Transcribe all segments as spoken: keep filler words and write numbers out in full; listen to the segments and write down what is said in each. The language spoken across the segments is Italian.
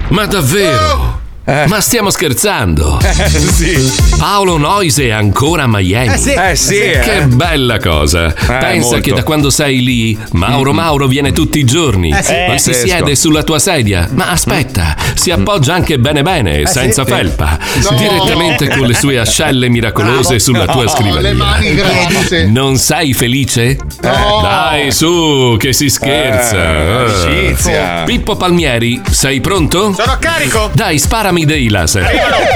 Ma davvero? Eh. Ma stiamo scherzando? Eh, sì. Paolo Noise è ancora a Miami. Eh sì. Eh sì che eh. bella cosa. Eh, Pensa molto. che da quando sei lì, Mauro Mauro viene tutti i giorni Eh sì. e si Pazzesco. siede sulla tua sedia. Ma aspetta, si appoggia anche bene bene, Eh senza sì. felpa, No. direttamente con le sue ascelle miracolose Bravo. sulla tua No, scrivania. le mani grasse. Non sei felice? No. Dai, su, che si scherza. Eh, Eh. amicizia. Pippo Palmieri, sei pronto? Sono a carico. Dai, sparami dei laser.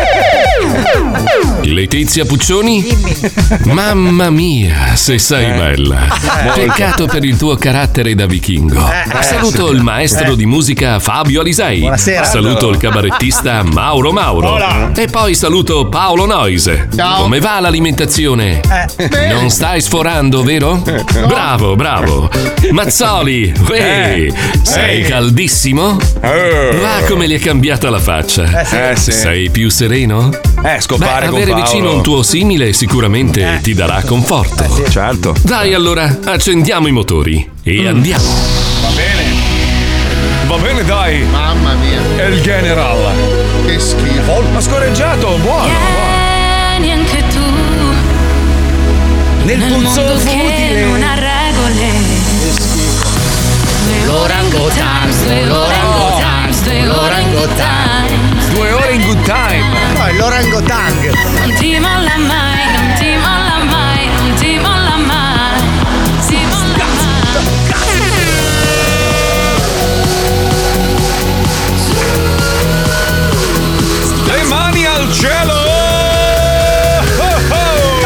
Letizia Puccioni? Mamma mia, se sei bella. Peccato per il tuo carattere da vichingo. Eh, Saluto il maestro di musica Fabio Alisei. Buonasera. Saluto il cabarettista Mauro Mauro. Hola. E poi saluto Paolo Noise. Ciao. Come va l'alimentazione? Eh. Non stai sforando, vero? Bravo, bravo. Mazzoli, uè, sei caldissimo? Va come gli è cambiata la faccia. Eh, sì. Sei più sereno? Eh, scopare Beh, con avere Paolo. vicino un tuo simile sicuramente ti darà conforto. Certo. Dai allora, accendiamo i motori e andiamo. Va bene. Va bene, dai. Mamma mia. È il general. Che schifo. Ma scorreggiato, buono. Vieni anche tu Nel puzzo mondo futile. che non ha regole. L'orangutans, l'orangutans, l'orangutans. Due ore in good time. No, è l'orangotang. Non ti molla mai, non ti molla mai, non ti molla mai. Si molla Le mani al cielo. Oh,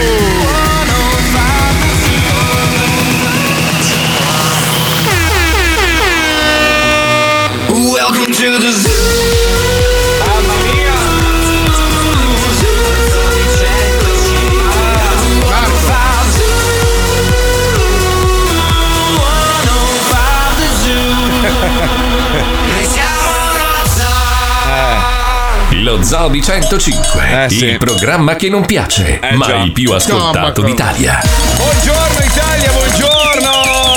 oh. Welcome to the zoo. Mamma mia. Lo Zoo di centocinque, Eh, sì. il programma che non piace, Eh, ma già. il più ascoltato No, ma- d'Italia. Buongiorno Italia, buongiorno.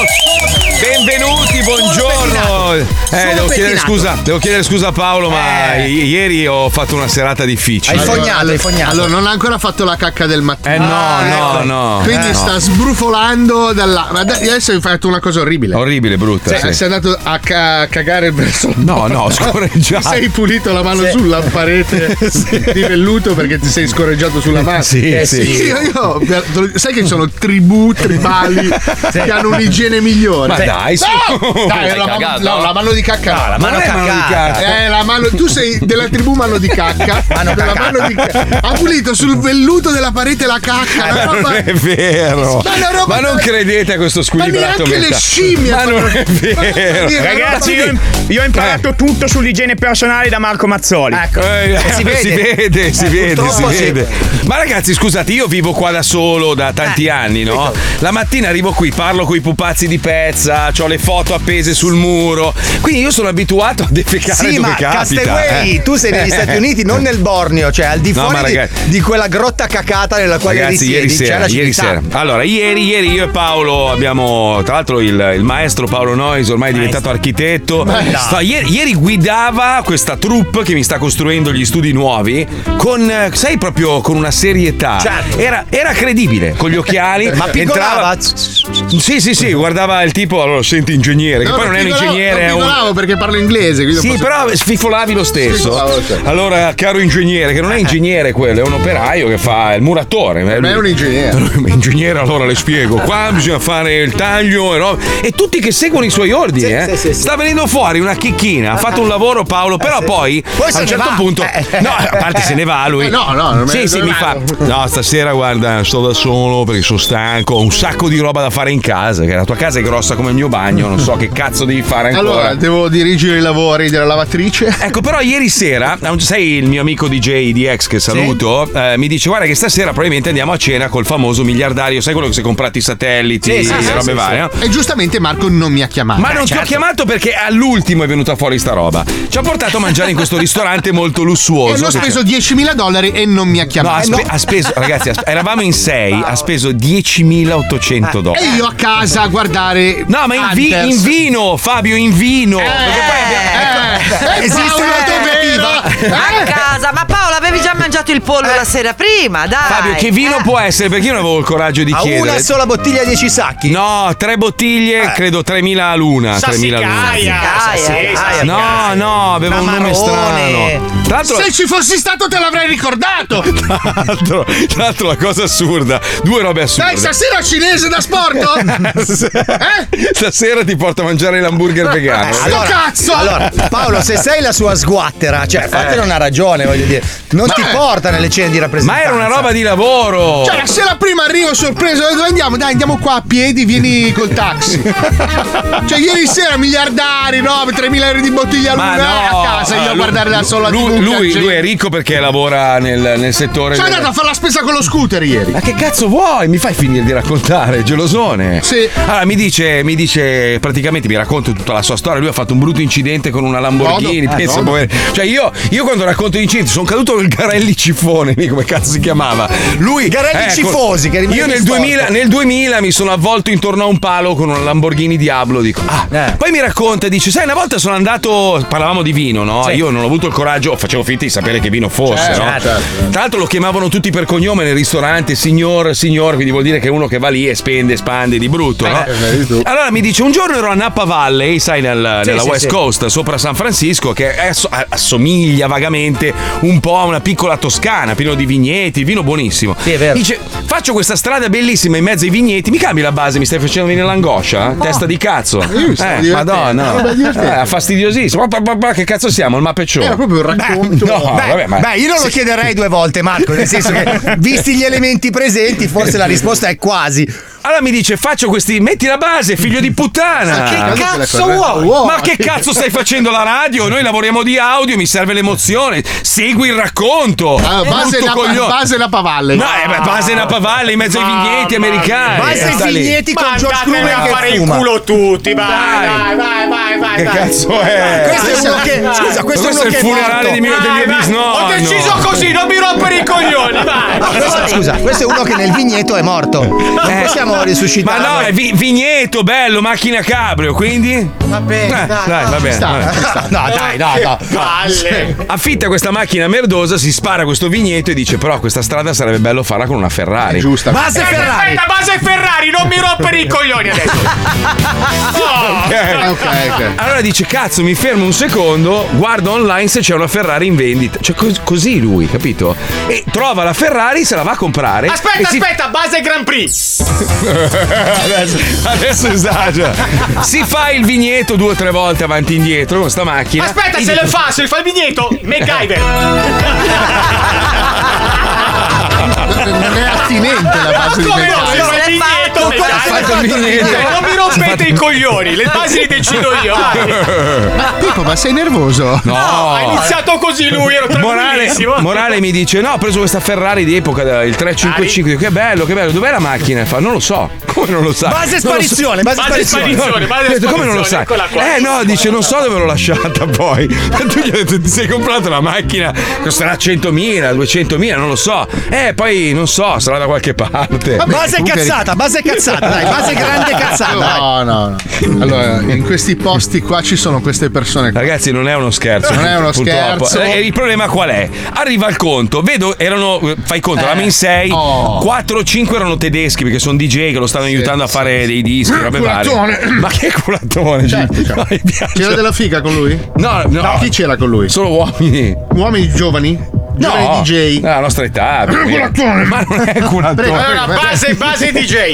Benvenuti, buongiorno. Eh, devo chiedere pettinato. scusa, devo chiedere scusa a Paolo, ma Eh. i- ieri ho fatto una serata difficile. Hai fognato, hai fognato. Allora, non ha ancora fatto la cacca del mattino. Eh no, no, ecco. no. Quindi Eh, no. sta sbrufolando dalla. Ma da- adesso hai fatto una cosa orribile. Orribile, brutta. Cioè, sì. sei andato a, ca- a cagare verso la No, porta. no, scorreggiato. Ti sei pulito la mano Sì. sulla parete di velluto perché ti sei scorreggiato sulla mano. Sì, Eh, sì. Io, io- per- sai che ci sono tribù tribali che hanno un'igiene migliore. Ma dai, su. No, dai, Hai la, mano, cagato? no, la mano di cacca. No, la no. mano Non è mano di cacata. cacca. Eh, la mano, tu sei della tribù mano di cacca. Mano della cacata. mano di ca- ha pulito sul velluto della parete la cacca. una Ma non roba- è vero. Ma è una roba- Ma non credete a questo Ma squilibrato neanche le mentale. scimmie Ma non fanno- è vero. Dire, Ragazzi, una io, roba- io ho imparato tutto sull'igiene personale da Marco Mazzoli. Ecco. Eh, E si vede. si vede, si Eh, vede, si purtroppo sì. vede. Ma ragazzi, scusate, io vivo qua da solo da tanti Eh, anni, no? La mattina arrivo qui, parlo con i pupazzi di pezza, ho le foto appese sul muro. Quindi io sono abituato a defecare Sì, dove ma capita. Castaway, eh. tu sei negli Stati Uniti, non nel Borneo, cioè al di No, fuori ma di, ragazzi- di quella grotta cacata nella quale Ragazzi, risiedi, ieri c'è sera, la ieri civiltà. sera. Allora, ieri, ieri io e Paolo abbiamo, tra l'altro, il, il maestro Paolo Nois, ormai è diventato architetto. Sta- ieri, ieri guidava questa troupe che mi sta costruendo gli studi nuovi con, eh, sai, proprio con una serietà. Certo. Era, era credibile, con gli occhiali. Ma piccolava? Sì, sì, sì, guardava il tipo, allora senti ingegnere, che No, poi non è un piccolavo- ingegnere, è non un. piccolavo perché parlo inglese. quindi Sì, posso- però sfifolavi lo stesso. Sfifolavo, sì. Allora, caro ingegnere, che non è ingegnere quello, è un operaio che fa il muratore. Ma è un ingegnere. Ingegnere, allora le spiego. Qua bisogna fare il taglio e roba. E tutti che seguono i suoi ordini, Sì, eh. sì, sì, sì. Sta venendo fuori una chicchina. Ha fatto un lavoro, Paolo, però sì. poi, Poi a se un ne certo va. punto. Eh. No, a parte se ne va lui. Eh, no, no, non me- Sì, sì, dove mi fa. vado? No, stasera, guarda, sto da solo perché sono stanco. Ho un sacco di roba da fare in casa. Che la tua casa è grossa come il mio bagno. Non so che cazzo devi fare ancora. Allora, devo dirigere i lavori della lavatrice. Ecco, però ieri sera, sai il mio amico D J D X che saluto, eh, mi dice guarda che stasera probabilmente andiamo a cena col famoso miliardario, sai quello che si è comprato i satelliti, Sì, sì, e sì, robe sì, varie, no? E giustamente Marco non mi ha chiamato. Ma non ti ho chiamato perché all'ultimo è venuta fuori sta roba. Ci ha portato a mangiare in questo ristorante molto E lussuoso. hanno che speso diecimila dollari e non mi ha No, ha, chiamato. spe- ha speso, ragazzi, ha spe- eravamo in sei, ha speso diecimilaottocento E dollari. io a casa a guardare. No, ma in, vi- Hunters. in vino, Fabio, in vino. Perché poi abbiamo- Eh, Esiste Paolo un'alternativa. A casa, ma Paolo avevi già mangiato il pollo la sera prima, dai. Fabio, che vino Eh. può essere? Perché io non avevo il coraggio di A chiedere. una sola bottiglia dieci sacchi. No, tre bottiglie, credo tremila l'una. tremila l'una. Sassicaia. No, no, aveva un nome strano. Tra l'altro, Se ci fossi stato te l'avrei ricordato. tra l'altro, tra l'altro la cosa assurda, due robe assurde. Dai, stasera cinese da sporto? Eh? Stasera ti porto a mangiare l'hamburger vegano. Sto cazzo! Allora, Paolo, se sei la sua sguattera, cioè, fatene una ragione, voglio dire. Non ti porta nelle cene di Ma rappresentanza. era una roba di lavoro. Cioè, la sera prima arrivo sorpreso, dove andiamo? Dai, andiamo qua a piedi, vieni col taxi. Cioè, ieri sera miliardari, robe, tremila euro di bottiglia Ma l'una, no, a casa io a lui- guardare da solo la lui, tivù. lui, piangendo. lui è ricco perché lavora nel, nel settore. Sono del- andato a fare la spesa con lo scooter ieri. Ma che cazzo vuoi? Mi fai finire di raccontare, gelosone. Sì. Allora mi dice, mi dice, praticamente mi racconta tutta la sua storia. Lui ha fatto un brutto incidente con una Lamborghini. Godo. Eh, pensa, godo. povero- Cioè, io, io quando racconto gli incidenti sono caduto col Garelli Cifone, lì come cazzo si chiamava? Lui. Garelli ecco, Cifosi, che rimane Io nel storto. duemila, nel duemila mi sono avvolto intorno a un palo con una Lamborghini Diablo. Dico, ah. Eh. Poi mi racconta, dice, sai, una volta sono andato. Parlavamo di vino, no? Sì. Io non ho avuto il coraggio, facevo finta di sapere che vino fosse, Certo, no? certo. Tra l'altro lo chiamavano tutti per cognome nel ristorante, signor, signor, quindi vuol dire che è uno che va lì e spende, spande di brutto, no? Eh, vedi tu. Allora mi dice, un giorno ero a Napa Valley, sai, nel- Sì, nella sì, West sì. Coast, sopra San Francisco, che è- assomiglia vagamente un po' a una piccola Toscana, pieno di vigneti, vino buonissimo. Sì, è vero. Dice, faccio questa strada bellissima in mezzo ai vigneti, mi cambi la base, mi stai facendo venire l'angoscia? Testa di cazzo. Io mi stavo Eh, divertendo. madonna. Vabbè, divertente. Eh, fastidiosissimo. Ma, ma- ma che cazzo siamo? Il mappeccione. Era proprio un racconto. No, Beh, vabbè, ma beh, io non lo chiederei due volte, Marco, nel senso che, visti gli elementi presenti, forse la risposta è quasi. allora mi dice, faccio questi, metti la base, figlio di puttana. Che cazzo vuoi? Ma che cazzo stai facendo la radio? Noi lavoriamo di audio, mi serve l'emozione. Segui il racconto. Ah, base, Brutto la, coglione. base la pavalle. No, eh, beh, base Napa Valley in mezzo ai vigneti americani. Base Eh, sta i lì. vigneti con Ma George andatene Clooney a che fare il fuma. culo tutti, vai, Dai. vai, vai, vai, vai. Che vai. cazzo è? Questo è uno che. Scusa, questo è uno Questo è il che è funerale morto. di mio, del Vai, mio vai. bisnonno. Ho deciso così, non mi rompere i coglioni, vai. Questo- scusa, questo è uno che nel vigneto è morto. Non Eh. possiamo Ma risuscitarlo. no, è vi- vigneto, bello, macchina cabrio, quindi? Va bene, Eh, dai, dai, va bene. vabbè. No, dai, no, no. Palle. Affitta questa macchina merdosa, si spara questo vigneto e dice: però questa strada sarebbe bello farla con una Ferrari. Giusta. Base Aspetta, Ferrari. aspetta, base Ferrari, non mi rompere i coglioni adesso. Ok, ok. Allora dice: cazzo, mi fermo un secondo, guardo online se c'è una Ferrari in vendita. Cioè, cos- così lui, capito? E trova la Ferrari, se la va a comprare. Aspetta, e si- aspetta, base Grand Prix. adesso, adesso esagera. Si fa il vigneto due o tre volte avanti e indietro con sta macchina. Aspetta, E se dice- lo fa, se lo fa il vigneto, MacGyver. Non è attinente la base di Come no? Se Beccari. fa il vigneto, fatto il MacGyver. vigneto. Non mi rompete i coglioni, le basi le decido io. vai. Pippo, ma sei nervoso? No, Ha iniziato così lui, ero Morale, tranquillissimo. Morale mi dice: no, ho preso questa Ferrari di epoca, il tre cinquantacinque. Dico, che bello, che bello. Dov'è la macchina? Fa, non lo so. Come non lo sai? Base Non lo so. sparizione, base Base sparizione. sparizione, base Ho detto, come non lo sai? sparizione, eccola qua. Eh no, dice, non so dove l'ho lasciata poi. E tu gli hai detto, ti sei comprato la macchina, costerà centomila, duecentomila, non lo so. Eh, poi non so, sarà da qualche parte. Vabbè, Base comunque- cazzata, base cazzata, dai, base grande cazzata. dai. No, no, no. Allora, in questi posti qua ci sono queste persone. Ragazzi, non è uno scherzo. Non è uno purtroppo. scherzo. Eh, il problema qual è? Arriva il conto, vedo, erano, fai conto, eravamo in sei, Oh. quattro o cinque erano tedeschi perché sono D J che lo stanno aiutando a fare dei dischi, robe varie. Culatone. Ma che culatone? Certo, Gigi? certo. No, mi piace. C'era della figa con lui? No, no, Chi c'era con lui? solo uomini. Uomini giovani? Giovani No, D J? no, la nostra età. più o meno. culatone. Ma non è culatone. Prego. Allora, base, base D J.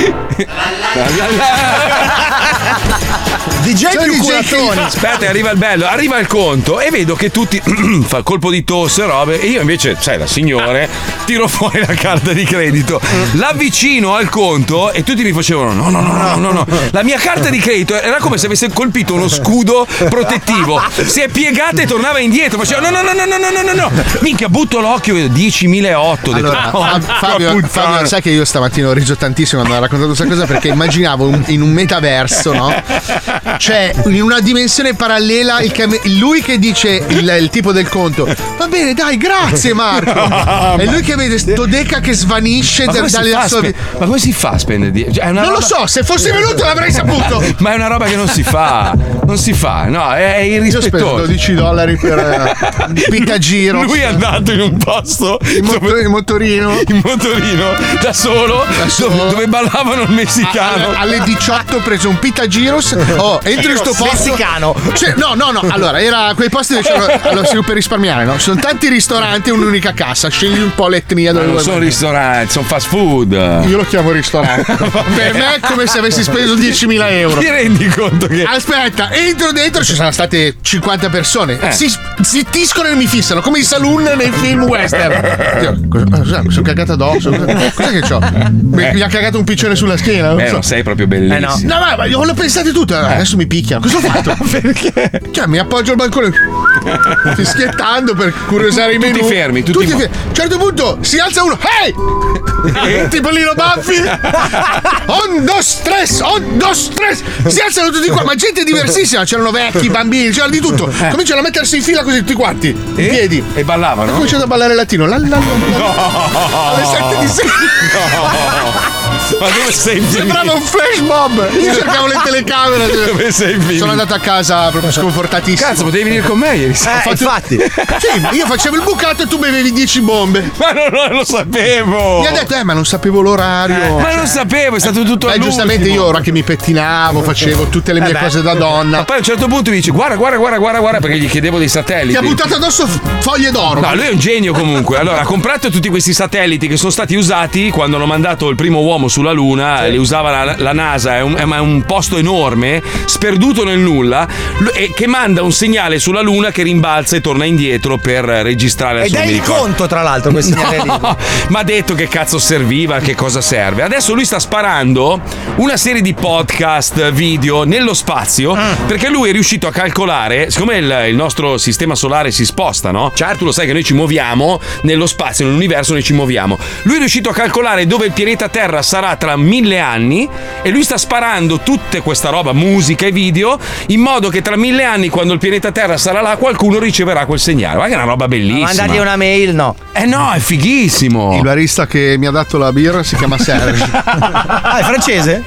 D J C'è più il D J culatoni. Aspetta, arriva il bello, arriva il conto e vedo che tutti fa il colpo di tosse e robe e io invece, sai, da signore, tiro fuori la carta di credito, l'avvicino al conto e tutti mi facevano no, no, no, no, no, no. La mia carta di credito era come se avesse colpito uno scudo protettivo. Si è piegata e tornava indietro, faceva no, no, no, no, no, no, no, no. Mi minchia, butto l'occhio diecimilaotto. Allora, detto, oh, Fabio, Fabio, sai che io stamattina ho riso tantissimo quando ho raccontato questa cosa perché immaginavo un, in un metaverso, no? Cioè, in una dimensione parallela, il cam- lui che dice il, il tipo del conto. Va bene, dai, grazie Marco. E lui che vede sto Deca che svanisce ma, da, come dalle spe- sue... ma come si fa a spendere? Cioè, è una non roba... lo so, se fossi venuto l'avrei saputo. Ma è una roba che non si fa. Non si fa, no, è irrispettoso. Io ho speso dodici dollari per un pittagiro. Lui è andato in un posto in, motor- dove... in motorino in motorino da solo, da solo. Dove, dove ballavano il messicano. A, alle diciotto ho preso un pittagiros. Oh, entro in sto posto messicano. Cioè, no, no, no. Allora, era quei posti dove c'erano. Allora, si per risparmiare, no? Ci sono tanti ristoranti e un'unica cassa. Scegli un po' l'etnia dove non vuoi. sono ristoranti, sono fast food. Io lo chiamo ristorante. Per me è come se avessi speso diecimila euro. Ti rendi conto che. Aspetta, entro dentro, ci sono state cinquanta persone. Eh. Si zittiscono e mi fissano, come i saloon nei film western. Io, cosa, cosa, mi sono cagato addosso. Cos'è che c'ho? Mi, Eh. mi ha cagato un piccione sulla schiena. Non Eh, so. non sei proprio bellissimo. No, ma, ma io l'ho pensate tutte. Adesso mi picchiano. Cosa ho fatto? Perché? Cioè, mi appoggio al balcone fischiettando per curiosare i Tutti menù. fermi, tutti mo- fermi. A un certo punto si alza uno. Hey! Tipo Lino Baffi. On dos stress, on dos stress. Si alzano tutti qua, ma gente diversissima. C'erano vecchi, bambini, c'era di tutto. Cominciano a mettersi in fila così tutti quanti. In E? piedi. E ballavano? Ho cominciato a ballare latino. La, la, la, la. Alle sette di sera. Ma dove sei finito? Sembrava un flash mob. Io cercavo le telecamere. Dove sei finito? Sono andato a casa proprio sconfortatissimo. Cazzo, potevi venire con me ieri sera. Eh, infatti. Sì, io facevo il bucato e tu bevevi dieci bombe. Ma non, non lo sapevo. Mi ha detto, eh, ma non sapevo l'orario. Ma non sapevo, è stato tutto Beh, all'ultimo. giustamente io ora che mi pettinavo, facevo tutte le mie Eh beh. cose da donna. Ma poi a un certo punto mi dice guarda, guarda, guarda, guarda, guarda, perché gli chiedevo dei satelliti. Ti ha buttato addosso f- foglie d'oro. No, lui è un genio comunque. Allora, ha comprato tutti questi satelliti che sono stati usati quando hanno mandato il primo uomo sulla Luna. Li usava la, la NASA, è un, è un posto enorme, sperduto nel nulla, e che manda un segnale sulla Luna che rimbalza e torna indietro per registrare la Ed sua è il conto, tra l'altro, quel segnale lì. No, ma ha detto che cazzo serviva, che cosa serve. Adesso lui sta sparando una serie di podcast, video nello spazio, perché lui è riuscito a calcolare, siccome il, il nostro sistema solare si sposta, no? Certo, tu lo sai che noi ci muoviamo nello spazio, nell'universo noi ci muoviamo. Lui è riuscito a calcolare dove il pianeta Terra sarà tra mille anni e lui sta sparando tutta questa roba, musica e video, in modo che tra mille anni, quando il pianeta Terra sarà là, qualcuno riceverà quel segnale. Ma che è una roba bellissima. Mandargli una mail, no. Eh no, è fighissimo. Il barista che mi ha dato la birra si chiama Serge. Ah, è francese?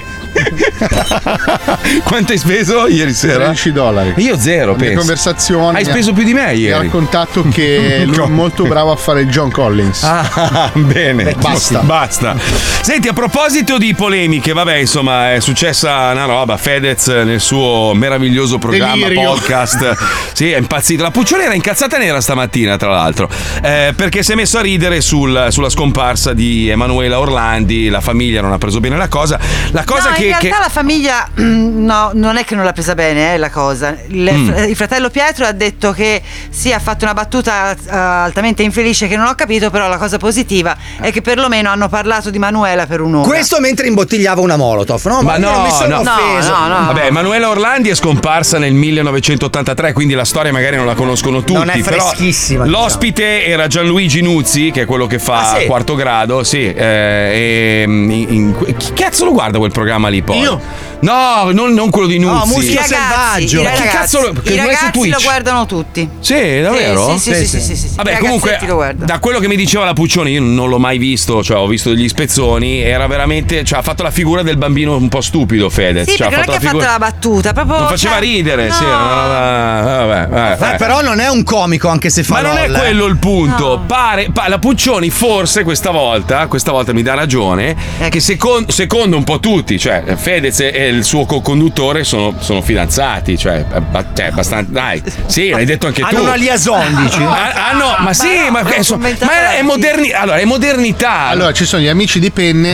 Quanto hai speso ieri sera? tredici dollari. Io zero, Le penso. conversazioni. Hai speso più di me Mi ha ieri. raccontato che lui è molto bravo a fare il John Collins. Ah, bene. Basta. Basta. Senti, a proposito di polemiche, vabbè, insomma, è successa una roba. Fedez nel suo meraviglioso programma Delirio. podcast. Sì, è impazzito. La Puccione era incazzata nera stamattina, tra l'altro. Eh, perché si è messo a ridere sul- sulla scomparsa di Emanuela Orlandi. La famiglia non ha preso bene la cosa. La cosa no, che. in realtà che- la famiglia no, non è che non l'ha presa bene, eh, la cosa. Il, Mm. il fratello Pietro ha detto che sì, ha fatto una battuta eh, altamente infelice che non ho capito, però la cosa positiva è che perlomeno hanno parlato di Manuela per un'ora. Questo mentre imbottigliava una Molotov, no? Ma io no, non mi sono no. offeso. No, no, no. Vabbè, Emanuela Orlandi è scomparsa nel millenovecentottantatré, quindi la storia magari non la conoscono tutti. Non è però freschissima, diciamo. l'ospite era Gianluigi Nuzzi, che è quello che fa Ah, sì? quarto grado. Sì, eh, e, in- in- chi cazzo lo guarda quel programma lì poi? Io? No, non, non quello di No, Nuzzi. Muschio I ragazzi, selvaggio. i Ma che ragazzi, cazzo lo- che i non è su ragazzi Twitch? lo guardano tutti. Sì, davvero? Sì, sì, sì, sì, sì, sì, sì. Vabbè, I comunque, ragazzetti lo guardano. da quello che mi diceva la Puccioni, io non l'ho mai visto, cioè ho visto degli spezzoni, era veramente, cioè ha fatto la figura del bambino un po' stupido, Fedez. Sì, cioè, perché non è che ha figura- fatto la battuta, proprio. Non faceva cioè, ridere, no. sì, era una roba- vabbè, vabbè, Eh, eh. però non è un comico, anche se fa Ma non è LOL, eh. quello il punto. No. Pare, pa- la Puccioni forse questa volta, questa volta mi dà ragione, Ecco. che secon- secondo un po' tutti, cioè Fedez e il suo co-conduttore sono, sono fidanzati, cioè, ba- cioè abbastanza, dai, sì, l'hai detto anche Hanno tu. una liaison, dici? Ah, ah, no, ma sì, no, ma, ho è, so- commentato ma è, la- moderni- allora, è modernità. Allora, ci sono gli amici di penne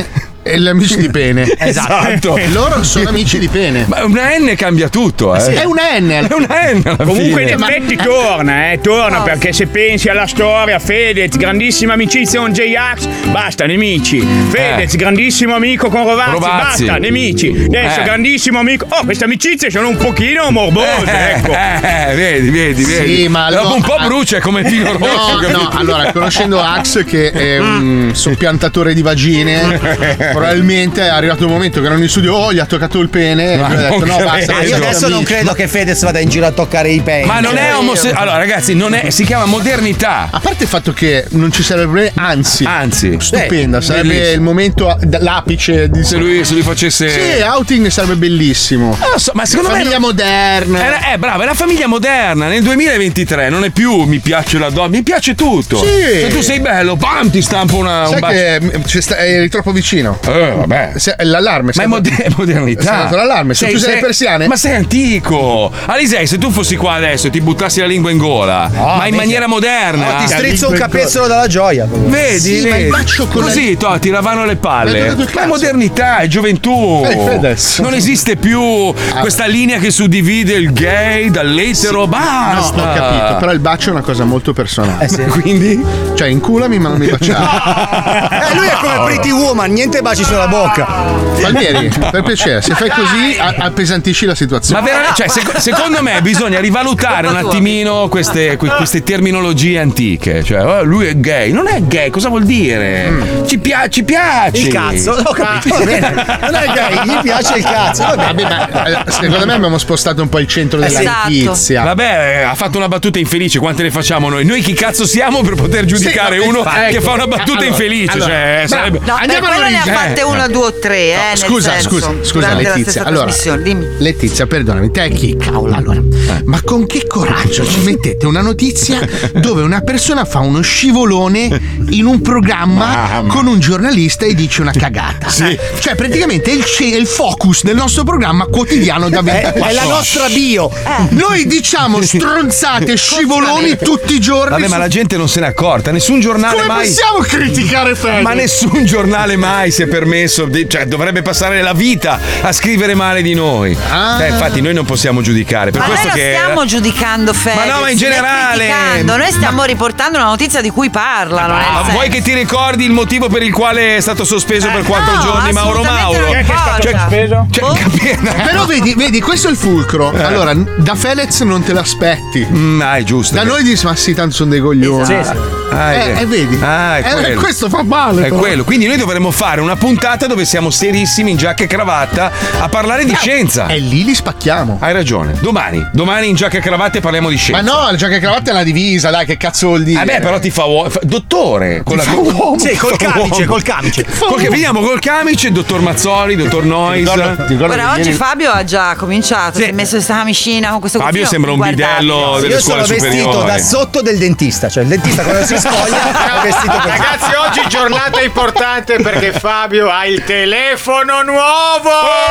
E gli amici di pene. Esatto. Loro sono amici di pene. Ma una N cambia tutto, eh. Sì, è una N. È una N alla Comunque fine. in effetti torna, eh, torna perché se pensi alla storia, Fedez, grandissima amicizia con J-Ax, basta, nemici. Fedez, Eh. grandissimo amico con Rovazzi, Rovazzi. basta, nemici. Adesso Eh. grandissimo amico. Oh, queste amicizie sono un pochino morbose, Eh, ecco. eh, vedi, vedi, vedi. Sì, ma Dopo allora- un po' brucia, è come Pino Rosso. No, capito? no, allora, conoscendo Ax che è un soppiantatore di vagine, probabilmente è arrivato un momento che erano in studio, oh, gli ha toccato il pene, e Ma lui ha detto non no, basta. credo. Ah, io adesso non credo che Fedez vada in giro a toccare i peni. Ma non è omosessuale. Allora, ragazzi, non è, si chiama modernità. A parte il fatto che non ci sarebbe problemi, anzi, Anzi, stupenda, eh, sarebbe bellissimo. il momento, l'apice di Se lui, se lui facesse. Sì, outing sarebbe bellissimo. Non lo so, ma secondo Famiglia me. moderna. È, è brava, è la famiglia moderna. Nel duemilaventitré non è più mi piace la donna, mi piace tutto. Sì. Se tu sei bello, bam, ti stampo una, un Sai bacio. che mm, ci sta- eri troppo vicino. Eh, vabbè. Se- l'allarme. Ma è scatta- moder- modernità. È scattato l'allarme. Se tu sei le persiane. Ma sei antico. Alisei, se tu fossi qua adesso e ti buttassi la lingua in gola, ma in maniera moderna. Oh, ti strizzo un capezzolo dalla gioia. Vedi, Sì, ma vedi? il bacio con Così to, ti lavano le Mi palle. hai toccato il Ma è cazzo. modernità, è gioventù. Eh, Fedez. Non esiste più questa linea che suddivide il gay dall'etero. No, Basta. ho capito. Però il bacio è una cosa molto personale. Quindi? Cioè, inculami, ma non mi baciare. Eh, lui è come Pretty Woman, niente baci sulla bocca. Palmieri, per piacere, se fai così a- appesantisci la situazione. Ma veramente, cioè, sec- secondo me bisogna rivalutare un attimino queste, que- queste terminologie antiche. Cioè, oh, lui è gay. Non è gay, cosa vuol dire? Ci, pia- ci piace. Il cazzo, ho capito. Va bene. Non è gay, gli piace il cazzo. Va bene. Vabbè, ma eh, secondo me abbiamo spostato un po' il centro della Esatto. notizia. Vabbè, eh, ha fatto una battuta infelice. Quante ne facciamo noi? Noi chi cazzo siamo per poter giudicare Sì, no, uno infatti. che fa una battuta Allora, infelice? allora, cioè, bravo. sarebbe. No, Andiamo per quello ne ha all'origine. fatte Eh. una, due o tre, eh. nel Scusa, senso, scusa, scusa durante la Letizia. stessa Allora, trasmissione. Dimmi. Letizia, perdonami, te chi cavolo allora? Ma con che coraggio ci mettete una notizia dove una persona fa uno scivolone in un programma con un giornalista e dice una cagata? Sì. Cioè, praticamente è il, ce- è il focus del nostro programma quotidiano da È, ventiquattro è la ore. nostra bio. Noi diciamo stronzate, scivoloni tutti i giorni. Vabbè, ma su- la gente non se n'è accorta. Nessun giornale Come mai. possiamo criticare Fede? Ma nessun giornale mai si è permesso, di- cioè dovrebbe passare la vita a scrivere male di noi. Ah. Eh, infatti noi non possiamo giudicare. Per Ma noi questo non che stiamo giudicando Fedez, Ma no, ma in né generale. criticando. Noi stiamo riportando una notizia di cui parlano. nel Ah, senso. vuoi che ti ricordi il motivo per il quale è stato sospeso per quattro no, giorni Mauro assolutamente Mauro? non Chi è che è stato importa. sospeso? Cioè, Boh. capi- Però vedi, vedi, questo è il fulcro. Allora, da Fedez non te l'aspetti. Mm, ah, è giusto. Da noi dici, ma sì, tanto sono dei coglioni. Esatto. Ah, Eh, è- eh, vedi? Ah, è Eh, quello. questo fa male. È però. quello, quindi noi dovremmo fare una puntata dove siamo serissimi in giacca e cravatta a parlare di scienza. E lì li spacchiamo. Hai ragione. Domani, domani in giacca e cravatta parliamo di Ma scienza. no, la giacca e cravatta è una divisa, dai, che cazzo vuol dire? Eh beh, però ti fa uomo. fa- Dottore, con la Sì, col camice, col camice. Col che veniamo col camice, dottor Mazzoli, dottor Noyes. Ti ricordo Guarda, che oggi ieri- Fabio ha già cominciato, Sì. si è messo questa camicina con questo Fabio cuffino sembra un inguardabile. bidello delle Io sono scuole vestito superiori. da sotto del dentista, cioè il dentista quando si spoglia è vestito così. Ragazzi, oggi giornata importante perché Fabio ha il telefono nuovo.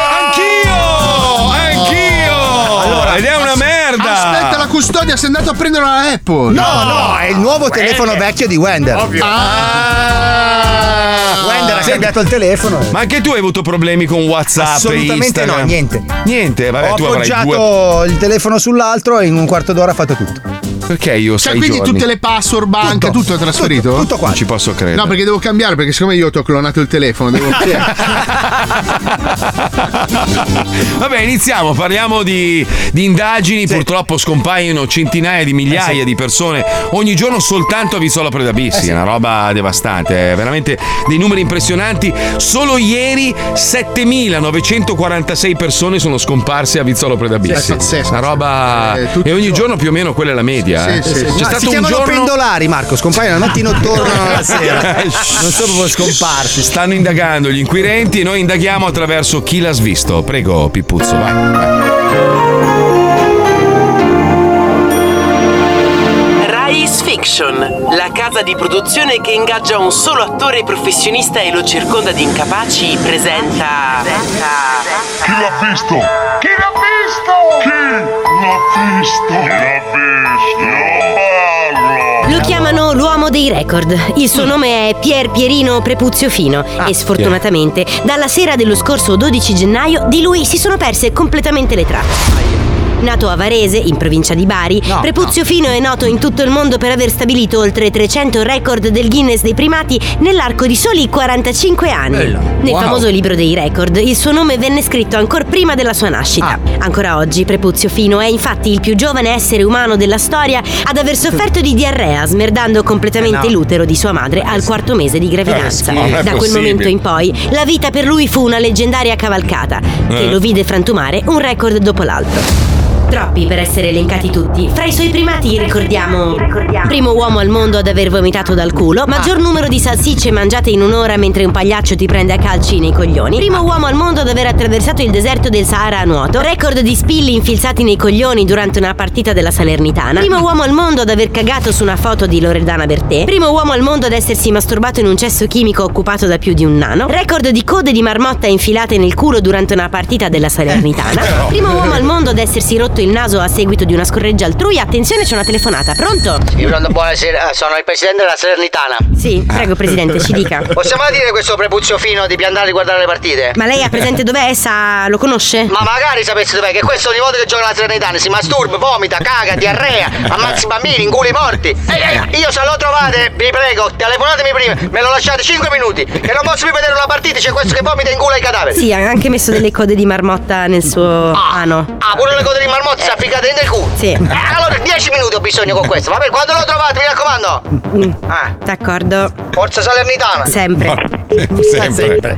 Anch'io! Anch'io! Ed è una merda! Aspetta la custodia, sei andato a prendere la Apple. No, no, è il nuovo telefono vecchio di Wender. Ovvio. Ah! Wender ha cambiato il telefono. Ma anche tu hai avuto problemi con WhatsApp? Assolutamente Instagram? no, niente. Niente, vabbè, Ho tu avrai due. appoggiato il telefono sull'altro e in un quarto d'ora ha fatto tutto. Perché io Cioè, sei quindi giorni? tutte le password, banca, tutto, Tutto. è trasferito? Tutto, tutto qua. Non ci posso credere. No, perché devo cambiare, perché siccome io ti ho clonato il telefono, devo. Vabbè, iniziamo. Parliamo di, di indagini. Purtroppo scompaiono centinaia di migliaia di persone ogni giorno soltanto a Vizzola Predabissi. È una roba devastante. È veramente dei numeri impressionanti. Solo ieri settemilanovecentquarantasei persone sono scomparse a Vizzola Predabissi. È pazzesco. Una roba. Eh, tutti e ogni i giorno più o meno quella è la media. Sì, eh. sì, sì. C'è Ma stato si un chiamano giorno. pendolari, Marco, scompaiono la mattina o tornano la sera. Non sono proprio scomparsi. Stanno indagando gli inquirenti e noi indaghiamo attraverso chi l'ha svisto. Prego, Pippuzzo, vai. vai. Rais Fiction, la casa di produzione che ingaggia un solo attore professionista e lo circonda di incapaci, presenta. Chi l'ha visto? Chi l'ha visto? Chi l'ha visto? Chi l'ha visto? Non parlo. Lo chiamano l'uomo dei record. Il suo nome è Pier Pierino Prepuzio Fino Ah, e sfortunatamente dalla sera dello scorso dodici gennaio di lui si sono perse completamente le tracce. Nato a Varese, in provincia di Bari, No, Prepuzio Fino è noto in tutto il mondo per aver stabilito oltre trecento record del Guinness dei primati nell'arco di soli quarantacinque anni. Bella. Nel Wow. famoso libro dei record, il suo nome venne scritto ancora prima della sua nascita. Ancora oggi, Prepuzio Fino è infatti il più giovane essere umano della storia ad aver sofferto di diarrea, smerdando completamente Eh no. l'utero di sua madre al quarto mese di gravidanza. Eh, non è Da quel possibile. momento in poi, la vita per lui fu una leggendaria cavalcata, che Eh. lo vide frantumare un record dopo l'altro. Troppi per essere elencati tutti. Fra i suoi primati ricordiamo primo uomo al mondo ad aver vomitato dal culo, maggior numero di salsicce mangiate in un'ora mentre un pagliaccio ti prende a calci nei coglioni, primo uomo al mondo ad aver attraversato il deserto del Sahara a nuoto, record di spilli infilzati nei coglioni durante una partita della Salernitana, primo uomo al mondo ad aver cagato su una foto di Loredana Bertè, primo uomo al mondo ad essersi masturbato in un cesso chimico occupato da più di un nano, record di code di marmotta infilate nel culo durante una partita della Salernitana, primo uomo al mondo ad essersi rotto il naso a seguito di una scorreggia altrui. Attenzione, c'è una telefonata. Pronto? Sì, pronto, buonasera, sono il presidente della Salernitana. Sì, prego presidente, ci dica. Possiamo dire questo Prepuzio Fino di piantare di guardare le partite? Ma lei ha presente dov'è? Sa, lo conosce? Ma magari sapesse dov'è, che questo ogni volta che gioca la Salernitana si masturba, vomita, caga, diarrea, ammazza i bambini, incula i morti. Ehi, ehi, io se lo trovate, vi prego, telefonatemi prima, me lo lasciate cinque minuti, che non posso più vedere una partita, c'è questo che vomita e incula i cadaveri. Sì, ha anche messo delle code di marmotta nel suo ano. Ah, pure le code di marmotta si applicate dentro il culo. Sì. Eh, allora dieci minuti ho bisogno con questo. Vabbè, quando lo trovate, mi raccomando. Mm, Ah, D'accordo. forza Salernitana. Sempre. Sempre.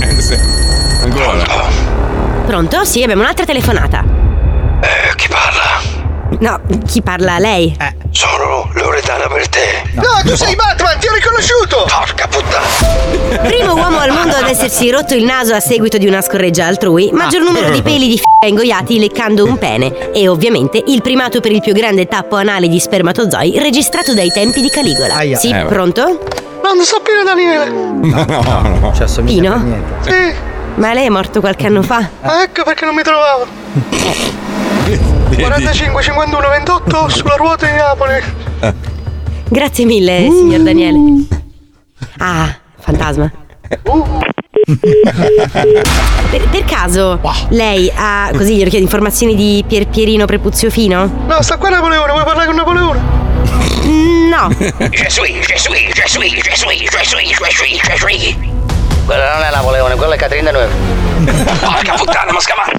Ancora. Pronto? Sì, abbiamo un'altra telefonata. Eh, chi parla? No, chi parla? Lei? Eh. Sono Loredana per te. No. No, tu sei Batman, ti ho riconosciuto. Porca puttana. Primo uomo al mondo ad essersi rotto il naso a seguito di una scorreggia altrui, maggior numero di peli di f***a ingoiati leccando un pene e ovviamente il primato per il più grande tappo anale di spermatozoi registrato dai tempi di Caligola. Aia. Sì, Eh, pronto? Non so Pino Daniele. No, no, no. Ci assomiglia Pino? per niente. Sì, Ma lei è morto qualche anno fa? ma ecco perché non mi trovavo. quarantacinque cinquantuno ventotto sulla ruota di Napoli. Grazie mille, signor Daniele. Ah, fantasma. Per, per caso lei ha, così glielo chiedo, informazioni di Pier Pierino Prepuzio Fino? No, sta qua Napoleone, vuoi parlare con Napoleone? Mm, No. Gesù, Gesù, Gesù, Gesù, Gesù, Gesù, Gesù. Quella non è Napoleone, quella è Caterina Nuova. Porca puttana, ma scava.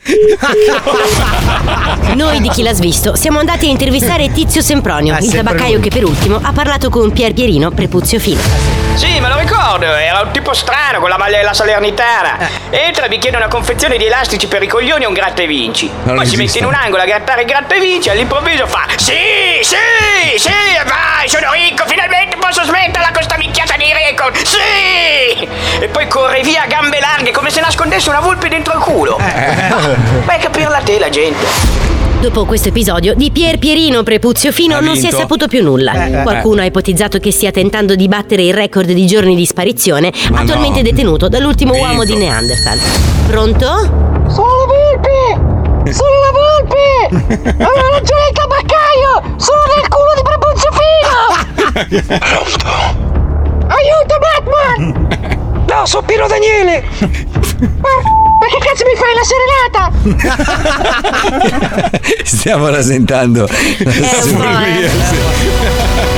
Noi di Chi l'ha svisto siamo andati a intervistare Tizio Sempronio, Ah, il sempre tabaccaio lui. che per ultimo ha parlato con Pier Pierino Prepuzio Fino. Sì, me lo ricordo, era un tipo strano con la maglia della Salernitana. Entra, vi chiede una confezione di elastici per i coglioni e un gratta e vinci. Non Poi si mette esistono. in un angolo a grattare il gratta e vinci e all'improvviso fa: Sì, sì, sì, vai, sono ricco, finalmente posso smetterla con sta minchiata di record. Sì! E poi corre via a gambe larghe come se nascondesse una volpe dentro il culo. Vai a capirla te la gente. Dopo questo episodio di Pier Pierino Prepuzio Fino Ha non si è vinto. saputo più nulla. Eh, eh, Qualcuno ha ipotizzato che stia tentando di battere il record di giorni di sparizione, Ma attualmente no. detenuto dall'ultimo Vinto. uomo di Neanderthal. Pronto? Sono la volpe! Sono la volpe! Aveva ragione il tabaccaio! Sono nel culo di Prepuzio Fino! Pronto? Aiuto Batman! No, sono Pino Daniele! Ma che cazzo mi fai la serenata? Stiamo rasentando la superbia, sì.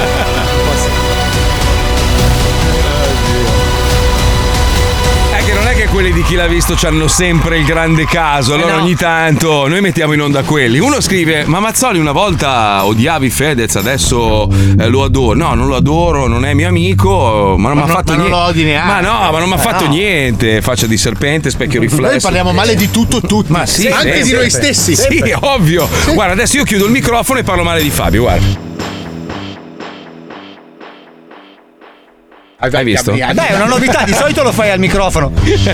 È che non è che quelli di Chi l'ha visto c'hanno sempre il grande caso, allora Eh no. ogni tanto noi mettiamo in onda quelli. Uno scrive: ma Mazzoli una volta odiavi Fedez, adesso eh, lo adoro. No, non lo adoro, non è mio amico, ma non mi ha no- fatto ma non niente. lo odi neanche. Ma no, ma non mi ha Eh, fatto no. niente. Faccia di serpente, specchio riflesso. Noi parliamo male di tutto tutti. Ma sì, anche di sempre. noi stessi. Sì, Sempre. ovvio. Guarda, adesso io chiudo il microfono e parlo male di Fabio, guarda. Hai visto? Beh, è una novità, di solito lo fai al microfono.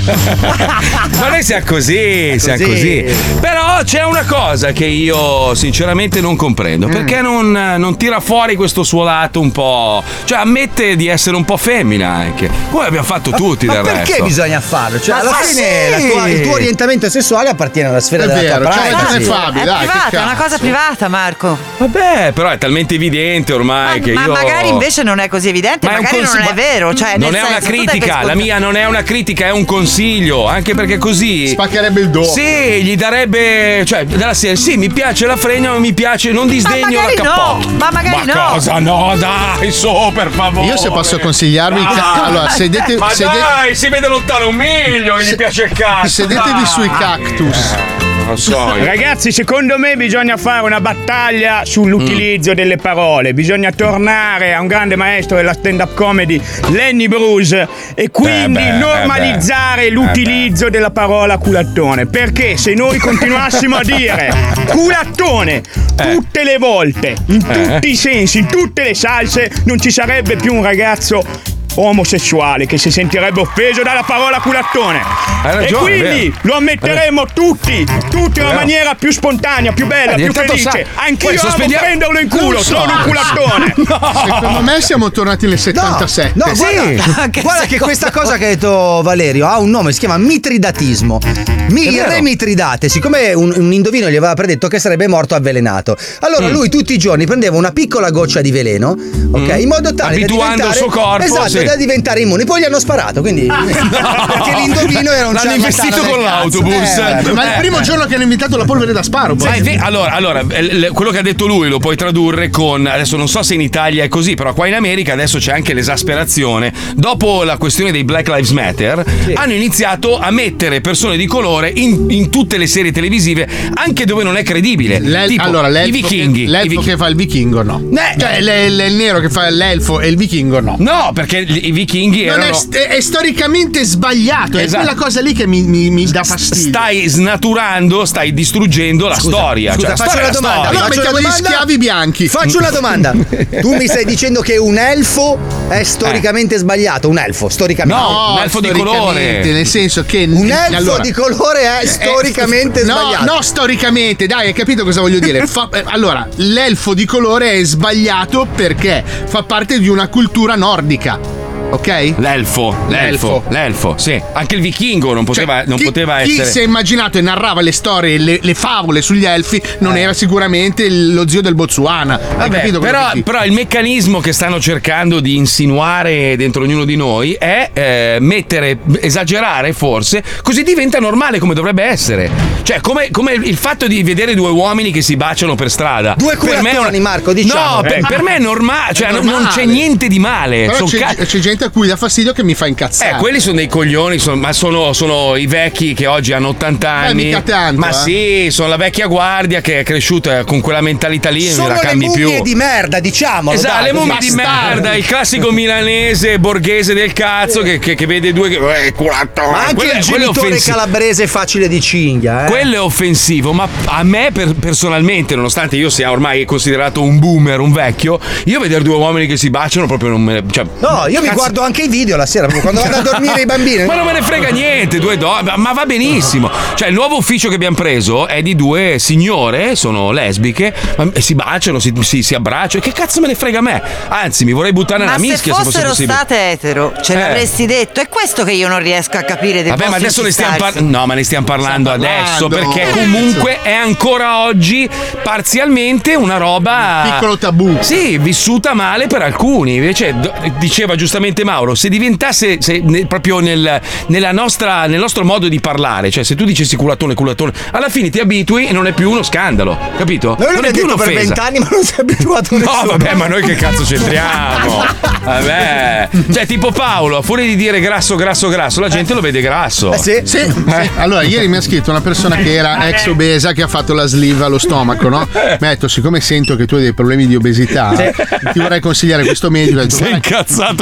Ma noi siamo così, siamo così. Però c'è una cosa che io sinceramente non comprendo. Mm. Perché non, non tira fuori questo suo lato un po'. Cioè, ammette di essere un po' femmina anche. Come abbiamo fatto tutti Ma del perché resto. bisogna farlo? Cioè, Ma alla sì! fine la tua- il tuo orientamento sessuale appartiene alla sfera È della vero, tua cioè, privacy. non è Fabio, È dai, che privata, è una cazzo. cosa privata, Marco. Vabbè, però è talmente evidente ormai che Ma io. magari invece non è così evidente, Ma è un magari consi- non è vero. Cioè, non nel è una senso, tu dai per critica, la scontato- mia non è una critica, è un consiglio. Anche perché così. Spaccherebbe il do. Sì, gli darebbe. Cioè, dalla serie, sì, mi piace la fregna, ma mi piace, non disdegno la magari no, cappotto. ma magari ma no. cosa no, dai, su, per favore. Io se posso consigliarvi, Ah. allora sedete, Ma sede- dai, si vede lontano un miglio che gli piace il cazzo. sedetevi dai. sui cactus. Non lo so. io- Ragazzi, secondo me bisogna fare una battaglia sull'utilizzo delle parole. Bisogna tornare a un grande maestro della stand-up comedy, Lenny Bruce, e quindi Eh beh, normalizzare eh beh. l'utilizzo della parola culattone. Perché se noi continuassimo a dire culattone tutte le volte, in tutti i sensi, in tutte le salse, non ci sarebbe più un ragazzo omosessuale che si sentirebbe offeso dalla parola culattone. Hai ragione, e quindi è vero. lo ammetteremo tutti, tutti in una vero. maniera più spontanea, più bella, È più diventato felice. sa- Anch'io Poi amo sospendiamo- prenderlo in culo, Non so. sono un culattone. Secondo me siamo tornati nel settantasette. No, guarda, Anche guarda che secondo questa cosa che ha detto Valerio ha un nome, si chiama mitridatismo. Mi, il re Mitridate, siccome un, un indovino gli aveva predetto che sarebbe morto avvelenato, allora Mm. lui tutti i giorni prendeva una piccola goccia di veleno, ok, in modo tale Abituando da il diventare, suo corpo, esatto, sì. da diventare immune. Poi gli hanno sparato, quindi perché l'indovino era un L'hanno ciarlatano investito del con cazzo. l'autobus. Eh, Ma il primo giorno che hanno inventato la polvere da sparo. Ma è ve- allora, allora, eh, le- quello che ha detto lui lo puoi tradurre con. Adesso non so se in Italia è così, però qua in America adesso c'è anche l'esasperazione. Dopo la questione dei Black Lives Matter, hanno iniziato a mettere persone di colore in, in tutte le serie televisive, anche dove non è credibile. L'el- tipo allora, i l'elfo, vichinghi. che, i l'elfo vichinghi. che fa il vichingo, no. Eh, Cioè, le- le- il nero che fa l'elfo e il vichingo, no. No, perché i vichinghi Non erano. è, st- è storicamente sbagliato. È Esatto. quella cosa lì che mi, mi- mi dà fastidio. Stai snaturando, stai distruggendo la Scusa, storia. scusa, cioè, la faccio storia è una la domanda. storia. No, Faccio mettiamo una gli domanda. schiavi bianchi. Faccio una domanda. Tu mi stai dicendo che un elfo è storicamente sbagliato? Un elfo, storicamente. No, un elfo di storicamente, colore. nel senso che Un elfo allora, di colore è storicamente eh, no, sbagliato. No, storicamente, dai, hai capito cosa voglio dire? Fa- eh, allora, l'elfo di colore è sbagliato perché fa parte di una cultura nordica. Ok? L'elfo, l'elfo, L'elfo. l'elfo, sì. Anche il vichingo non poteva, Cioè, non chi, poteva chi essere. si è immaginato e narrava le storie, le, le favole sugli elfi, non era sicuramente il- lo zio del Botswana. Hai Vabbè, capito cosa però, vuol dire? però il meccanismo che stanno cercando di insinuare dentro ognuno di noi è eh, mettere, esagerare forse, così diventa normale come dovrebbe essere. Cioè, come, come il fatto di vedere due uomini che si baciano per strada. Due Per me è culattoni, una- Marco, diciamo. No, per, per me è normale, cioè È non- normale. non c'è niente di male. Però Son c'è, ca- c'è gente a cui dà fastidio che mi fa incazzare. Eh, quelli sono dei coglioni, sono- ma sono, sono i vecchi che oggi hanno ottanta anni. mica tanto, ma eh. sì, sono la vecchia guardia che è cresciuta con quella mentalità lì, non Sono la le cambi mummie più. di merda, diciamolo. Esatto, dai, le mummie così. di merda, il classico milanese borghese del cazzo che, che- che vede due che. Eh, culattone. Ma anche Quello è- il quello è genitore offensivo. calabrese facile di cinghia, eh. Quello è offensivo, ma a me per- personalmente, nonostante io sia ormai considerato un boomer, un vecchio, io vedere due uomini che si baciano proprio non me ne. Cioè, No, io mi cazzo- guardo anche i video la sera quando vado a dormire i bambini. Ma non me ne frega niente, due donne, ma va benissimo. Cioè, il nuovo ufficio che abbiamo preso è di due signore, sono lesbiche, ma si baciano, si, si, si abbracciano. Che cazzo me ne frega a me? Anzi, mi vorrei buttare Ma nella se mischia se fosse fossero possibile. state etero, ce Eh. l'avresti detto. È questo che io non riesco a capire dei Vabbè, ma vostri adesso ne stiamo instarsi. parlando. No, ma ne stiamo parlando Stiamo adesso. parlando. Perché Eh. comunque è ancora oggi parzialmente una roba. Piccolo tabù. Sì, vissuta male per alcuni. Invece, do- diceva giustamente Mauro, se diventasse se, ne- proprio nel, nella nostra, nel nostro modo di parlare, cioè se tu dicessi culattone, culattone, alla fine ti abitui e non è più uno scandalo, capito? Noi non è l'abbiamo più detto per un'offesa. vent'anni, ma non si è abituato No, nessuno. vabbè, ma noi che cazzo c'entriamo? Vabbè. Cioè, tipo Paolo, a fuori di dire grasso, grasso, grasso, la gente lo vede grasso. Eh sì. Sì, sì. Allora, ieri mi ha scritto una persona che era ex obesa che ha fatto la sleeve allo stomaco, no? Mi ha detto, siccome sento che tu hai dei problemi di obesità, ti vorrei consigliare questo medico. Ha detto, Sei guarda, incazzato con me. guarda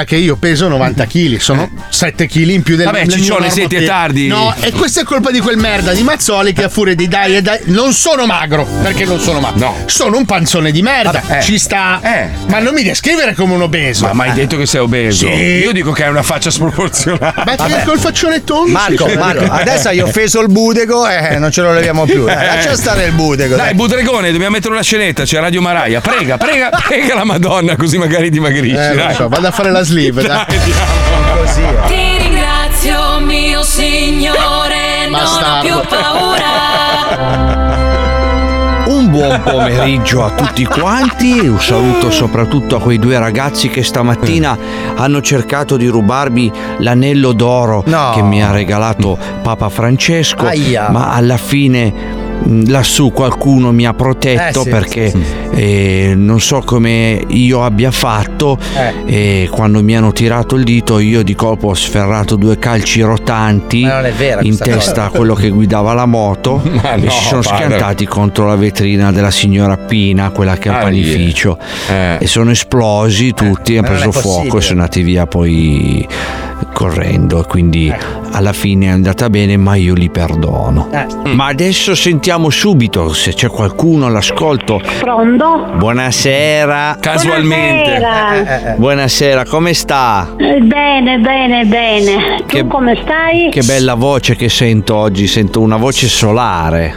Considera che io peso novanta chili, sono sette chili in più del Vabbè, del mio Ciccione, normo siete peso. tardi. No, e questa è colpa di quel merda di Mazzoli che a furia di dai e dai. Non sono magro, perché non sono magro. No. Sono un panzone di merda. Vabbè, eh. Ci sta. Eh. Ma non mi descrivere come un obeso. Ma mai detto che sei obeso? Sì. Io dico che hai una faccia sproporzionata. Ma che col faccione tondo. Marco, sì. Marco, adesso hai offeso il budego e non ce lo leviamo più. Dai, lascia stare il budego. Dai, Budregone, dobbiamo mettere una scenetta, c'è Radio Maraia. Prega, prega, prega la Madonna, così magari dimagrisci. Eh, dai. non so, vado a fare la sleeve, dai. Dai, andiamo. Così. Ti ringrazio, mio Signore, non ho Bastardo. più paura. Un buon pomeriggio a tutti quanti, un saluto soprattutto a quei due ragazzi che stamattina hanno cercato di rubarmi l'anello d'oro No. che mi ha regalato Papa Francesco, Aia. ma alla fine mh, lassù qualcuno mi ha protetto Eh, sì, perché sì, eh, non so come io abbia fatto Eh. e quando mi hanno tirato il dito io di colpo ho sferrato due calci rotanti Ma non è vera in questa testa cosa. a quello che guidava la moto Ma e no, si sono padre. schiantati contro la vetrina della signora Pina, quella che ha il Ah, panificio, eh. e sono esplosi tutti, hanno ma non preso è fuoco possibile. e sono andati via poi correndo, quindi Ecco. alla fine è andata bene, ma io li perdono. Eh. Ma adesso sentiamo subito se c'è qualcuno all'ascolto. Pronto? Buonasera. Casualmente. Buonasera. Buonasera, come sta? Eh, Bene, bene, bene. Che- Tu come stai? Che bella voce che sento oggi, sento una voce solare.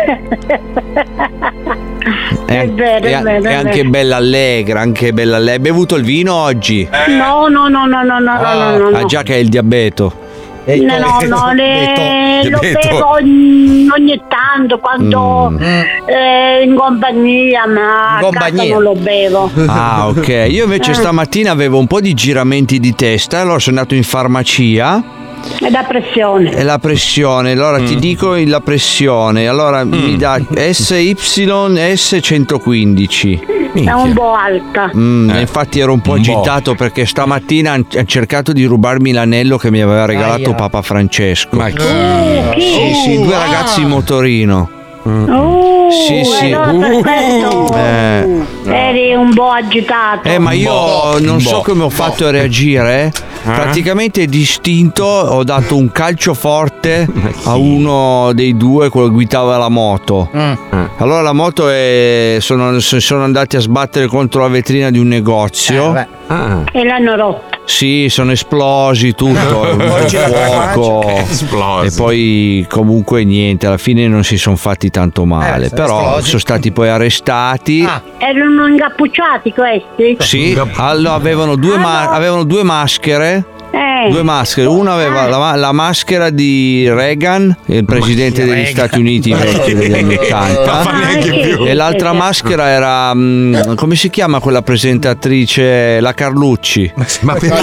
È, È vero, è- è vero, è è anche vero. bella allegra, anche bella allegra. Hai bevuto il vino oggi? No, no, no, no, no, no, no, no, no. Ah, già che hai il diabeto. No, no, no, le- lo Beto. bevo ogni, ogni tanto quando Mm. eh, in compagnia, ma In a casa compagnia. non lo bevo. Ah, ok. Io invece stamattina avevo un po' di giramenti di testa, allora sono andato in farmacia. È da pressione. E la pressione, allora ti dico la pressione, allora mi dà S Y S centoquindici. È un po' alta. Mm, Infatti ero un po' Un po'. agitato perché stamattina hanno cercato di rubarmi l'anello che mi aveva regalato Aia. Papa Francesco. Ma chi? Uh, chi? Sì, sì, due ragazzi in motorino. Uh, Sì, sì. allora perfetto. Eh. Eri un po' agitato. Eh, ma io boh, non un so boh. come ho fatto a reagire. Praticamente distinto ho dato un calcio forte a uno dei due, quello che guidava la moto. Allora la moto è, sono, sono andati a sbattere contro la vetrina di un negozio. Eh, beh. E l'hanno rotto. Sì, sono esplosi tutto, il Porci la fuoco. Esplosi. E poi comunque niente, alla fine non si sono fatti tanto male, Eh, sono però esplosi. sono stati poi arrestati. Ah. Erano incappucciati questi? Sì, allora avevano due, ma- avevano due maschere. Eh. Due maschere, una aveva la, ma- la maschera di Reagan, il presidente degli Reagan. Stati Uniti vecchio degli anni Non fa ottanta, neanche Ah, più. e l'altra maschera era, mm, come si chiama quella presentatrice, la Carlucci. Ma perché?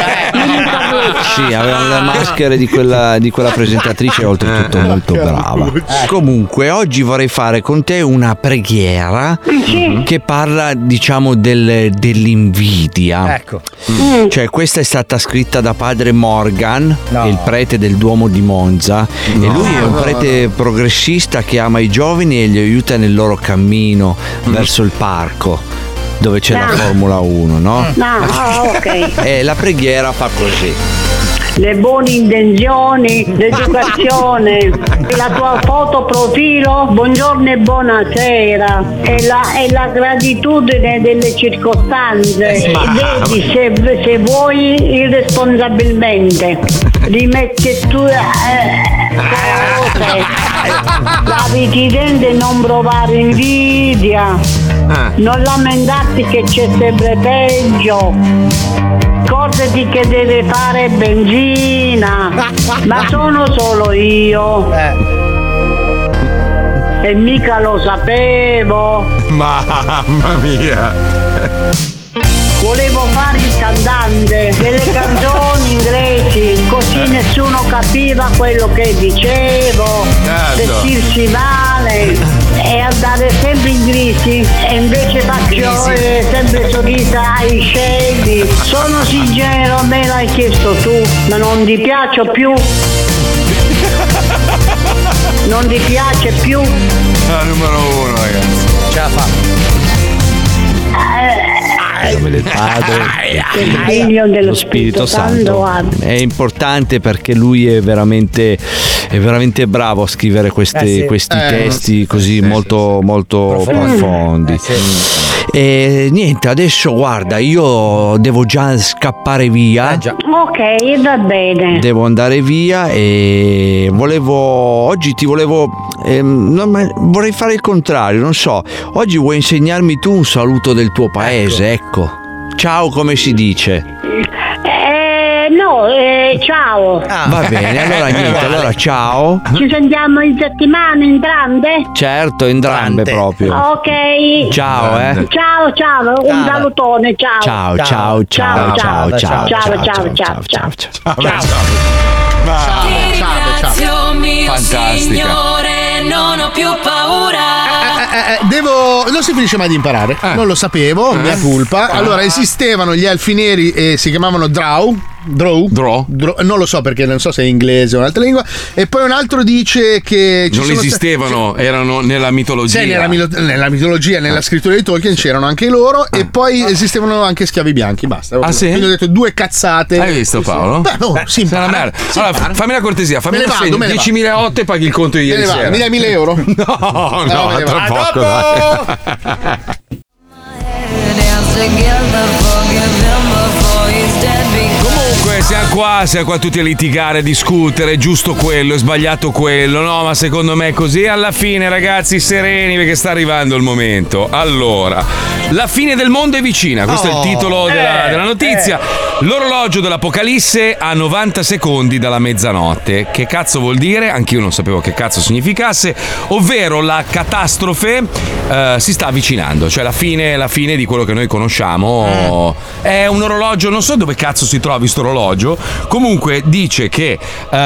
Sì, avevano le maschere di quella, di quella presentatrice, oltretutto molto brava. Comunque, oggi vorrei fare con te una preghiera che parla, diciamo, del- dell'invidia. Ecco. Cioè, questa è stata scritta da padre Morgan, No. il prete del Duomo di Monza, e lui è un prete progressista che ama i giovani e li aiuta nel loro cammino verso il parco dove c'è la Ah. Formula uno, no? No, ah, ok. E la preghiera fa così. Le buone intenzioni, l'educazione, la tua foto profilo, buongiorno e buonasera, e la, e la gratitudine delle circostanze. Vedi se, se vuoi irresponsabilmente, rimetti tu eh, cose, la ritidente non provare invidia, non lamentarti che c'è sempre peggio. Ricordati che deve fare benzina, ma sono solo io. E mica lo sapevo. Mamma mia. Volevo fare il cantante delle canzoni inglesi, così nessuno capiva quello che dicevo. Certo. Vestirsi male e andare sempre in crisi, e invece faccio eh, sempre sorrisa ai cieli. Sono sincero, me l'hai chiesto tu, ma non ti piaccio più. Non ti piace più. La numero uno, ragazzi. Ce la fa. Eh, Padre, Il figlio dello Spirito Spirito Santo. Santo. È importante perché lui è veramente, è veramente bravo a scrivere questi, Eh sì. questi Eh, testi così molto, molto profondi. E niente, adesso guarda, io devo già scappare via. Ok, va bene. Devo andare via e volevo oggi ti volevo ehm, no, ma vorrei fare il contrario, non so. Oggi vuoi insegnarmi tu un saluto del tuo paese, ecco. Ciao, come si dice? Eh, no, eh, ciao. Va bene, allora niente, allora ciao. Ci sentiamo in settimana entrambe? Certo, entrambe proprio. Ok. Ciao, eh. Ciao, ciao, un Ciao. salutone, ciao. Ciao, ciao, ciao, ciao, ciao, ciao, ciao, ciao, ciao, ciao. Ringrazio mio Fantastica. Signore, non ho più paura. Eh, eh, devo. Non si finisce mai di imparare. Non lo sapevo, mia colpa. Allora, esistevano gli elfi neri e si chiamavano Drow. Drow? Drow? Non lo so perché non so se è inglese o un'altra lingua. E poi un altro dice che. ci Non sono esistevano, sta- erano nella mitologia. Sì, nella, milo- nella mitologia, nella scrittura di Tolkien c'erano anche loro. E poi esistevano anche schiavi bianchi. Basta. Ah, sì? Quindi ho detto due cazzate. Hai visto, Paolo? Beh, oh, si Sei una impara, merda. si Allora, impara. fammi la cortesia, fammi Me un ne vado, segno. me ne vado. diecimila e paghi il conto di Me ieri ne vado, sera. mi dai mille euro? No, No, no, me ne tra vado. poco. A dai. Comunque siamo qua, siamo qua tutti a litigare, a discutere, è giusto quello, è sbagliato quello, no, ma secondo me è così. Alla fine, ragazzi, sereni perché sta arrivando il momento. Allora, la fine del mondo è vicina, questo è il Oh. titolo della, Eh, della notizia. L'orologio dell'Apocalisse ha novanta secondi dalla mezzanotte. Che cazzo vuol dire? Anch'io non sapevo che cazzo significasse, ovvero la catastrofe eh, si sta avvicinando, cioè la fine, la fine di quello che noi conosciamo. È un orologio, non so dove cazzo si trovi sto orologio. Comunque dice che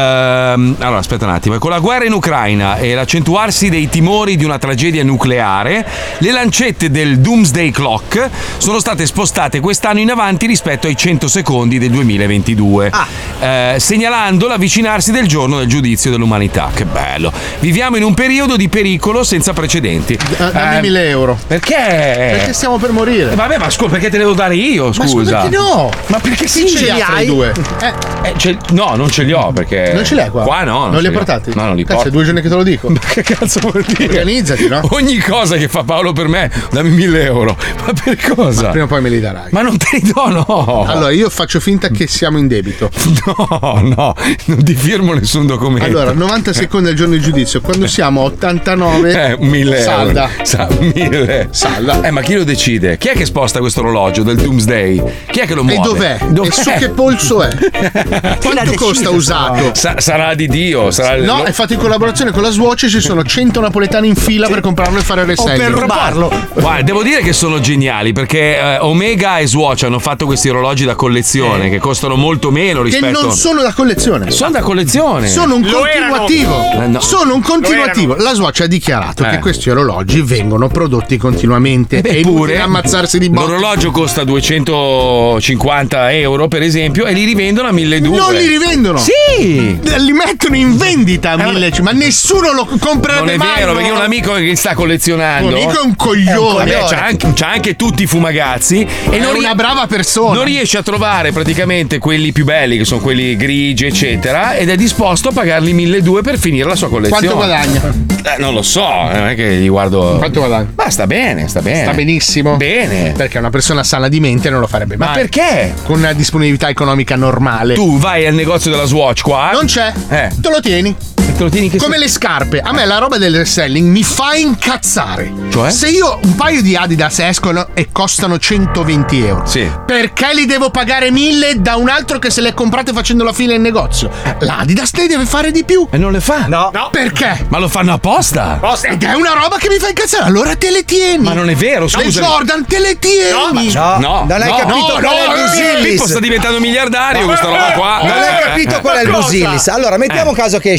ehm, allora aspetta un attimo, con la guerra in Ucraina e l'accentuarsi dei timori di una tragedia nucleare, le lancette del Doomsday Clock sono state spostate quest'anno in avanti rispetto ai cento secondi del duemilaventidue, eh, segnalando l'avvicinarsi del giorno del giudizio dell'umanità. Che bello, viviamo in un periodo di pericolo senza precedenti. Dammi Eh, mille euro. Perché? Perché stiamo per morire. Eh, Vabbè, ma scusa, perché te ne devo dare io? Ma Scusa. scusa, perché no? Ma perché Sì, sì, ce li hai? Due. Eh. Eh, ce- no, non ce li ho perché. Non ce li hai qua? Qua no. Non, ce li hai ho. portati? No, non li Cazzo, porto. è due giorni che te lo dico. Ma che cazzo vuol dire? Organizzati, no? Ogni cosa che fa Paolo per me, dammi mille euro. Ma per cosa? Ma prima o poi me li darai. Ma non te li do, no. Allora, io faccio finta che siamo in debito. No, no, non ti firmo nessun documento. Allora, novanta secondi al giorno di giudizio. Quando siamo a ottantanove, Eh, mille salda. euro. Sa- mille. Salda. Eh, ma chi lo decide? Chi è che sposta questo orologio del Doomsday? Chi è che lo muove? E dov'è? Dov'è? E su che polso è? Quanto costa usato? Sa- sarà di Dio, sarà No, lo- è fatto in collaborazione con la Swatch e ci sono cento napoletani in fila per comprarlo e fare il reselling. Guarda, devo dire che sono geniali perché eh, Omega e Swatch hanno fatto questi orologi da collezione che costano molto meno Che rispetto. non sono da collezione. Sono da collezione. Sono un Lo continuativo. erano. Eh, no. Sono un continuativo. La Swatch ha dichiarato Eh. che questi orologi vengono prodotti continuamente. È inutile ammazzarsi di botte. L'orologio costa duecentocinquanta euro, per esempio, e li rivendono a milleduecento. Non li rivendono. Sì. Li mettono in vendita a mille, ma nessuno lo comprerebbe Non è mai. vero, perché io ho un amico che sta collezionando. Un amico è un coglione. Vabbè, c'ha, anche, c'ha anche tutti i fumagazzi. E È non ri- una brava persona. Non riesce a trovare praticamente quelli più belli, che sono quelli grigi, eccetera, ed è disposto a pagarli milleduecento per finire la sua collezione. Quanto guadagna? Eh, non lo so, non è che gli guardo. Quanto guadagna? Ma sta bene, sta bene. Sta benissimo. Bene. Perché una persona sana di mente non lo farebbe mai. Ma perché? Con una disponibilità economica normale. Tu vai al negozio della Swatch qua. Non c'è. Eh. Te lo tieni. Te lo tieni che Come le scarpe. A me la roba del reselling mi fa incazzare. Cioè? Se io un paio di Adidas escono e costano centoventi euro. Sì. Perché li devo pagare mille da un altro che se le comprate facendo la fila in negozio? L'Adidas ne deve fare di più. E non le fa? No. Perché? Ma lo fanno apposta? Ed è una roba che mi fa incazzare. Allora te le tieni. Ma non è vero, Le scusa. Jordan te le tieni. No, No, non hai no, capito no, qual è no, il Busillis. Pippo sta diventando miliardario questa roba qua. Non hai capito qual è il Busillis. Allora, mettiamo Eh. caso che esce un paio di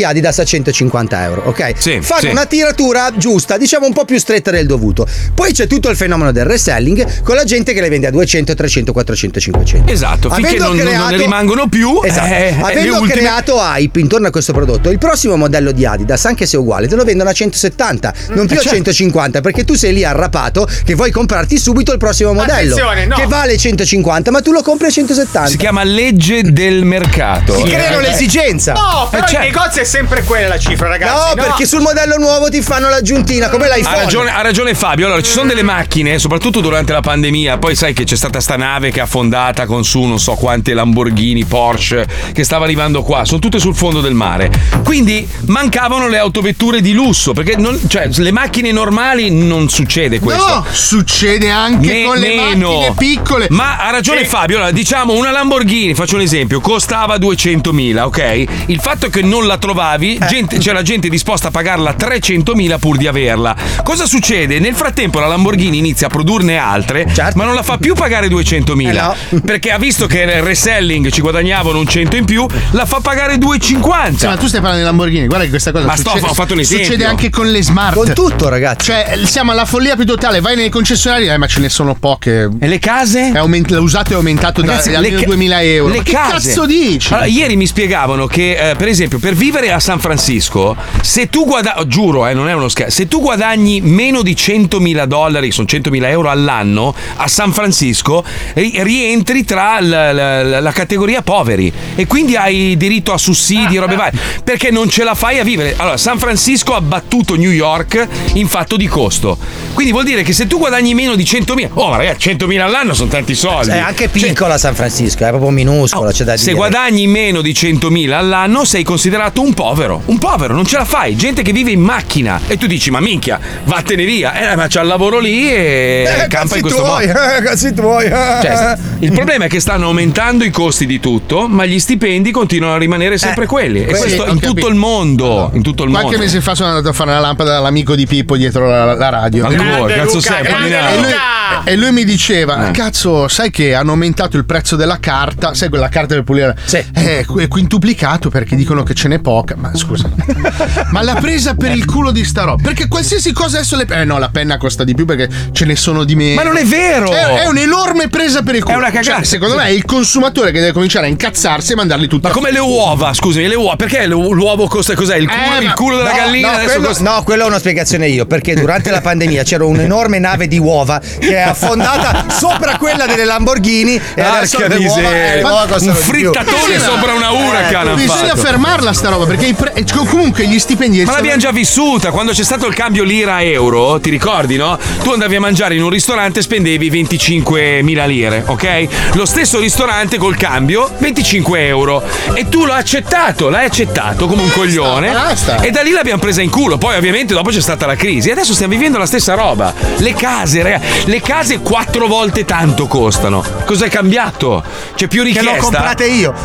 di Adidas a centocinquanta euro, ok? Sì, Fanno sì. una tiratura giusta, diciamo un po' più stretta del dovuto. Poi c'è tutto il fenomeno del reselling con la gente che le vende a duecento, trecento, quattrocento, cinquecento. Esatto, finché non, non ne rimangono più. Esatto. eh, Avendo le ultime- creato hype intorno a questo prodotto, il prossimo modello di Adidas, anche se uguale, te lo vendono a centosettanta, non più Eh, a certo. centocinquanta, perché tu sei lì arrapato che vuoi comprarti subito il prossimo modello Attenzione, no. che vale centocinquanta, ma tu lo compri a centosettanta. Si chiama legge del mercato. Si creano l'esigenza. No, però Eh, certo. il negozio è sempre quella la cifra, ragazzi. No, perché sul modello nuovo ti fanno l'aggiuntina, come l'iPhone. Ha ragione, ha ragione Fabio. Allora, ci sono delle macchine, soprattutto durante la pandemia. Poi sai che c'è stata sta nave che è affondata con su non so quante Lamborghini, Porsche, che stava arrivando qua. Sono tutte sul fondo del mare. Quindi mancavano le autovetture di lusso. Perché non, cioè, le macchine normali non succede questo. No, succede anche Me- con le meno. macchine piccole. Ma ha ragione Sì. Fabio. Allora, diciamo una Lamborghini, faccio un esempio, costava duecentomila, ok? Il fatto che non la trovavi, gente- c'era gente disposta a pagarla trecentomila pur di averla. Cosa succede? Nel frattempo la Lamborghini inizia a produrne altre, ma non la fa più pagare duecentomila. Perché ha visto che nel reselling ci guadagnavano un cento in più, la fa pagare Sì, duecentocinquanta. ma tu stai parlando di Lamborghini, guarda che questa cosa Ma sto- succede, ho fatto un esempio. succede anche con le smart. Con tutto, ragazzi. Cioè, siamo alla follia più totale. Vai nei concessionari, eh, ma ce ne sono poche. E le case? È aument- l'usato è aumentato Ragazzi, da, da le almeno ca- duemila euro. Le Ma che case. cazzo dici? Allora, ieri mi spiegavano che, eh, per esempio, per vivere a San Francisco, se tu guadagni, giuro, eh, non è uno scherzo, se tu guadagni meno di centomila dollari, sono centomila euro all'anno, a San Francisco, ri- rientri tra la, la- la categoria poveri e quindi hai diritto a sussidi, robe varie, perché non ce la fai a vivere. Allora, San Francisco ha battuto New York in fatto di costo. Quindi vuol dire che se tu guadagni meno di centomila, oh, ma ragazzi, centomila all'anno sono tanti soldi. È anche piccola San Francisco, è proprio minuscola, c'è da dire. Se guadagni meno di centomila all'anno sei considerato un povero. Un povero, non ce la fai. Gente che vive in macchina. E tu dici, ma minchia, vattene via. Eh, ma c'ha il lavoro lì e Eh, campa cazzi in questo tuoi, modo. eh, cazzi tuoi. eh. Cioè, il problema è che stanno aumentando i costi di tutto, ma gli stipendi continuano a rimanere sempre Eh, quelli. E sì, questo ho in capito. tutto il mondo. In tutto il Qualche mondo. mese fa sono andato a fare la lampada dall'amico di Pippo dietro la, la radio. Ancora, cazzo sei, E lui, Paminaro. e lui- e lui mi diceva: Eh. cazzo, sai che hanno aumentato il prezzo della carta? Sai quella carta per pulire? Sì. È qu- è quintuplicato perché dicono che ce n'è poca. Ma scusa, ma l'ha presa per il culo di sta roba? Perché qualsiasi cosa adesso le. Eh no, la penna costa di più perché ce ne sono di meno. Ma non è vero! È, è un'enorme presa per il culo. È una cagata. Cioè, secondo me è il consumatore che deve cominciare a incazzarsi e mandarli tutti. Ma come le uova, scusami, le uova, perché l'u- l'uovo costa cos'è? Il culo, Eh, il ma- culo della No, gallina no, adesso quello, costa. no, quello è una spiegazione io, perché durante la pandemia c'era un'enorme nave di uova che è affondata sopra quella delle Lamborghini e adesso Porca le uova, miseria. eh, le uova Un costano di più. frittatore sopra una Huracan hanno Bisogna fatto. fermarla sta roba perché i pre- comunque gli stipendi. Ma l'abbiamo già vissuta, quando c'è stato il cambio lira-euro, ti ricordi, no? Tu andavi a mangiare in un ristorante e spendevi venticinquemila lire, ok? Lo stesso ristorante col cambio, venticinque euro. E tu l'hai accettato, l'hai accettato come un coglione. basta. E da lì l'abbiamo presa in culo. Poi ovviamente dopo c'è stata la crisi. E adesso stiamo vivendo la stessa roba. Le case, ragazzi, le case quattro volte tanto costano. Cos'è cambiato? C'è più Che richiesta. l'ho comprate io.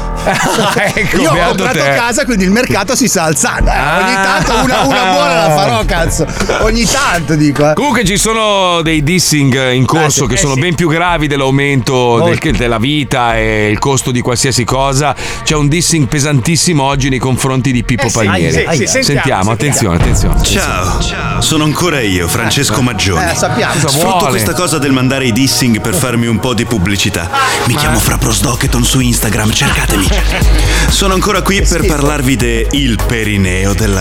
ecco, io ho beato comprato te. casa, quindi il mercato si sta alzando. Eh, Ah. Ogni tanto una, una buona la farò, cazzo. Ogni tanto dico. Eh. Comunque ci sono dei dissing in corso Eh sì, che eh sono sì. ben più gravi dell'aumento del- della vita e il costo di qualsiasi cosa. C'è un dissing pesantissimo oggi nei confronti di Pippo Eh sì, Palmieri. sì, sì, sentiamo, sentiamo, attenzione, attenzione. Ciao, sono ancora io, Francesco Maggioni. Eh, sappiamo. Cosa Sfrutto vuole? questa cosa del mandare i dissing per farmi un po' di pubblicità. Mi chiamo Fra Prosdocheton su Instagram, cercatemi. Sono ancora qui per parlarvi de il perineo della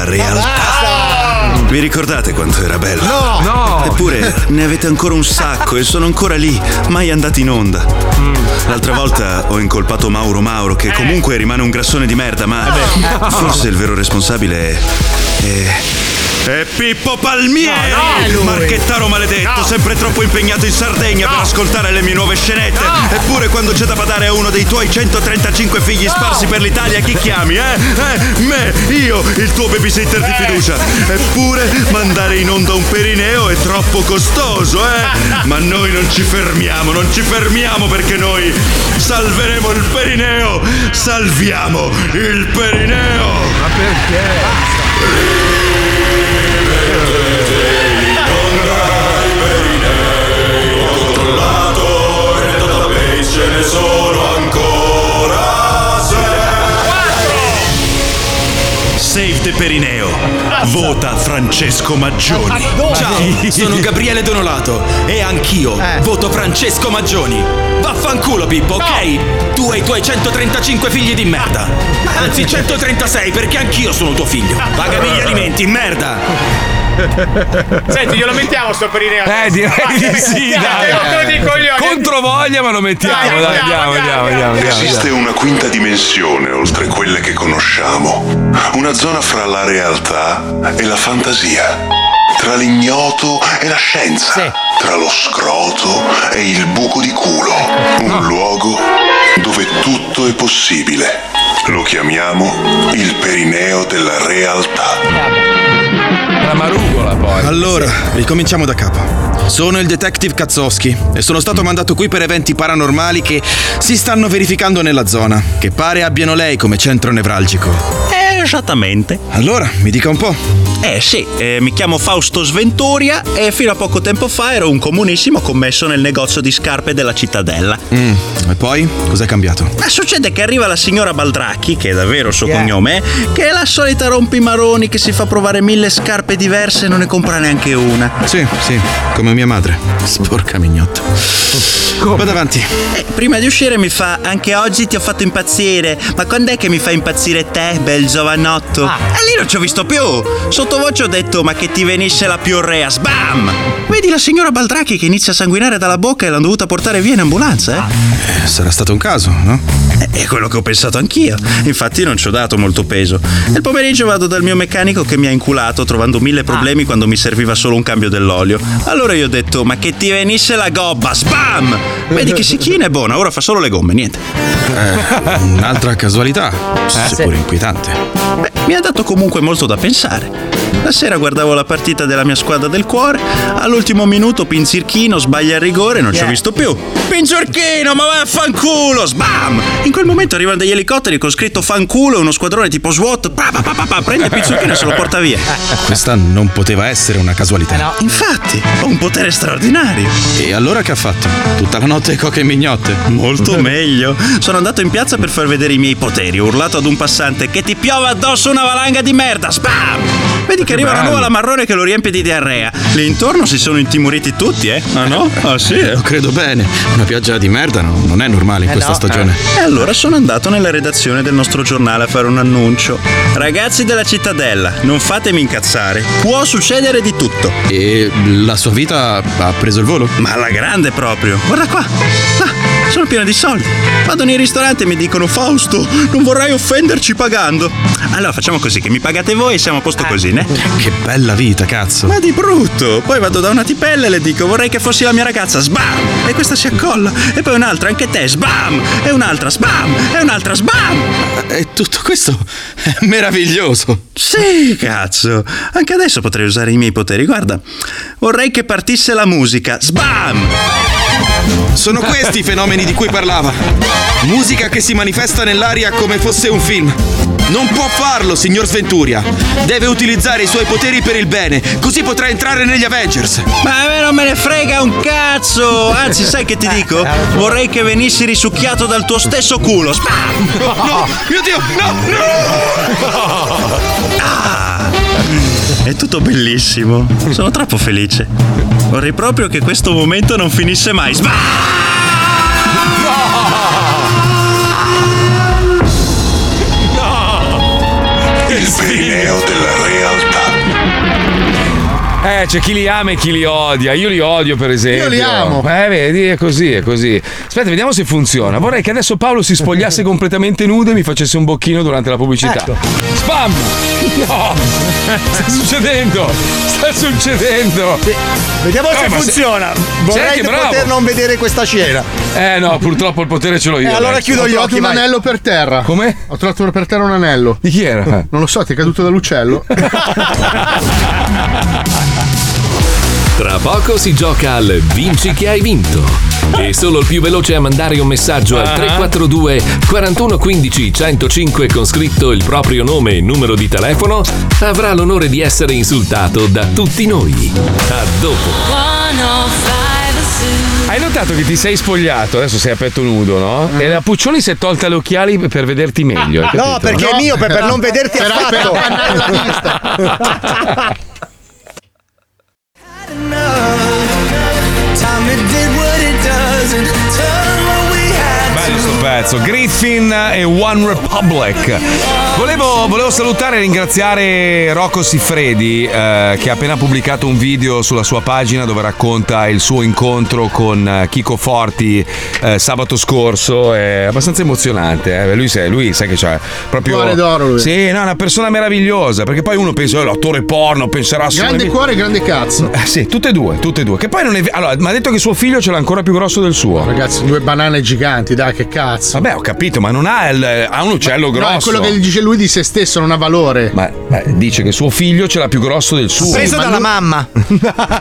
realtà. Vi ricordate quanto era bello? No, no. Eppure ne avete ancora un sacco e sono ancora lì, mai andati in onda. L'altra volta ho incolpato Mauro Mauro, che comunque rimane un grassone di merda, ma forse il vero responsabile è... è... è Pippo Palmieri! No, no, Marchettaro maledetto, No. sempre troppo impegnato in Sardegna per ascoltare le mie nuove scenette. Eppure quando c'è da badare a uno dei tuoi centotrentacinque figli sparsi per l'Italia, chi chiami, eh? Eh? Me, io, il tuo babysitter di fiducia. Eppure mandare in onda un perineo è troppo costoso, eh? Ma noi non ci fermiamo, non ci fermiamo perché noi salveremo il perineo! Salviamo il perineo! Ma perché? Ce ne sono ancora sei. Save Vote Perineo. Vota Francesco Maggioni. Ciao, sono Gabriele Donolato e anch'io voto Francesco Maggioni. Vaffanculo Pippo, ok? Tu e i tuoi centotrentacinque figli di merda. Anzi centotrentasei, perché anch'io sono tuo figlio. Pagami gli alimenti, merda. Senti, glielo mettiamo sto Perineo. Eh, direi di sì, dai. Controvoglia, ma lo mettiamo. Dai, andiamo, andiamo, andiamo, andiamo. Esiste una quinta dimensione oltre quelle che conosciamo. Una zona fra la realtà e la fantasia. Tra l'ignoto e la scienza. Tra lo scroto e il buco di culo. Un luogo dove tutto è possibile. Lo chiamiamo il Perineo della realtà. La marugola poi. Allora, ricominciamo da capo. Sono il detective Kazzowski e sono stato mandato qui per eventi paranormali che si stanno verificando nella zona, che pare abbiano lei come centro nevralgico. Eh, esattamente. Allora, mi dica un po'. Eh sì, eh, mi chiamo Fausto Sventuria e fino a poco tempo fa ero un comunissimo commesso nel negozio di scarpe della Cittadella. Mm, e poi? Cos'è cambiato? Ma succede che arriva la signora Baldracchi, che è davvero il suo Yeah. cognome, che è la solita rompimaroni che si fa provare mille scarpe diverse e non ne compra neanche una. Sì, sì, come mia madre. Sporca mignotta. Vado avanti. Eh, prima di uscire mi fa: anche oggi ti ho fatto impazzire. Ma quando è che mi fai impazzire te, bel giovanotto? Ah. E lì non ci ho visto più. Sottovoce ho detto: ma che ti venisse la piorrea. Sbam! Vedi la signora Baldracchi che inizia a sanguinare dalla bocca e l'hanno dovuta portare via in ambulanza, eh? Eh, sarà stato un caso, no? È quello che ho pensato anch'io. Infatti non ci ho dato molto peso. Nel pomeriggio vado dal mio meccanico che mi ha inculato trovando mille problemi quando mi serviva solo un cambio dell'olio. Allora io ho detto: ma che ti venisse la gobba. Sbam! Vedi che si china è buona, ora fa solo le gomme, niente. Eh, un'altra casualità, seppur inquietante. Beh, mi ha dato comunque molto da pensare. La sera guardavo la partita della mia squadra del cuore. All'ultimo minuto Pinzirchino sbaglia il rigore e non ci ho visto più. Pinzirchino, ma vaffanculo! Sbam! In quel momento arrivano degli elicotteri con scritto fanculo e uno squadrone tipo SWAT. Pa, pa, pa, pa, pa, prende Pinzirchino e se lo porta via. Questa non poteva essere una casualità. Infatti, ho un potere straordinario. E allora che ha fatto? Tutta la notte coche e mignotte? Molto meglio. Sono andato in piazza per far vedere i miei poteri. Ho urlato ad un passante: che ti piova addosso una valanga di merda. Spam! Vedi che arriva una nuvola marrone che lo riempie di diarrea. Lì intorno si sono intimoriti tutti, eh? Ah no? Ah sì? Lo credo bene. Una pioggia di merda no- non è normale in Eh questa no. stagione. E allora sono andato nella redazione del nostro giornale a fare un annuncio. Ragazzi della Cittadella, non fatemi incazzare. Può succedere di tutto. E la sua vita ha preso il volo? Ma alla grande proprio. Guarda qua. Ah, sono pieno di soldi. Vado nei ristoranti e mi dicono: Fausto, non vorrai offenderci pagando. Allora facciamo così, che mi pagate voi e siamo a posto così, né? Che bella vita, cazzo. Ma di brutto. Poi vado da una tipella e le dico: vorrei che fossi la mia ragazza. Sbam! E questa si accolla. E poi un'altra, anche te. Sbam! E un'altra. Sbam! E un'altra. Sbam! E tutto questo è meraviglioso. Sì, cazzo. Anche adesso potrei usare i miei poteri. Guarda, vorrei che partisse la musica. Sbam! Sono questi i fenomeni di cui parlava. Musica che si manifesta nell'aria come fosse un film. Non può farlo, signor Sventuria. Deve utilizzare i suoi poteri per il bene, così potrà entrare negli Avengers. Ma a me non me ne frega un cazzo. Anzi, sai che ti dico? Vorrei che venissi risucchiato dal tuo stesso culo. Spam! No, no, mio Dio, no, no! Ah, è tutto bellissimo. Sono troppo felice. Vorrei proprio che questo momento non finisse mai. Sbam! Il Perineo della realtà. Eh, c'è chi li ama e chi li odia. Io li odio, per esempio. Io li amo. Eh, vedi, è così, è così. Aspetta, vediamo se funziona. Vorrei che adesso Paolo si spogliasse completamente nudo e mi facesse un bocchino durante la pubblicità. Ecco. Spam! No! Sta succedendo! Sta succedendo! Sì. Vediamo Eh, se ma se- funziona. Sei Vorrei anche che bravo. poter non vedere questa scena. Eh no, purtroppo il potere ce l'ho io. Eh, allora adesso. chiudo Ho gli trovato occhi. un vai. anello per terra. Come? Ho trovato per terra un anello. Di chi era? Non lo so, ti è caduto dall'uccello. Tra poco si gioca al Vinci che hai vinto. E solo il più veloce a mandare un messaggio al tre quattro due quarantuno quindici centocinque con scritto il proprio nome e numero di telefono avrà l'onore di essere insultato da tutti noi. A dopo. Hai notato che ti sei spogliato, adesso sei a petto nudo, no? E la Puccioni si è tolta gli occhiali per vederti meglio. hai No, capito? perché è mio, per, per non vederti Per- affatto. per appannare la vista. Bello sto pezzo, Griffin e One Republic. Volevo, volevo salutare e ringraziare Rocco Siffredi eh, che ha appena pubblicato un video sulla sua pagina dove racconta il suo incontro con eh, Chico Forti eh, sabato scorso. È abbastanza emozionante. Eh. Lui, sai, lui sai che c'è proprio. Cuore d'oro lui. Sì, no, è una persona meravigliosa. Perché poi uno pensa, oh, l'attore porno, penserà Grande cuore e grande cazzo. Eh, sì, tutte e due, tutte e due. Che poi non è. Allora, mi ha detto che suo figlio ce l'ha ancora più grosso del suo. Ragazzi, due banane giganti, dai, che cazzo. Vabbè, ho capito, ma non ha, il, ha un uccello grosso. No, è quello che dice lui di se stesso, non ha valore. Ma beh, dice che suo figlio ce l'ha più grosso del suo. Preso dalla mamma. no,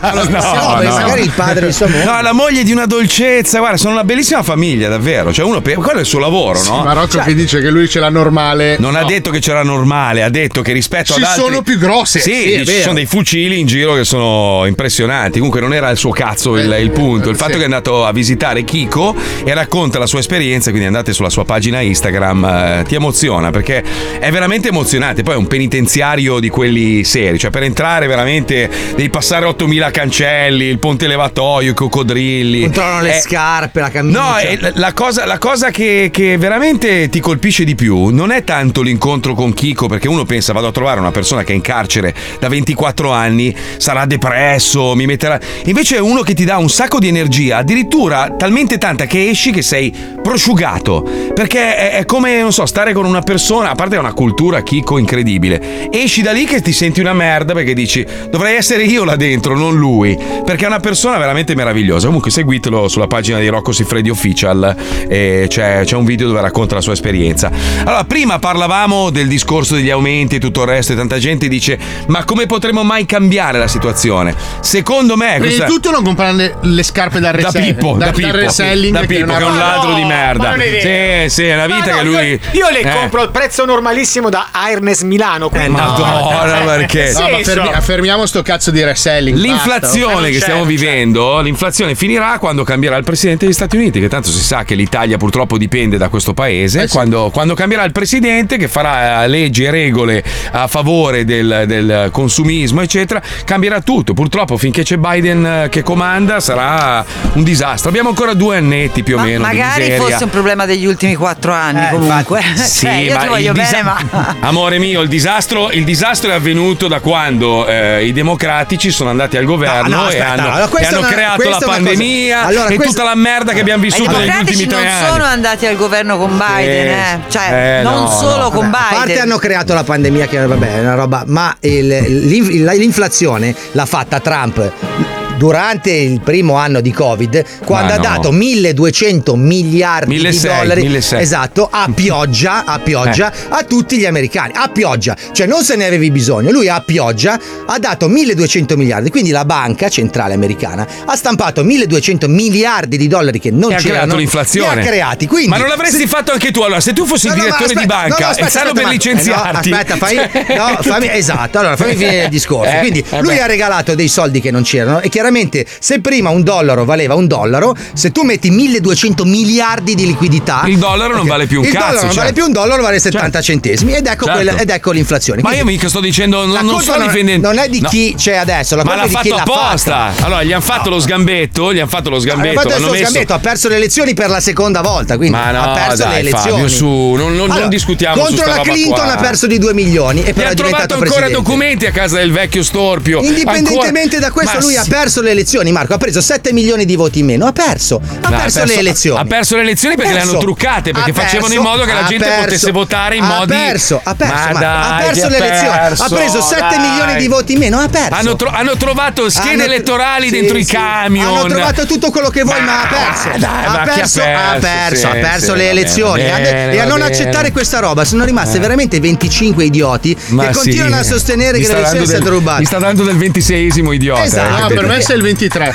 no, beh, magari il padre di sua moglie. No, la moglie di una dolcezza. Guarda, sono una bellissima famiglia, davvero. Cioè, uno, quello è il suo lavoro, Sì, no? ma Rocco Cioè, che dice che lui ce l'ha normale. non no. ha detto che c'era normale, ha detto che rispetto Ci ad altri sono più grosse. Sì, Sì, è ci vero. sono dei fucili in giro che sono impressionanti. Comunque non era il suo cazzo il, il punto. Il fatto sì. che è andato a visitare Chico e racconta la sua esperienza, quindi andate sulla sua pagina Instagram, eh, ti emoziona perché è veramente emozionante. Poi è un penitenziario di quelli seri, cioè per entrare veramente devi passare ottomila cancelli, il ponte levatoio, i coccodrilli. Controllano le Eh, scarpe, la camicia. No, è la- la cosa, la cosa che, che veramente ti colpisce di più non è tanto l'incontro con Chico, perché uno pensa vado a trovare una persona che è in carcere da ventiquattro anni, sarà depresso, mi metterà. Invece è uno che ti dà un sacco di energia, addirittura talmente tanta che esci che sei prosciugato, perché è, è come, non so, stare con una persona, a parte è una cultura Chico incredibile. Esci da lì che ti senti una merda perché dici dovrei essere io là dentro, non lui, perché è una persona veramente meravigliosa. Comunque seguitelo sulla pagina di Rocco Siffredi Official e c'è, c'è un video dove racconta la sua esperienza. Allora, prima parlavamo del discorso degli aumenti e tutto il resto e tanta gente dice ma come potremo mai cambiare la situazione? Secondo me Prima questa- di tutto non comprare le, le scarpe da da reselling. Pippo, da, Pippo, da reselling da che Pippo, che è un una- ladro di No, merda. ma non è vero. Sì, sì, è una vita No, no, che lui. Io, io le Eh. compro al prezzo normalissimo da Airness Milano. Eh, Madonna, perché? No, ma fermi- fermiamo sto cazzo di reselling. L'inflazione basta. che Eh, stiamo non c'è, vivendo, l'inflazione finirà quando cambierà il presidente degli Stati Uniti, che tanto si sa che l'Italia purtroppo dipende da questo paese. Eh sì. quando, quando cambierà il presidente che farà eh, leggi e regole a favore del, del consumismo, eccetera, cambierà tutto. Purtroppo finché c'è Biden eh, che comanda sarà un disastro. Abbiamo ancora due annetti più o meno. di Magari miseria. fosse un problema degli ultimi quattro anni Eh, comunque. Sì, Cioè, io ma ti voglio il bene, disa- ma. Amore mio, il disastro, il disastro è avvenuto da quando eh, i democratici sono andati al governo No, no, e aspetta, hanno, allora, e questa hanno è una- creato questa la è una cosa- pandemia allora, e questa- tutta la merda che abbiamo I vissuto negli democratici ultimi tre non anni. sono andati al governo con Biden, eh. Cioè, Eh, non no, solo no. con Vabbè, a parte Biden. hanno creato la pandemia che vabbè è una roba, ma il- l'in- l'inflazione l'ha fatta Trump durante il primo anno di Covid, quando Ma ha no. dato milleduecento miliardi di milleseicento, dollari milleseicento. esatto, a pioggia, a pioggia a tutti gli americani, a pioggia, cioè non se ne avevi bisogno, lui a pioggia ha dato milleduecento miliardi, quindi la banca centrale americana ha stampato milleduecento miliardi di dollari che non E ha c'erano, creato l'inflazione. li ha creati, quindi Ma non l'avresti se- fatto anche tu allora? Se tu fossi No, il no, ma direttore di aspetta, banca no, no, aspetta, e stanno aspetta, per ma- licenziarti. eh, no, aspetta, fai, no, fammi, esatto, allora fammi finire il discorso. Eh, Quindi eh lui beh. ha regalato dei soldi che non c'erano e chiaramente se prima un dollaro valeva un dollaro, se tu metti milleduecento miliardi di liquidità, Il dollaro non vale più un il cazzo, dollaro non certo. vale più un dollaro, vale settanta centesimi ed ecco, Certo. quella- ed ecco l'inflazione. Ma Quindi io mica sto dicendo, non, la non colpa sto non è- difendendo. non è di No. chi c'è adesso, la Ma colpa l'ha è di chi fatto l'ha apposta. fatta. Allora, gli hanno fatto lo sgambetto, gli hanno fatto lo Ha sgambetto. fatto il l'hanno suo messo- sgambetto, ha perso le elezioni per la seconda volta, quindi Ma no, ha perso dai, le elezioni. Fabio, su, non, non- non discutiamo su contro sta la roba Clinton qua. ha perso di due milioni e Gli però ha è trovato diventato ancora presidente. documenti a casa del vecchio storpio. Indipendentemente Ancora- da questo, Ma lui ha sì. perso le elezioni. Marco ha preso sette milioni di voti in meno. Ha perso, ha No, perso, le elezioni. Ha perso le elezioni perché le hanno truccate, perché Ha facevano perso, in modo che la ha gente perso, potesse votare in ha modi. perso, ha perso, Ma Marco, dai, ha perso che le elezioni. perso, ha preso sette dai. milioni di voti in meno. Ha perso. Hanno, tro- hanno trovato schede Hanno- elettorali sì, dentro i sì. camion. Hanno trovato tutto quello che vuoi, ma, ha perso. dai, ha, ma chi ha perso ha perso? perso, ha Sì, perso sì, le va elezioni. bene, E a- bene, e a va non bene. accettare questa roba sono rimaste Eh. veramente venticinque idioti Ma che sì. continuano a sostenere Mi che sta le elezioni dando siano del- rubate. Mi sta dando del ventiseiesimo idiota. Esatto. eh, No, per me capito? sei il ventitré.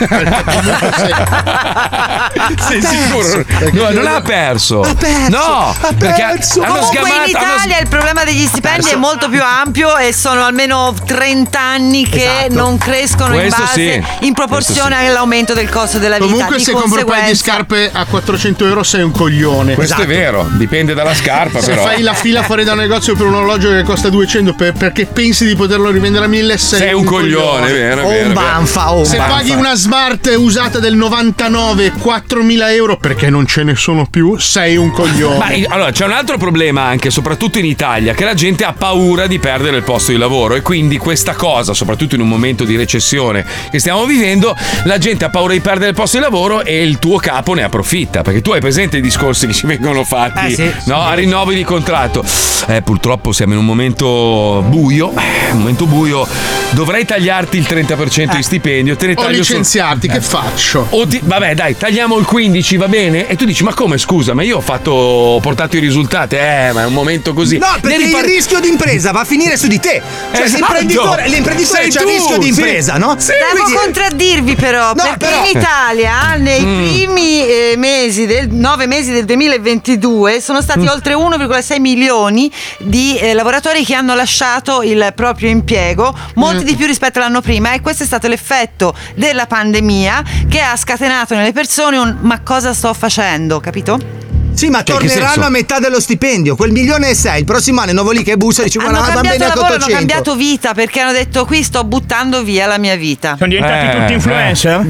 Sei sicuro? No, non ha perso. Ha perso. No, ha perché perso. hanno Comunque sgamato. in Italia il problema degli stipendi è molto più ampio e sono almeno trenta anni che Esatto. non crescono in Questo base sì. in proporzione Questo sì. all'aumento del costo della vita. Comunque, Di se compro un paio di conseguenza- scarpe a quattrocento euro sei un coglione. Questo è vero, dipende dalla scarpa, Se però. fai la fila fuori da un negozio per un orologio che costa duecento per- perché pensi di poterlo rivendere a mille, sei, Sei un coglione, è vero, è O vero, un è vero. banfa, o un Se banfa. paghi una Smart usata del novantanove quattromila euro perché non ce ne sono più, sei un coglione. Ma eh, allora c'è un altro problema anche, soprattutto in Italia, che la gente ha paura di perdere il posto di lavoro e quindi questa cosa, soprattutto in un momento di recessione che stiamo vivendo, la gente ha paura di perdere il posto di lavoro e il tuo capo ne approfitta, perché tu hai presente i discorsi che ci vengono fatti, Eh, sì. no? A rinnovi di contratto. Eh, purtroppo siamo in un momento buio, eh, un momento buio, dovrei tagliarti il trenta per cento di stipendio, te ne O taglio solo- licenziarti, che Eh. faccio? O ti- vabbè, dai, tagliamo il quindici, va bene? E tu dici, ma come, scusa, ma io ho fatto, ho portato i risultati, eh, ma è un momento così. No, perché Ne ripar- il rischio d'impresa va a finire su di te. Cioè, Esatto. l'imprenditore, l'imprenditore Sei c'ha il tu, rischio di sì. impresa, no? Sì. Devo Quindi- contraddirvi però, No, perché però- in Italia nei Mm. primi eh, mesi del nove mesi del duemilaventidue sono stati Mm. oltre uno virgola sei milioni di eh, lavoratori che hanno lasciato il proprio impiego, molti Mm. di più rispetto all'anno prima, e questo è stato l'effetto della pandemia che ha scatenato nelle persone un ma cosa sto facendo, capito? Sì, ma Cioè, che torneranno senso? a metà dello stipendio. Quel milione e sei, il prossimo anno è nuovo lì che bussa e dice guarda, Hanno va cambiato bene a lavoro, hanno ottocento. cambiato vita perché hanno detto qui sto buttando via la mia vita. Sono diventati Eh, tutti influencer?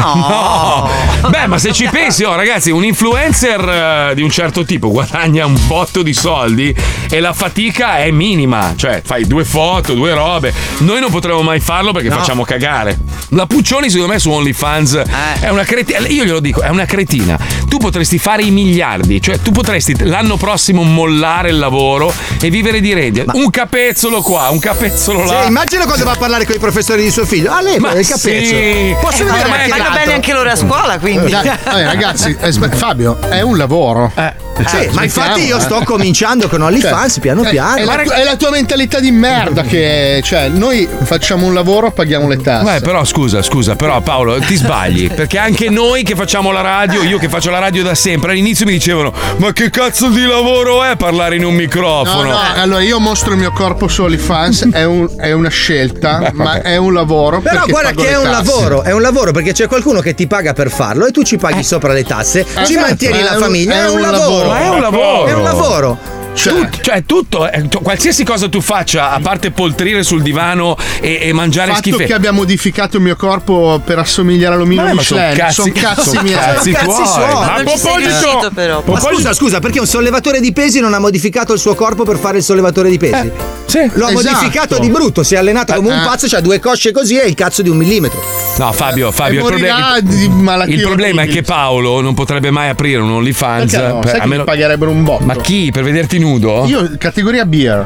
No. Beh, ma se ci pensi, oh ragazzi, un influencer eh, di un certo tipo guadagna un botto di soldi e la fatica è minima. Cioè, fai due foto, due robe. Noi non potremo mai farlo perché No. facciamo cagare. La Puccioni, secondo me, su OnlyFans è una cretina. Io glielo dico, è una cretina. Tu potresti fare i miliardi, cioè tu potresti l'anno prossimo mollare il lavoro e vivere di reddito. Un capezzolo qua, un capezzolo là. Sì, immagina quando va a parlare con i professori di suo figlio. Ah, lei Ma il capezzolo. sì. Posso Eh, vedere ma anche Vanno l'altro? bene anche loro a scuola, quindi. Dai, eh, ragazzi, eh, sm- Fabio, è un lavoro. Sì, Eh, ma infatti io smettiamo, sto cominciando con OnlyFans Cioè, piano eh, piano. È, la, tu- è la tua mentalità di merda che, cioè, noi facciamo un lavoro, paghiamo le tasse. Beh, però scusa, scusa, però Paolo, ti sbagli, perché anche noi che facciamo la radio, io che faccio la radio da sempre, all'inizio mi dicevano "Ma che cazzo di lavoro è parlare in un No, microfono?". no, allora io mostro il mio corpo su OnlyFans, è, un- è una scelta, ma è un lavoro. Però perché guarda pago che le è un tasse. lavoro, è un lavoro perché c'è qualcuno che ti paga per farlo e tu ci paghi sopra le tasse, ci certo, mantieni è la un- famiglia, è è un un lavoro. lavoro. Ma è un lavoro. È un lavoro. Cioè, Tut- cioè tutto, eh, tu- qualsiasi cosa tu faccia, a parte poltrire sul divano e, e mangiare il fatto schifezze. che abbia modificato il mio corpo per assomigliare all'omino Ma- ma son Michelin cazzi- sono cazzi son miei. cazzi Cazzi tuoi. suoi. Ma a Non ci sei riuscito, proposito, però. Ma scusa, scusa, perché un sollevatore di pesi non ha modificato il suo corpo per fare il sollevatore di pesi? Sì. Lo ha esatto. modificato di brutto, si è allenato come un Eh. pazzo, c'ha due cosce così e il cazzo di un millimetro. No, Fabio, Fabio, E il problema, morirà di malattie il problema è orribili. che Paolo non potrebbe mai aprire un OnlyFans. Perché no? per- Sai a che meno- mi pagherebbero un botto? Ma chi? Per vederti nudo? Io categoria beer.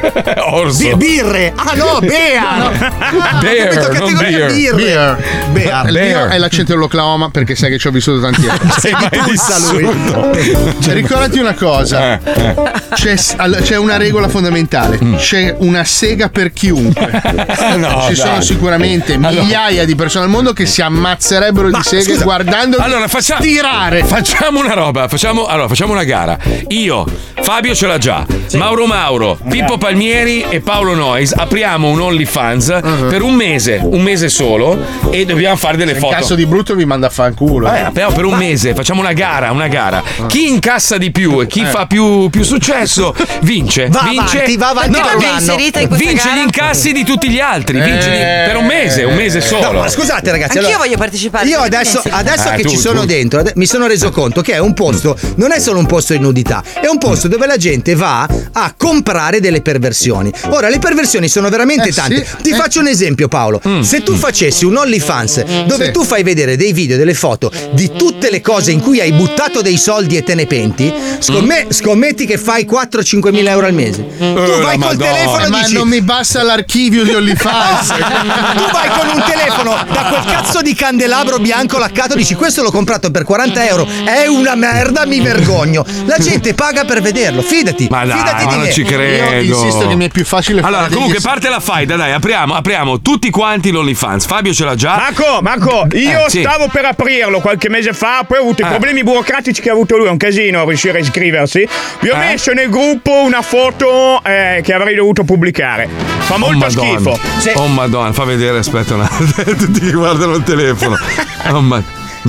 Orso. Bi- birre! Ah no, Bea! Beer, Ho capito, non categoria beer. birre. Beer. Bear. Il Beer. mio è l'accento dell'Oklahoma perché sai che ci ho vissuto tanti anni. Sei mai Puzza lui. vissuto? Cioè, ricordati una cosa: Eh, eh. c'è, all- c'è una regola fondamentale, c'è una sega per chiunque. No, Ci dai. sono sicuramente migliaia di persone al mondo che si ammazzerebbero di seghe scusa, guardando Allora facciamo, tirare. facciamo una roba, facciamo, allora, facciamo una gara. Io, Fabio ce l'ha già, Mauro Mauro, Pippo Palmieri e Paolo Noyes apriamo un OnlyFans per un mese, un mese solo e dobbiamo fare delle In foto. caso di brutto vi manda a fanculo. Vabbè, però per un mese facciamo una gara, una gara. Chi incassa di più e chi fa più, più successo vince. Va vince avanti, va avanti Perché per non un vi anno. inserite in questa vince gara? gli incassi di tutti gli altri. Vince gli- per un mese, un mese solo. No, ma scusate ragazzi, Anch'io allora, voglio partecipare. io perché adesso, mi adesso Ah, che tu, ci sono tu. dentro ade- mi sono reso conto che è un posto, non è solo un posto di nudità, è un posto dove la gente va a comprare delle perversioni. Ora le perversioni sono veramente Eh, tante. sì, Ti eh. faccio un esempio, Paolo. Se tu facessi un OnlyFans dove Sì. tu fai vedere dei video, delle foto di tutte le cose in cui hai buttato dei soldi e te ne penti, scomme- scommetti che fai quattro cinque mila euro al mese. Tu la vai col Madonna. telefono e Ma dici non mi basta l'archivio di OnlyFans. tu vai con un telefono da quel cazzo di candelabro bianco laccato, dici questo l'ho comprato per quaranta euro, è una merda, mi vergogno. La gente paga per vederlo, fine. fidati. Ma dai, fidati ma di non me. ci credo. Io insisto che mi è più facile Allora, fare comunque, degli- parte la faida, dai, apriamo, apriamo tutti quanti l'OnlyFans. Fabio ce l'ha già. Marco, Marco, io Eh, sì. stavo per aprirlo qualche mese fa, poi ho avuto Eh. i problemi burocratici che ha avuto lui, è un casino riuscire a iscriversi. Vi ho Eh? messo nel gruppo una foto eh, che avrei dovuto pubblicare. Fa molto Madonna. schifo. Oh madonna, fa vedere, aspetta un attimo. Tutti che guardano il telefono. Oh ma...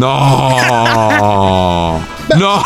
No! No!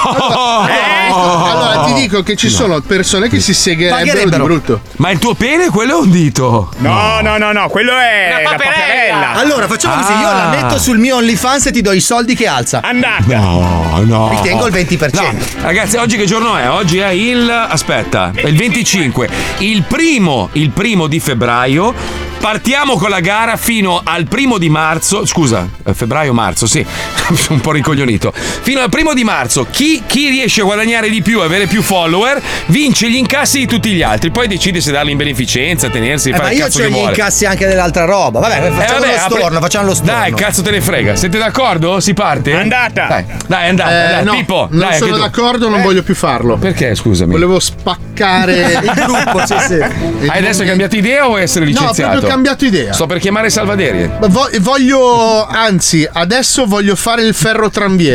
Allora ti dico che ci sono persone che si segherebbero di brutto. Ma il tuo pene quello è un dito? No, no, no, no, quello è Una la paperella. Allora facciamo così, io la metto sul mio OnlyFans e ti do i soldi che alza. Andata. No, no. Mi tengo il venti per cento. No. Ragazzi, oggi che giorno è? Oggi è il. Aspetta, è il venticinque. Il primo, il primo di febbraio. Partiamo con la gara fino al primo di marzo. Scusa, febbraio-marzo, sì, un po' ricoglionito. Fino al primo di marzo, chi, chi riesce a guadagnare di più, avere più follower, vince gli incassi di tutti gli altri. Poi decide se darli in beneficenza, tenersi, Eh, fare ma il io cazzo c'ho che gli vuole. incassi anche dell'altra roba. Vabbè, facciamo Eh, vabbè, lo storno, apri- facciamo lo storno. Dai, cazzo te ne frega. Siete d'accordo? Si parte? Andata. Dai, dai, andata. Eh, dai, no, Pippo, non dai, sono anche tu. d'accordo, non Eh. voglio più farlo. Perché, scusami? Volevo spaccare il gruppo, sì, sì. Hai adesso cambiato idea o vuoi essere No, ho licenziato? proprio cambiato idea. Sto per chiamare Salvaderie. Ma vo- voglio, anzi, adesso voglio fare il ferro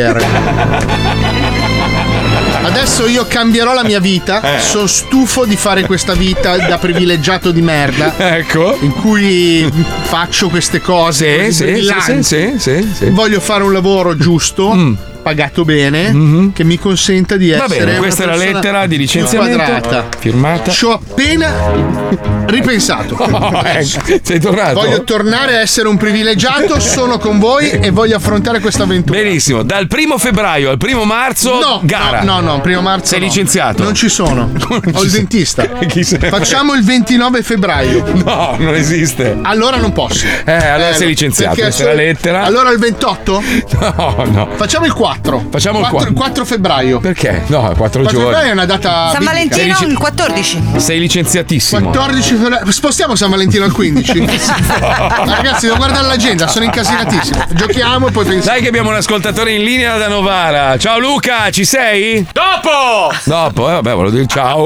trambiere. Adesso io cambierò la mia vita. Eh. Sono stufo di fare questa vita da privilegiato di merda. Ecco. In cui faccio queste cose. Sì, così sì, brillanti. sì, sì, sì, sì. Voglio fare un lavoro giusto. Pagato bene, che mi consenta di Mm. Va essere bene, una questa è la persona lettera di licenziamento. inquadrata. Firmata. Ci ho appena ripensato. Oh, ecco, sei tornato? Voglio tornare a essere un privilegiato, sono con voi e voglio affrontare questa avventura. Benissimo, dal primo febbraio al primo marzo, No, gara. no, no, no, primo marzo. Sei no. licenziato? Non ci sono. Ho il dentista. Chi se ne frega? Facciamo il ventinove febbraio. No, non esiste. Allora non posso. Eh, allora sei licenziato, perché questa è la so- lettera. Allora il ventotto? No, no. Facciamo il quattro. Facciamo il quattro, quattro febbraio. Perché? No, quattro quattro giorni. febbraio è una data. San biblica. Valentino Sei lic- il quattordici. Sei licenziatissimo. quattordici febbraio. Spostiamo San Valentino al quindici. Ma ragazzi, devo guardare l'agenda, sono incasinatissimo. Giochiamo e poi pensiamo. Dai che abbiamo un ascoltatore in linea da Novara. Ciao Luca, ci sei? Dopo! Dopo, eh, vabbè, volevo dire ciao.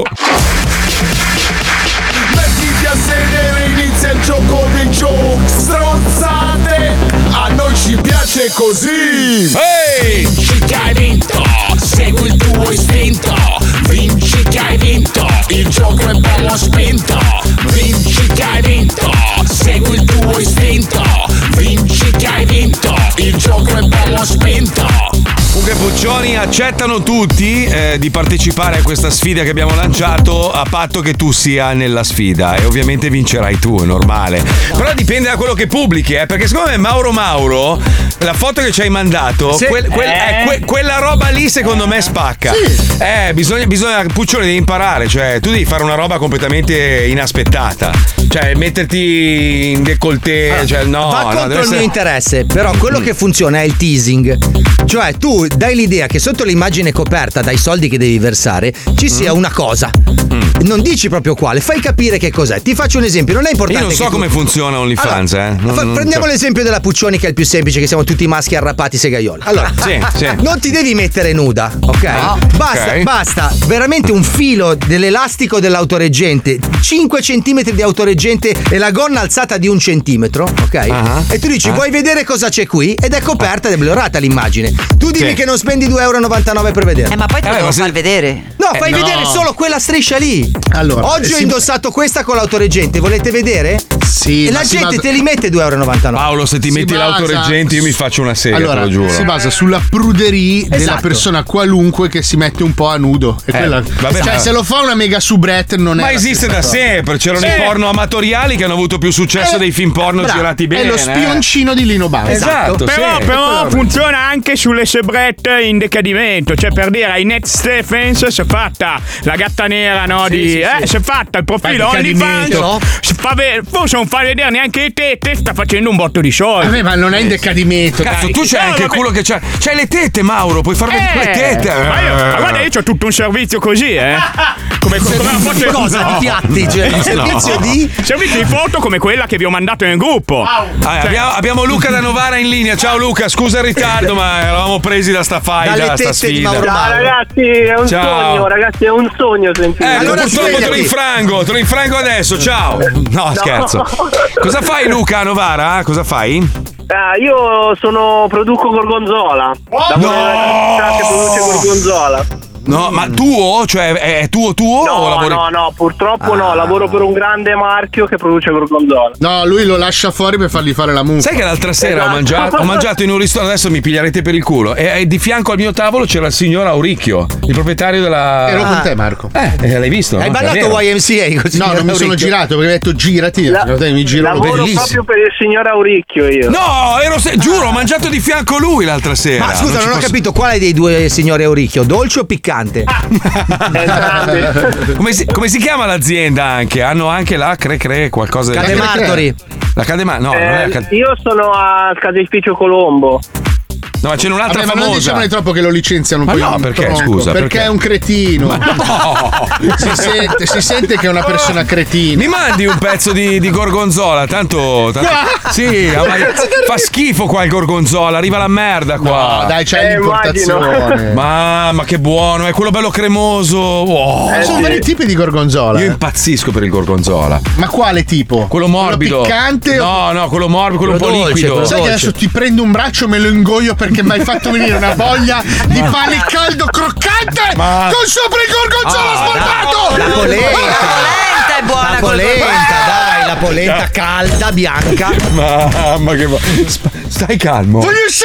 Mettiti a sedere, inizia il gioco dei giochi. Stronzate, a noi ci piace così. Ehi! Vinci che hai vinto, segui il tuo istinto. Vinci che hai vinto, il gioco è bello spinto. Vinci che hai vinto, segui il tuo istinto. Vinci che hai vinto, il gioco è bello spinto. Comunque Puccioni accettano tutti eh, di partecipare a questa sfida che abbiamo lanciato a patto che tu sia nella sfida e ovviamente vincerai tu, è normale. Però dipende da quello che pubblichi, eh, perché secondo me Mauro Mauro, la foto che ci hai mandato, Sì. quel- quel- Eh. eh, que- quella roba lì secondo me spacca. Eh, bisogna, bisogna, Puccioni devi imparare, cioè tu devi fare una roba completamente inaspettata. Cioè metterti in décolleté, cioè no, Va no, contro deve il mio essere... interesse, però quello che funziona è il teasing. Cioè tu dai l'idea che sotto l'immagine coperta dai soldi che devi versare ci sia una cosa. Non dici proprio quale, fai capire che cos'è. Ti faccio un esempio, non è importante. Io non so che tu- come funziona OnlyFans, Allora, eh. Non- fa- non- prendiamo cioè- l'esempio della Puccioni che è il più semplice, che siamo tutti maschi arrapati segaioli. Allora, Sì, sì. non ti devi mettere nuda, ok? No. Basta, Ok. basta veramente un filo dell'elastico dell'autoreggente, cinque centimetri di autoreggente e la gonna alzata di un centimetro, ok? Ah. E tu dici, Ah. vuoi vedere cosa c'è qui? Ed è coperta ed è blurata l'immagine. Tu dimmi Sì. che non spendi due euro e novantanove per vedere. Eh, ma poi te lo Eh, devo ma se- far vedere. No, Eh, fai no. vedere solo quella striscia lì. Allora, Oggi ho si- indossato questa con l'autoreggente, volete vedere? Sì, E ma la si gente basa- te li mette due euro e novantanove. Paolo, se ti Si metti basa- l'autoreggente io mi faccio una sega, Allora, te lo giuro. si basa sulla pruderie della Esatto. persona qualunque che si mette un po' a nudo. E Eh, quella- vabbè, cioè, ma- se lo fa una mega soubrette non è. Ma la esiste stessa da cosa. sempre, c'erano Sì. i porno amatoriali che hanno avuto più successo Eh, dei film porno bravo, girati bene. È lo eh. spioncino di Lino Banfi. Esatto, Però, sì. però funziona anche sulle sebrette in decadimento. Cioè, per dire, ai Ned Stephens si è fatta la gatta nera, no? Sì, di, sì, eh, sì. si è fatta il profilo Fa il OnlyFans. decadimento. Si fa ve- forse non fa vedere neanche le tette, sta facendo un botto di soldi. Vabbè, ma non è in decadimento. Cazzo, dai. tu c'hai No, anche vabbè. culo che c'hai. C'hai le tette, Mauro, puoi far vedere Eh, le tette. ma, io- ma guarda, io io c'ho tutto un servizio così, eh. Come, come una foto cosa di piatti? Cioè, un servizio di servizio di foto come quella che vi ho mandato nel gruppo. Ah, Cioè- abbiamo, abbiamo Luca da Novara in linea. Ciao Luca, scusa il ritardo, ma eravamo presi da sta faida, sta sfida. Ciao ragazzi, è un Ciao. sogno, ragazzi, è un sogno sentire. Eh, allora purtroppo te lo infrango, te lo infrango adesso, ciao. No, scherzo. Cosa fai Luca a Novara? Cosa fai? Ah, io sono produco gorgonzola. Lavoro nella città che produce gorgonzola. No, ma tuo? Cioè è, è tuo tuo No, o lavori? no, no, purtroppo Ah. no, lavoro per un grande marchio che produce gorgonzola. No, lui lo lascia fuori per fargli fare la mucca. Sai che l'altra sera Esatto. ho, mangiato, ho mangiato in un ristorante, adesso mi piglierete per il culo. E, e di fianco al mio tavolo c'era il signor Auricchio, il proprietario della. Ero con te, Marco. Eh, eh, l'hai visto? Hai no? ballato È vero. Y M C A così? No, non mi sono girato perché hai detto girati. La- Guardate, mi giro Lavoro bellissimo. proprio per il signor Auricchio io. No, ero se- giuro, ho mangiato di fianco lui l'altra sera. Ma scusa, ci non ho posso- capito quale dei due signori Auricchio, dolce o piccante? come, si, come si chiama l'azienda anche? Hanno anche la Cre Cre, qualcosa del Cademartori. La Cademar, no, non è la Eh, Cad- io sono al caseificio Colombo. No, ma c'è un'altra Vabbè, ma non famosa. diciamone troppo che lo licenziano un Ma po' no, in perché, tronco, scusa, Perché perché? è un cretino. No. Si, sente, si sente che è una persona cretina. Mi mandi un pezzo di, di gorgonzola, tanto, tanto Qua? sì, ma- fa schifo qua il gorgonzola, arriva la merda qua. No, dai, c'è Eh, l'importazione. immagino. Mamma che buono, è quello bello cremoso. Wow. Ci sono vari tipi di gorgonzola. Io eh. impazzisco per il gorgonzola. Ma quale tipo? Quello morbido. Quello piccante? o- No, no, quello morbido, quello, Quello un po' dolce, liquido. Sai che adesso ti prendo un braccio e me lo ingoio perché mi hai fatto venire una voglia di pane caldo croccante Ma- con sopra il gorgonzola Ah, sporcato! dai, la polenta. Polenta è buona La col polenta, gorgonzola. dai, la polenta calda, bianca. Mamma che va- Sp- Stai calmo. Voglio il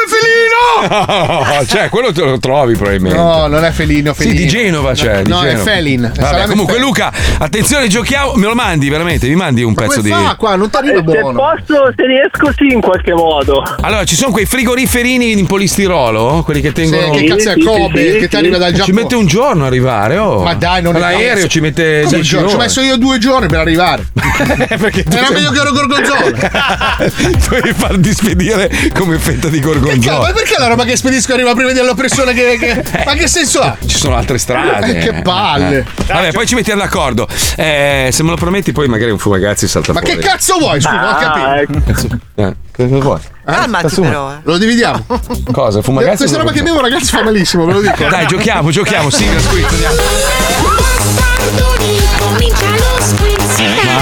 salame felino! No, cioè, quello te lo trovi probabilmente. No, non è felino, Sì, felino. di Genova c'è. di No, è Genova. felin. È Vabbè, salame comunque, felin. Luca, attenzione, giochiamo. Me lo mandi veramente? Mi mandi un Ma pezzo come di. fa qua? Non ti arriva Se buono. posso, se riesco sì in qualche modo. Allora, ci sono quei frigoriferini in polistirolo, quelli che tengono. Sì, che cazzo è Sì, sì, Kobe? sì, che ti sì. arriva dal Ci Giappone. mette un giorno a arrivare, oh. Ma dai, non è l'aereo cazzo. ci mette Come dieci giorno? Ci ho ore. messo io due giorni per arrivare. Perché tu Era sei- meglio che ero gorgonzola. Devi farti spedire come fetta di Cazzo, gorgonzola. ma perché la roba che spedisco arriva prima della persona che, che- Ma che senso ha? Ci sono altre strade. Eh, che palle. Eh. Vabbè, poi ci mettiamo d'accordo. Eh, se me lo prometti, poi magari un fumagazzi salta Ma fuori. che cazzo vuoi? Scusa, non ho Ah, capito. Cazzo. Eh, cosa vuoi? Calmati Cazzo, però, eh. Lo dividiamo. Cosa? Fumagazzi? Questa roba che bevo, ragazzi, fa malissimo, ve lo dico. Dai, giochiamo, giochiamo. Sigla, squizz, andiamo. Bastardoni, comincia lo squiz.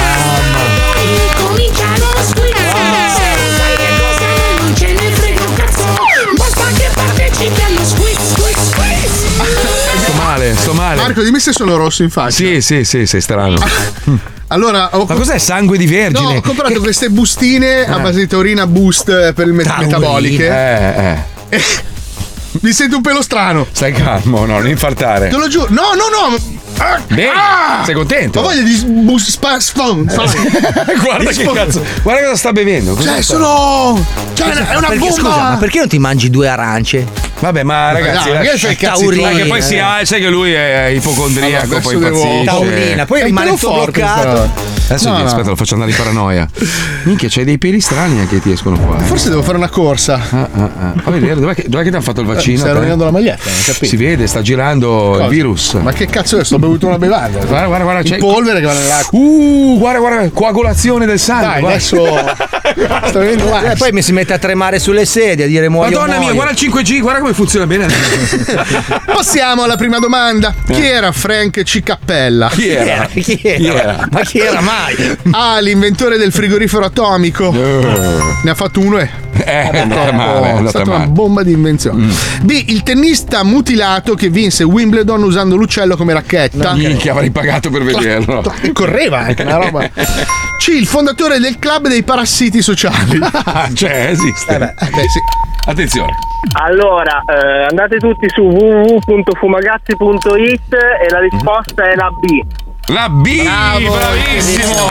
Comincia lo squiz. Sai che cosa? Non ce ne frega un cazzo. Basta che partecipi allo squiz, squiz, squiz. Sto male, sto male. Marco, dimmi se sono rosso in faccia. Sì, sì, sì, sei strano. Allora, ho Ma cos'è sangue di No, vergine? ho comprato queste bustine a base di taurina boost per le met- Taurina. metaboliche. Eh, eh. Mi sento un pelo strano. Stai calmo, no, non infartare. Te lo giuro. No, no, no. Ah, Bene, ah! sei contento? Ho voglia di boost spa, sfon, Guarda che cazzo. Guarda cosa sta bevendo. Cosa Cioè, sta- sono. Cioè, è una Perché, bomba. scusa, ma perché non ti mangi due arance? Vabbè, ma ragazzi, dai, lascia- che fai i cazzi taurina. tuoi? Perché poi si ha, sai che lui è ipocondriaco, Allora, poi adesso devo- impazzisce. Taurina, poi È rimane un pelo tutto forte bloccato. questa- Adesso No, ti- no. aspetta, lo faccio andare in paranoia. Minchia, c'hai dei peli strani anche che ti escono qua. eh. Forse devo fare una corsa. Ah, ah, ah. Fa vedere, dov'è che, dov'è che ti hanno fatto il vaccino? Stai te? rovinando la maglietta, non capito? Si vede, sta girando Cosa? il virus. Ma che cazzo è? Sto bevuto una bevanda. Guarda, guarda, guarda, c'è In polvere che va nell'acqua. Uh, guarda, guarda, coagulazione del sangue. Dai, guarda. adesso. Sto venendo E là. poi mi si mette a tremare sulle sedie a dire muoio. Madonna mia, muoio. guarda il cinque G, guarda come funziona bene. Passiamo alla prima domanda. Chi era Frank C. Cappella? Chi era? Chi era? Chi era? Ma chi era mai? A. L'inventore del frigorifero atomico. Ne ha fatto uno e. Eh, è andata male, è È andata stata una male. bomba di invenzione. B. Il tennista mutilato che vinse Wimbledon usando l'uccello come racchetta. Minchia, avrei pagato per vederlo. E correva anche una roba. C. Il fondatore del club dei parassiti sociali. Cioè, esiste. Eh beh, eh beh, sì. Attenzione. Allora, eh, andate tutti su w w w punto fumagazzi punto it e la risposta è la B. La B, Bravo, bravissimo.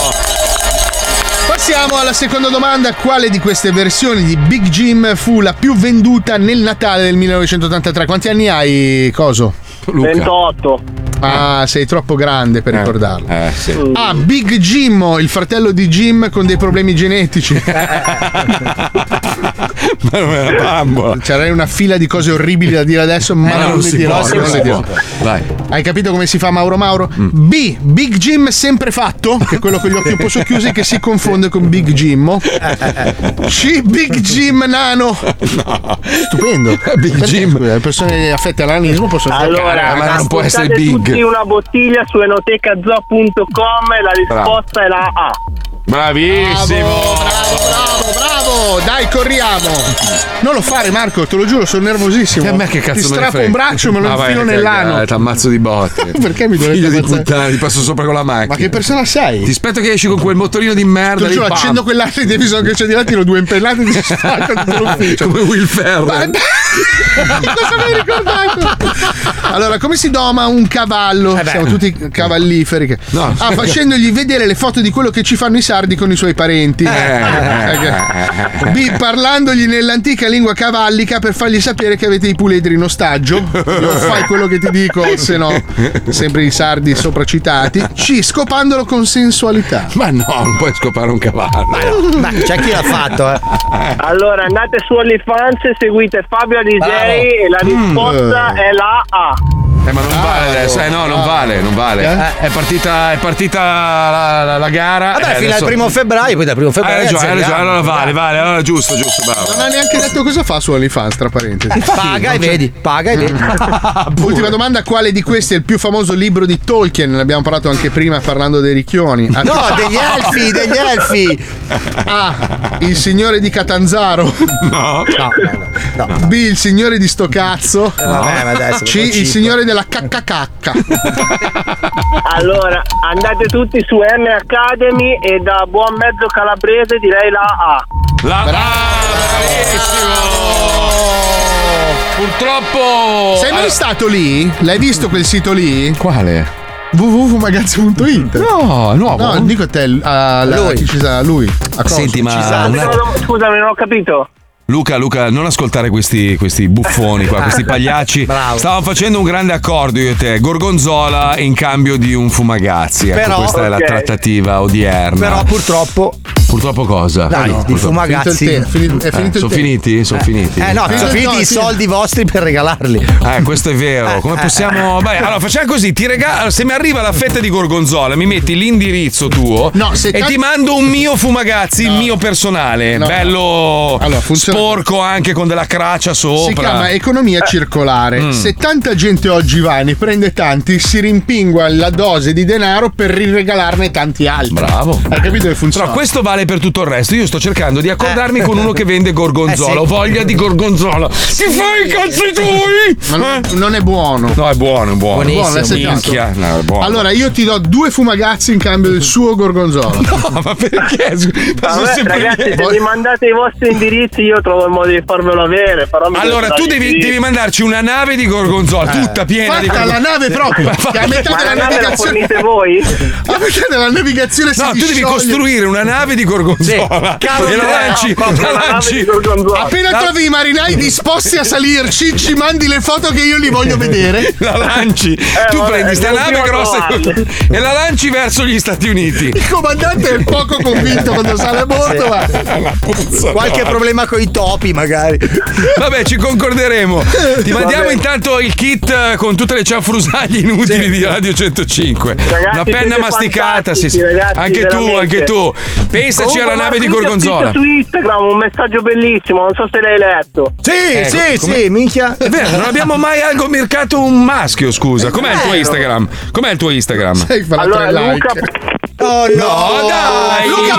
Passiamo alla seconda domanda. Quale di queste versioni di Big Jim fu la più venduta nel Natale del millenovecentottantatré? Quanti anni hai, Coso? Luca. ventotto. Ah, sei troppo grande per ricordarlo. Eh, sì. Ah, Big Jimmo, il fratello di Jim con dei problemi genetici. Ma non è una bambola. C'era una fila di cose orribili da dire adesso, ma Eh, non, non le si dirò, può, non non le si dirò. può. Vai. Hai capito come si fa Mauro Mauro? B. Big Jim sempre fatto, che è quello con gli occhi un po' socchiusi che si confonde con Big Jimmo. C. Big Jim Nano. No. Stupendo. Big Jim. Le persone affette all'ananismo possono Allora, giocare, ma non può essere ascoltate big. tutti una bottiglia su enotecazoo punto com e la risposta è la A. Bravissimo. Bravo, bravo, bravo. Dai, corriamo. Non lo fare, Marco, te lo giuro, sono nervosissimo. E a me che cazzo Ti me ne strappo frega? un braccio e me lo Ah, vai infilo a nell'ano. cagare, t'ammazzo di botte. Perché mi dovete Figlio di ammazzare? puttana, ti passo sopra con la macchina. Ma che persona sei? Ti aspetto che esci con quel motorino di merda. Te lo lì, giuro, pam. accendo quell'altro di televisore che c'è di là, tiro due impennate e ti spacco tutto l'ufficio. Come Will Ferrell. Cosa mi hai ricordato? Allora, come si doma un cavallo? Siamo tutti cavalliferi. che- No. Ah, facendogli vedere le foto di quello che ci fanno i sardi con i suoi parenti. Eh, B. Parlandogli nell'antica lingua cavallica per fargli sapere che avete i puledri in ostaggio. Non fai quello che ti dico, se no, sempre i sardi sopracitati. C. Scopandolo con sensualità. Ma no, non puoi scopare un cavallo. Ma no, ma c'è chi l'ha fatto, eh. Allora, andate su OnlyFans e seguite Fabio Alisei e la risposta Mm. è la A. Eh, ma non vale adesso, eh no, non vale, non vale. Eh, È partita, è partita la, la- la gara. Vabbè, eh, fino adesso- al primo febbraio, poi dal primo febbraio. Hai ragione, hai ragione, azzeriamo. allora vale, vale, allora giusto, giusto, bravo. Non ha neanche detto cosa fa su OnlyFans, tra parentesi. Paga e vedi, paga e vedi. Ultima domanda: quale di questi è il più famoso libro di Tolkien? Ne abbiamo parlato anche prima parlando dei ricchioni. No, degli elfi, degli elfi. A. Il signore di Catanzaro. No. No, B. Il signore di sto cazzo. vabbè, ma adesso C. lo Il cito. signore della cacca cacca. Allora, andate tutti su M Academy e da buon mezzo calabrese direi la A. La Purtroppo. Sei mai stato lì? L'hai visto quel sito lì? Quale? w w w punto magazzi punto it. No, nuovo. No, dico a te, a, Lui. chi ci sa, lui. A cosa? Senti, ma. Scusami, non ho capito. Luca, Luca, non ascoltare questi, questi buffoni qua, questi pagliacci. Bravo. Stavamo facendo un grande accordo io e te. Gorgonzola in cambio di un Fumagazzi. Ecco, Però- questa è la ok. trattativa odierna. Però purtroppo. Purtroppo cosa? Dai, No, di purtroppo. Fumagazzi. Finito il te- finito- è finito il Sono tempo. finiti? Sono finiti. Eh no, Finito- sono finiti no, i finito. soldi vostri per regalarli. Eh, questo è vero. Come possiamo. Beh, allora facciamo così: ti regalo. Se mi arriva la fetta di gorgonzola, mi metti l'indirizzo tuo No, se e ta- ti mando un mio Fumagazzi, il mio personale. No. Bello Allora, funziona- sporco anche con della craccia sopra. Si chiama economia circolare. Mm. Se tanta gente oggi va, ne prende tanti, si rimpingua la dose di denaro per riregalarne tanti altri. Bravo. Hai capito che funziona? Però questo vale per tutto il resto. Io sto cercando di accordarmi Eh. con uno che vende gorgonzola. Eh, sì. Ho voglia di gorgonzola. Ti fai i cazzi tuoi? Ma non, Eh? non è buono. No, è buono, è buono. Buonissimo. Buono, l'hai assaggiato? Minchia. No, è buono. Allora io ti do due fumagazzi in cambio del suo gorgonzola. No, ma perché? Ma sono Vabbè, sempre ragazzi, lì. se mi mandate i vostri indirizzi io trovo il modo di farvelo avere. Però mi Allora, tu dovete devi, dare i- devi mandarci una nave di gorgonzola, tutta piena di Fatta gorgonzola. la nave proprio. Che a metà Ma della la nave la navigazione. fornite voi? A metà della navigazione si No, tu devi discioglie. costruire una nave di gorgonzola. Sì. E la lanci, No, proprio la la nave lanci. di gorgonzola. Appena La- trovi i marinai disposti a salirci, ci mandi le foto che io li voglio vedere. La lanci. tu vabbè, prendi sta devo nave prima grossa trovarli. e la lanci verso gli Stati Uniti. Il comandante è poco convinto quando sale a bordo, ma La puzza, Qualche no. problema con i topi, magari. Vabbè, ci concorderemo. Ti mandiamo Vabbè. intanto il kit eh, con tutte le cianfrusaglie inutili di Radio centocinque. Ragazzi, Una penna siete masticata, sì, sì. fantastici, ragazzi, Anche tu, veramente. anche tu. Pensaci alla Comunque, nave di guarda, gorgonzola. su Instagram un messaggio bellissimo, non so se l'hai letto. Sì, Ecco, sì, come- sì, minchia. È vero, non abbiamo mai algo mercato un maschio, scusa. Com'è il tuo vero. Instagram? Com'è il tuo Instagram? sai fare Allora, tre like. Luca, Oh No, dai! Luca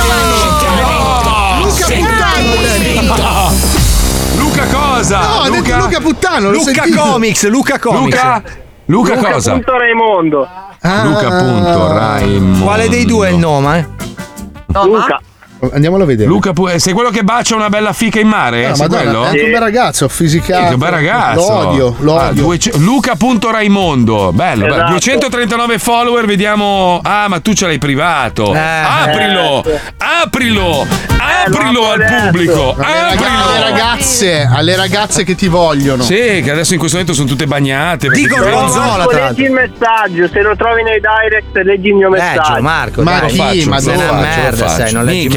Puttano! Luca Puttano! Luca cosa? No, ha detto Luca Puttano, l'ho Luca sentito. Comics, Luca Comics. Luca? Luca Luca cosa? punto Raimondo. Ah. Luca punto Raimondo. Quale dei due è il nome? eh? Luca. Andiamolo a vedere. Luca, pu- sei quello che bacia una bella fica in mare? Ah, sei Madonna, quello? è anche un bel ragazzo, fisicato. Che un bel ragazzo. Lo odio, lo Ah, odio. duece- Luca.Raimondo. Bello, bello. Esatto. duecentotrentanove follower, vediamo. Ah, ma tu ce l'hai privato. Eh, aprilo, eh. aprilo, aprilo lo al apro pubblico. Alle, raga- alle Aprilo. ragazze, alle ragazze che ti vogliono. Sì, che adesso in questo momento sono tutte bagnate. perché- Dico gorgonzola, Marco, tra leggi l'altro. il messaggio, se lo trovi nei direct leggi il mio Leggilo, messaggio. Marco. Ma dai. chi? faccio, Ma lo dove? Sei una faccio, lo merda, faccio. sei, non leggi Minchia,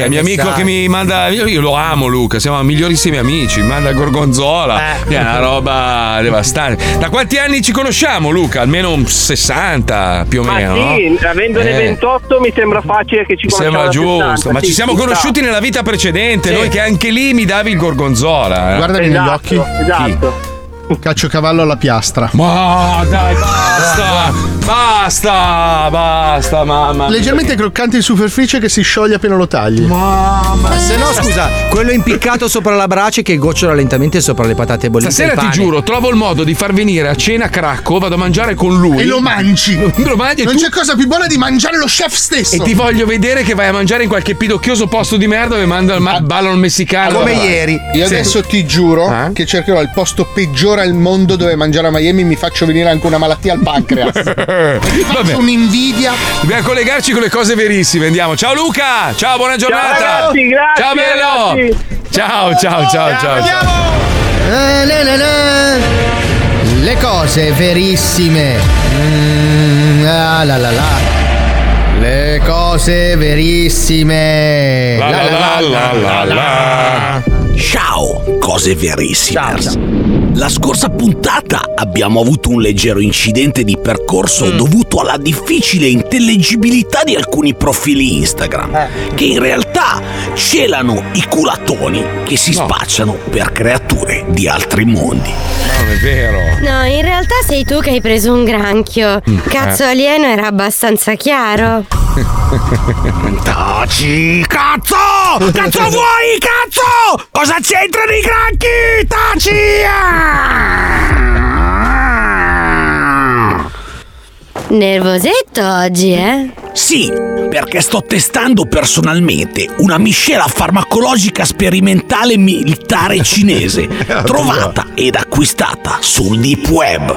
il mio amico che mi manda. Io, io lo amo, Luca. Siamo migliorissimi amici. Mi manda il gorgonzola. Eh. È una roba devastante. Da quanti anni ci conosciamo, Luca? Almeno un sessanta più o Ma meno. sì, no? avendone Eh. ventotto mi sembra facile che ci Mi conosciamo. sembra da giusto, sessanta, ma sì, ci siamo ci conosciuti sta. nella vita precedente. Sì. Noi che anche lì mi davi il gorgonzola. Eh. Guardami negli Esatto, occhi. esatto. Caciocavallo alla piastra. Ma dai, basta! Basta! Basta, mamma. Leggermente croccante in superficie che si scioglie appena lo tagli. Ma se no, scusa, quello impiccato sopra la brace che gocciola lentamente sopra le patate bollite. Stasera e il ti pane. giuro, trovo il modo di far venire a cena Cracco, vado a mangiare con lui. E lo mangi. Lo mangi e Non tu- c'è cosa più buona di mangiare lo chef stesso. E ti voglio vedere che vai a mangiare in qualche pidocchioso posto di merda dove manda il ma- ballano il messicano. Come Vabbè. ieri. Io Sì. adesso ti giuro Eh? che cercherò il posto peggiore al mondo dove mangiare a Miami. Mi faccio venire anche una malattia al pancreas. Mi Vabbè. faccio un'invidia. Dobbiamo collegarci con le cose verissime. Andiamo. Ciao Luca! Ciao, buona giornata! ragazzi, grazie, ciao bello! ragazzi. Ciao, ciao, ciao, ciao, ciao. Eh, le, le, le. Le cose verissime. Mm, ah, la, la, la. Le cose verissime. La, la, la, la, la, la. Ciao, cose verissime. La scorsa puntata abbiamo avuto un leggero incidente di percorso dovuto alla difficile intellegibilità di alcuni profili Instagram che in realtà celano i culatoni che si spacciano per creature di altri mondi. Non è vero. No, in realtà sei tu che hai preso un granchio. Cazzo eh. alieno era abbastanza chiaro. Taci, cazzo! Cazzo vuoi, cazzo? Cosa c'entrano i granchi? Taci! Nervosetto oggi, eh? Sì, perché sto testando personalmente una miscela farmacologica sperimentale militare cinese trovata ed acquistata sul deep web.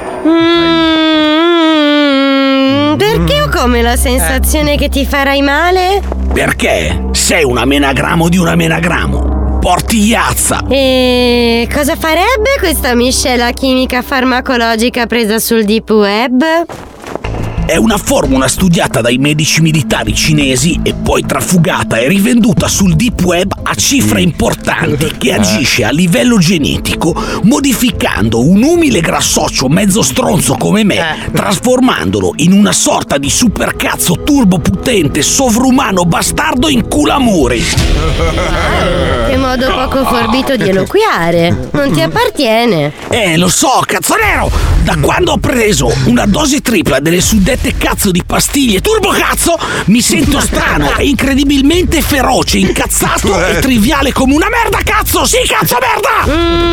Mm, perché ho come la sensazione che ti farai male? Perché sei un amenagramo di un amenagramo. Porti Iazza. E cosa farebbe questa miscela chimica farmacologica presa sul deep web? È una formula studiata dai medici militari cinesi e poi trafugata e rivenduta sul deep web a cifre importanti che agisce a livello genetico modificando un umile grassoccio mezzo stronzo come me, trasformandolo in una sorta di supercazzo turbo potente sovrumano bastardo in culamuri. Che modo poco forbito di eloquiare. Non ti appartiene. Eh, lo so, cazzo nero! Da quando ho preso una dose tripla delle suddette cazzo di pastiglie turbo cazzo, mi sento strano e incredibilmente feroce, incazzato e triviale come una merda cazzo! Sì, cazzo merda!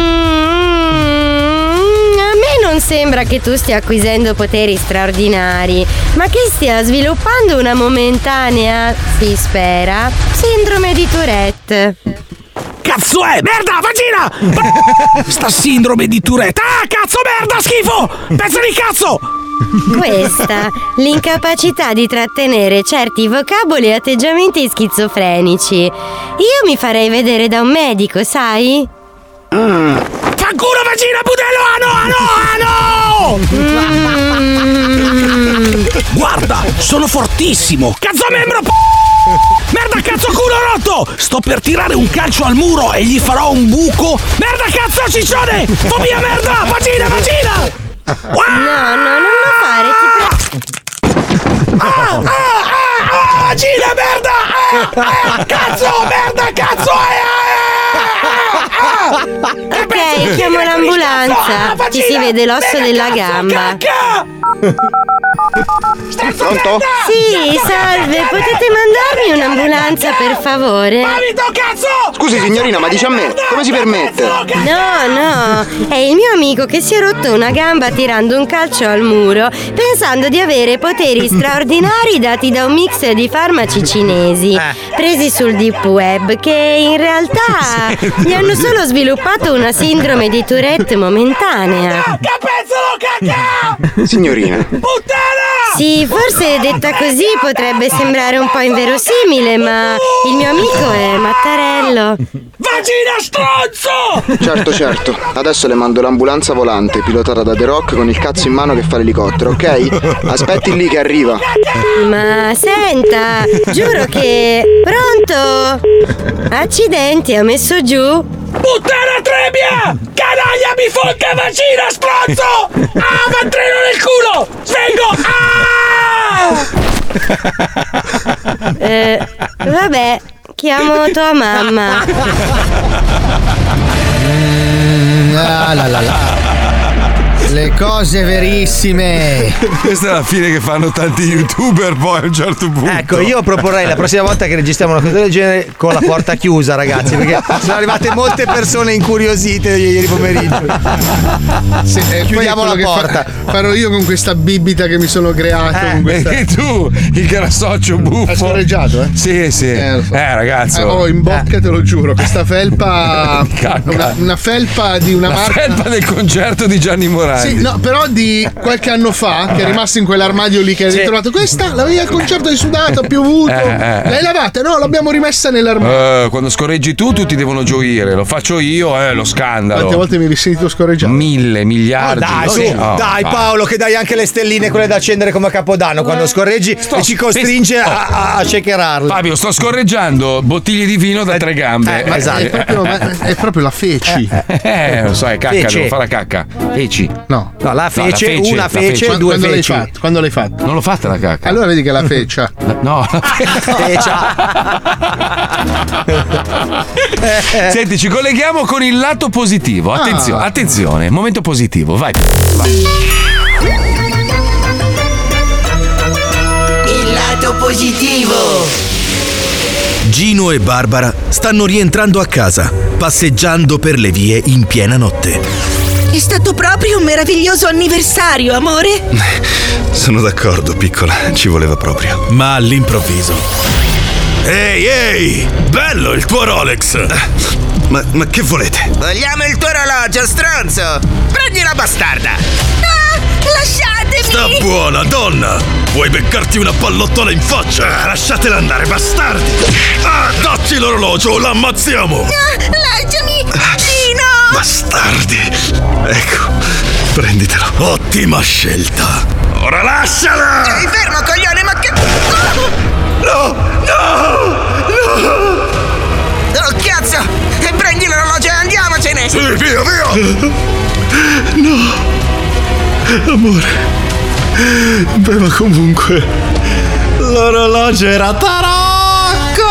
Mm, a me non sembra che tu stia acquisendo poteri straordinari, ma che stia sviluppando una momentanea, si spera, sindrome di Tourette. Cazzo è? Merda, vagina! Sta sindrome di Tourette! Ah, cazzo merda, schifo! Pezzo di cazzo! Questa, l'incapacità di trattenere certi vocaboli e atteggiamenti schizofrenici. Io mi farei vedere da un medico, sai? Mm. Fanculo, vagina, budello, ano, ano, ano! Mm. Guarda, sono fortissimo! Cazzo membro, p***! Merda, cazzo, culo rotto! Sto per tirare un calcio al muro e gli farò un buco. Merda, cazzo, ciccione! Fobia, merda! Vagina, vagina! No, no, non lo fare, ti prego. Ah, ah, ah, ah, vagina, merda! Ah, ah, cazzo, merda, cazzo! Ah, ah, ah, Ok, chiamo l'ambulanza. Ti si vede l'osso della gamba. Pronto? Sì, salve, potete mandarmi un'ambulanza per favore? Scusi signorina, ma dice a me, come si permette? No, no, è il mio amico che si è rotto una gamba tirando un calcio al muro, pensando di avere poteri straordinari dati da un mix di farmaci cinesi, presi sul deep web, che in realtà gli hanno solo sviluppato una sindrome di Tourette momentanea. Signorina. Sì, forse detta così potrebbe sembrare un po' inverosimile, ma il mio amico è Mattarello. Vagina stronzo! Certo, certo. Adesso le mando l'ambulanza volante, pilotata da The Rock con il cazzo in mano che fa l'elicottero, ok? Aspetti lì che arriva. Ma senta, giuro che... Pronto? Accidenti, ho messo giù. Puttana trebbia! Canaglia bifolca vagina stronzo! Ah, ma treno nel culo! Svengo! Ah! Eh, vabbè, chiamo tua mamma. Mm, ah, la, la, la. Le cose verissime. Questa è la fine che fanno tanti youtuber poi a un certo punto. Ecco, io proporrei la prossima volta che registriamo una cosa del genere con la porta chiusa, ragazzi, perché sono arrivate molte persone incuriosite ieri pomeriggio. Sì, e Chiudiamo poi la quello che porta. fa- farò io con questa bibita che mi sono creato. Eh, con questa... E tu, il grassoccio buffo. Hai scorreggiato, eh? Sì, sì. Eh, lo so. Eh, ragazzo. Eh, ho in bocca, te lo giuro, questa felpa. Una, una felpa di una La marca. felpa del concerto di Gianni Morandi. Sì, no, però di qualche anno fa, che è rimasto in quell'armadio lì che hai Sì. ritrovato. Questa l'avevi al concerto di sudato, ha piovuto. Eh, eh. L'hai lavata? No, l'abbiamo rimessa nell'armadio. Eh, quando scorreggi tu, tutti devono gioire. Lo faccio io, eh, lo scandalo. Quante volte mi eri sentito scorreggiare? Mille, miliardi. Dai, su, Sì, no, dai va. Paolo, che dai anche le stelline, quelle da accendere come a Capodanno quando scorreggi e ci costringe a, a, a shakerarle. Fabio, sto scorreggiando bottiglie di vino da tre gambe. Eh, ma esatto. È proprio, ma- è proprio la feci. Eh, lo so, è cacca, Fece. devo fare la cacca. Feci. No. No, la fece, una la fece, fece. due Quando l'hai feci. fatto? Quando l'hai fatto? Non l'ho fatta la cacca. Allora vedi che la feccia. No, la Feccia. Senti, ci colleghiamo con il lato positivo. Attenzione, Ah. attenzione, momento positivo, vai. vai. Il lato positivo. Gino e Barbara stanno rientrando a casa, passeggiando per le vie in piena notte. È stato proprio un meraviglioso anniversario, amore. Sono d'accordo, piccola, ci voleva proprio. Ma all'improvviso Ehi, ehi! Bello il tuo Rolex! Ma, ma che volete? Vogliamo il tuo orologio, stronzo. Prendi la bastarda. Ah, lasciatemi. Sta buona, donna! Vuoi beccarti una pallottola in faccia? Lasciatela andare, bastardi! Ah, dacci l'orologio o l'ammazziamo! Ah, lasciami, Gino. Bastardi! Ecco, prenditelo. Ottima scelta! Ora lasciala! Stai fermo, coglione, ma che... No! No! No! Oh, cazzo! E prendi l'orologio e andiamocene! Sì, via, via! No! Amore. Beh, ma comunque. L'orologio era tarocco!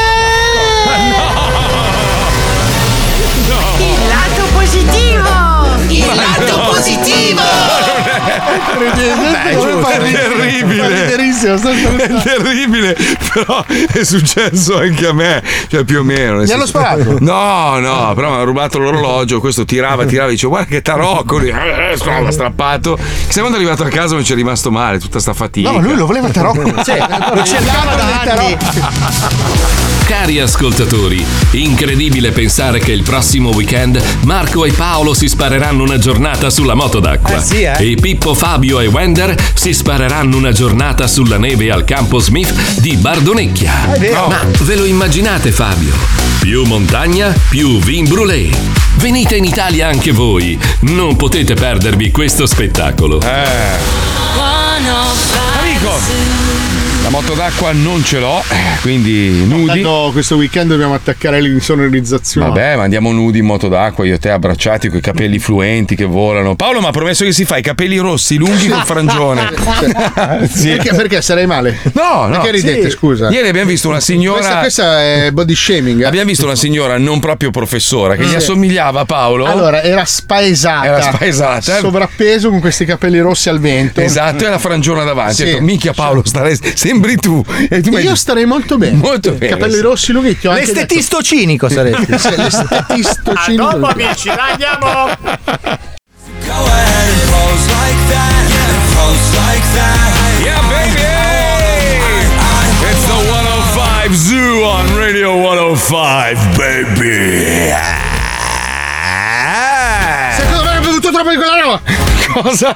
Il lato positivo! Il lato positivo! Beh, giusto, è terribile. È terribile, però è successo anche a me. Cioè, più o meno. nel Gli hanno senso- sparato? No, no, però mi ha rubato l'orologio. Questo tirava, tirava, dice guarda che tarocco. Lui, eh, stava strappato. Chissà quando è arrivato a casa non ci è rimasto male, tutta sta fatica. No, ma lui lo voleva tarocco. Sì, lo cercava da anni. Cari ascoltatori, incredibile pensare che il prossimo weekend Marco e Paolo si spareranno una giornata sulla moto d'acqua. Eh sì, eh. E Pippo, Fabio e Wender si spareranno una giornata sulla neve al campo Smith di Bardonecchia. È vero. Ma ve lo immaginate, Fabio? Più montagna, più vin brûlé. Venite in Italia anche voi. Non potete perdervi questo spettacolo. Amico, la moto d'acqua non ce l'ho, eh, quindi nudi. Tanto questo weekend dobbiamo attaccare l'insonorizzazione. Vabbè, ma andiamo nudi in moto d'acqua, io e te abbracciati con i capelli fluenti che volano. Paolo mi ha promesso che si fa i capelli rossi lunghi col frangione. Sì. Perché, perché sarei male? No, no. Perché ridete, Sì. scusa? Ieri abbiamo visto una signora. Questa, questa è body shaming. eh? Abbiamo visto una signora non proprio professora che gli Sì. assomigliava a Paolo. Allora, era spaesata. Era spaesata, eh. Sovrappeso con questi capelli rossi al vento. Esatto, e la frangiona davanti. Sì. Ho detto, minchia Paolo, starei... sembri tu. E tu mi hai Io detto, starei molto bene. Molto bene, Capelli sì. rossi lunghi. ti ho anche L'estetisto cinico saresti. detto- Sì, l'estetisto A cinico. dopo amici, dai, andiamo! Yeah, baby! It's the one oh five Zoo on Radio one oh five, baby! Secondo me hai bevuto troppo di quella roba. Cosa?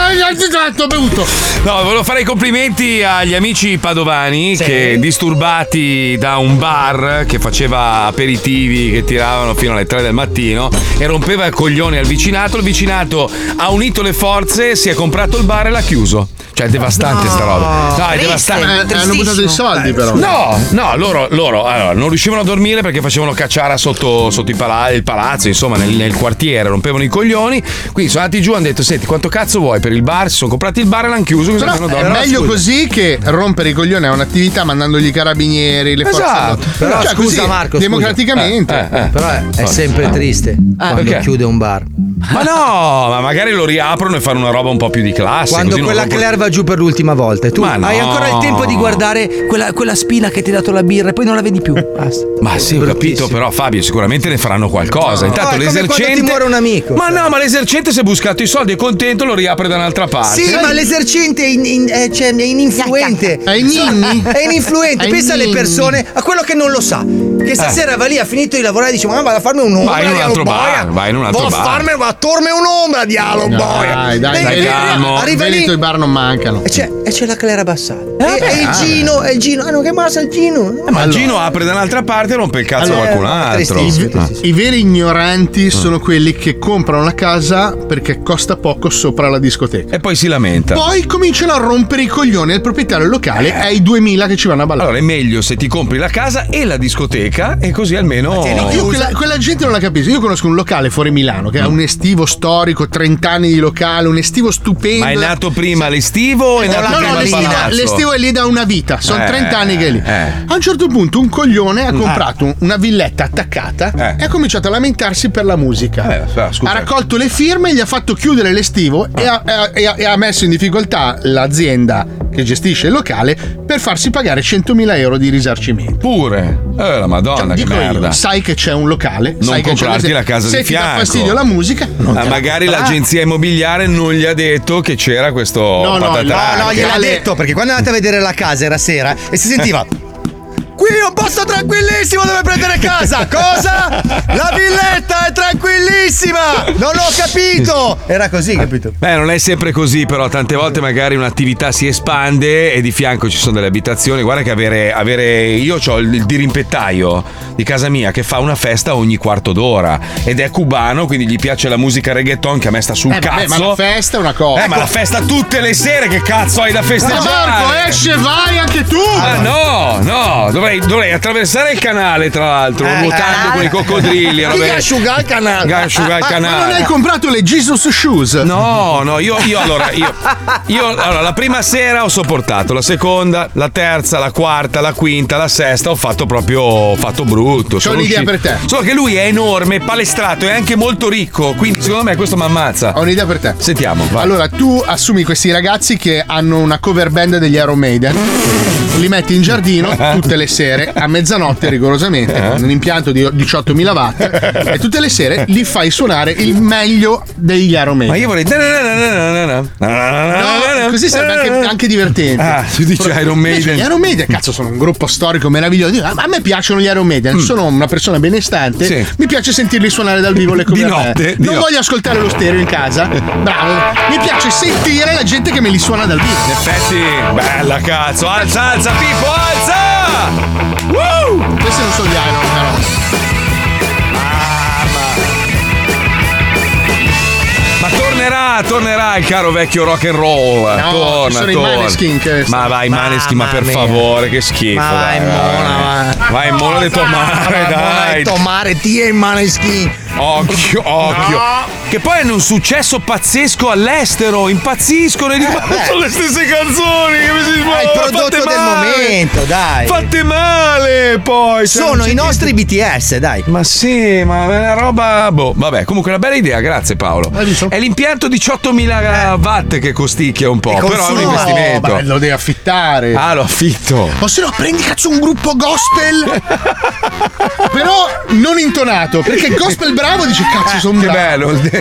Ho bevuto. No, volevo fare i complimenti agli amici padovani che, disturbati da un bar che faceva aperitivi che tiravano fino alle tre del mattino e rompeva i coglioni al vicinato, il vicinato ha unito le forze, si è comprato il bar e l'ha chiuso. Cioè è devastante sta roba. No, è devastante. Eh, hanno buttato i soldi però. No, no, loro, loro allora, non riuscivano a dormire perché facevano cacciara sotto, sotto i pala- il palazzo, insomma, nel, nel quartiere, rompevano i coglioni. Quindi sono andati giù e hanno detto: senti, quanto cazzo vuoi per il bar? Si sono comprati il bar e l'hanno chiuso. Così Però è meglio scusa. così che rompere i coglioni a un'attività mandandogli i carabinieri, le forze. Esatto. Però cioè, scusa così, Marco, democraticamente. Eh, eh, eh. Però è, è sempre triste quando perché? chiude un bar. Ma no, ma magari lo riaprono e fanno una roba un po' più di classe. Quando così quella non Claire va giù per l'ultima volta e tu Ma no. hai ancora il tempo di guardare quella, quella spina che ti ha dato la birra e poi non la vedi più. Basta. Ma sì, ho capito, però Fabio, sicuramente ne faranno qualcosa. No. Intanto No, è come l'esercente. quando ti muore un amico. Ma no, ma l'esercente si è buscato i soldi, è contento, lo riapre da un'altra parte. Sì, ma l'esercente è, in, in, è, cioè, è ininfluente. È ninni? È ininfluente. È Pensa alle ninni. persone, a quello che non lo sa. Che stasera va lì, ha finito di lavorare e dice: ma vado a farmi un'ombra. Vai in un di altro Aloboia. bar, vai in un altro Vado bar. a farmi, va a tormi un'ombra di Aloboia. Dai, dai, Vedi, dai, arriva- arriva lì i bar non mancano. e c'è, e c'è la Claire Bassale. e, e il Gino, e il Gino. Ah, non che massa il Gino. Eh, ma il Gino apre da un'altra parte e rompe il cazzo a Allora, qualcun altro. I, I veri ignoranti sono quelli che comprano la casa perché costa poco sopra la discoteca. E poi si lamenta. Poi cominciano a rompere i coglioni al proprietario locale e ai duemila che ci vanno a ballare. Allora è meglio se ti compri la casa e la discoteca e così almeno. Io quella, quella gente non la capisco. Io conosco un locale fuori Milano che ha un estivo storico, trenta anni di locale, un estivo stupendo. Ma è nato prima l'estivo o è nato no, prima no, il l'estivo, palazzo? l'estivo è lì da una vita, sono Eh, trenta anni che è lì. eh. A un certo punto un coglione ha comprato un- una villetta attaccata Eh. e ha cominciato a lamentarsi per la musica. Eh, scusa. Ha raccolto le firme, gli ha fatto chiudere l'estivo e ha, e ha- e ha- e ha messo in difficoltà l'azienda che gestisce il locale per farsi pagare centomila euro di risarcimento. Pure. Eh, la Madonna, che Dico io, merda. sai che c'è un locale, Non sai che c'è comprarti l'esempio. la casa Se di ti dà fianco. fastidio la musica, non Ma te la magari comprare. l'agenzia immobiliare non gli ha detto che c'era questo No, no, patatrac. No, no, gliel'ha detto perché quando andate a vedere la casa era sera e si sentiva. Qui è un posto tranquillissimo dove prendere casa. Cosa? La villetta è tranquillissima. Non ho capito. Era così, capito? Beh, non è sempre così, però tante volte magari un'attività si espande e di fianco ci sono delle abitazioni. Guarda che avere, avere io ho il, il dirimpettaio di casa mia che fa una festa ogni quarto d'ora ed è cubano, quindi gli piace la musica reggaeton che a me sta sul Eh, vabbè, cazzo. ma la festa è una cosa. Eh, ma la festa tutte le sere, che cazzo hai da festeggiare? Marco, esce, vai anche tu. Ah no, no, dovrei, dovrei attraversare il canale tra l'altro, Eh, nuotando canale. con i coccodrilli. Mica vabbè. asciugare il canale. Mica asciugare il Ma canale. non hai comprato le Jesus Shoes? No, no, io, io allora, io, io allora, la prima sera ho sopportato, la seconda, la terza, la quarta, la quinta, la sesta, ho fatto proprio, ho fatto brutto. C'ho sono un'idea uscito- per te. Solo che lui è enorme, palestrato e anche molto ricco, quindi secondo me questo mi ammazza. Ho un'idea per te. Sentiamo, vai. Allora, tu assumi questi ragazzi che hanno una cover band degli Iron Maiden, li metti in giardino tutte le sere, a mezzanotte rigorosamente, con un impianto di diciottomila watt, e tutte le sere li fai suonare il meglio degli Iron Maiden. Ma io vorrei. No, così sarebbe anche, anche divertente. Ah, tu dici Iron Maiden. Gli Iron Maiden, cazzo, sono un gruppo storico meraviglioso. A me piacciono gli Iron Maiden, sono una persona benestante. Sì. Mi piace sentirli suonare dal vivo le cover Di band. notte, di Non notte. voglio ascoltare lo stereo in casa. Bravo. Mi piace sentire la gente che me li suona dal vivo. In effetti, bella cazzo. Alza, alza, Pippo, alza! Woo! Questi non sono gli Iron, però. Ma tornerà, tornerà il caro vecchio rock and roll. No, torna, sono i torna. Maneskin che- Ma vai, Maneskin, ma per mia. favore, che schifo. Ma vai, dai, Mona, vai. va. Vai, Mona de Tomare, dai. Tomare, ti e Maneskin. Occhio, occhio. Che poi hanno un successo pazzesco all'estero, impazziscono e dicono: ma sono le stesse canzoni che mi si È il prodotto fatte del male. momento, dai. Fatte male, poi. cioè, non Sono c'è i nostri niente- B T S, dai. Ma sì, ma è una roba. Boh, vabbè, comunque una bella idea, grazie Paolo. È l'impianto diciottomila watt che costicchia un po', però è un investimento. No, beh, lo devi affittare. Ah, lo affitto. O se no, prendi cazzo un gruppo gospel, però non intonato. Perché il gospel bravo dice cazzo, sono Che bravo. bello,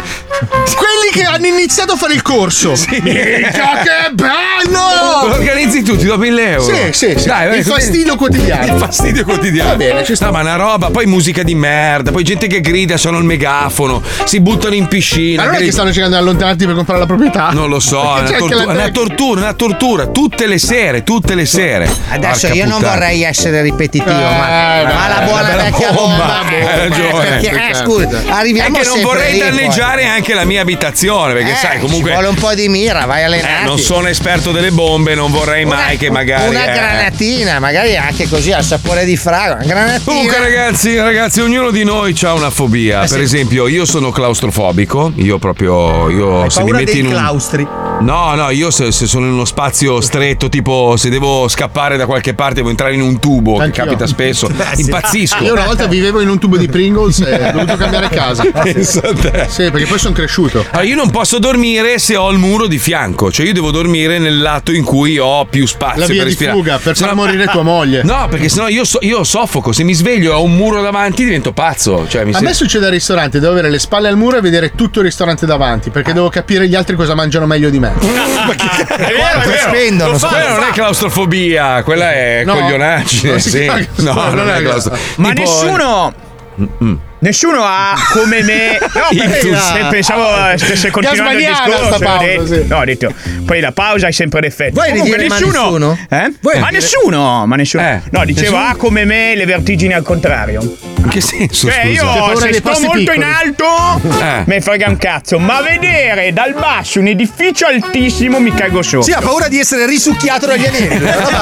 quelli che hanno iniziato a fare il corso. Sì. Minchia, che bello! Lo organizzi tu, ti do mille euro. Sì, sì, sì. Dai, vai, il così- fastidio quotidiano. Il fastidio quotidiano. Va bene, ci sta. No, ma una roba, poi musica di merda, poi gente che grida, sono il megafono, si buttano in piscina. Ma non è che grida- stanno cercando di allontanarti per comprare la proprietà? Non lo so, è Perché una, c'è anche tortura, la- una tortura, una tortura, tutte le sere, tutte le sere. Adesso Porca io non puttana. vorrei essere ripetitivo, ma, Eh, ma la buona bella vecchia bomba, bomba. hai ragione. Perché, eh, scusa, arriviamo È che non sempre vorrei lì, poi. danneggiare anche la mia abitazione, perché Eh, sai, comunque. ci vuole un po' di mira, vai a Eh, allenarti. non sono esperto delle bombe, non vorrei mai che magari. Una eh. granatina, magari anche così al sapore di fragola. Una granatina. Comunque ragazzi, ragazzi, ognuno di noi ha una fobia. Eh, per sì. esempio, io sono claustrofobico. Io proprio. Io Hai se mi paura metti dei in un. claustri? No, no, io se, se sono in uno spazio stretto, tipo se devo scappare da qualche parte, devo entrare in un tubo, che Anch'io. capita spesso, impazzisco. Io una volta vivevo in un tubo di Pringles e ho dovuto cambiare casa. Pensa a te. Sì, perché poi sono cresciuto. Allora, io non posso dormire se ho il muro di fianco, cioè io devo dormire nel lato in cui ho più spazio La via per di respirare. fuga per Se far no- morire tua moglie. No, perché sennò io, so- io soffoco. Se mi sveglio e ho un muro davanti, divento pazzo. Cioè, mi A se- me succede al ristorante, devo avere le spalle al muro e vedere tutto il ristorante davanti, perché devo capire gli altri cosa mangiano meglio di me. Quanto spendono, Quella scusa. non è claustrofobia, quella è No. coglionaggine. Non si Sì. chiama No, claustrofobia, non è non è claustrofobia. Ma Tipo- nessuno. Nessuno ha come me. No, perché Ictus. se pensavo stesse continuando il Gasmaniana discorso. sta ho pausa, detto- sì. No, ho detto. Poi la pausa hai sempre l'effetto. Vuoi Comunque ridire ma nessuno. nessuno? Eh? Vuoi Ma ridire- nessuno. Ma nessuno. Eh, no, dicevo, nessuno? ha come me le vertigini al contrario. In che senso? Cioè, scusa? io paura se dei sto posti molto in piccoli. alto Eh. me frega un cazzo. Ma vedere dal basso un edificio altissimo mi cago sotto. Sì, ha paura di essere risucchiato dagli alieni.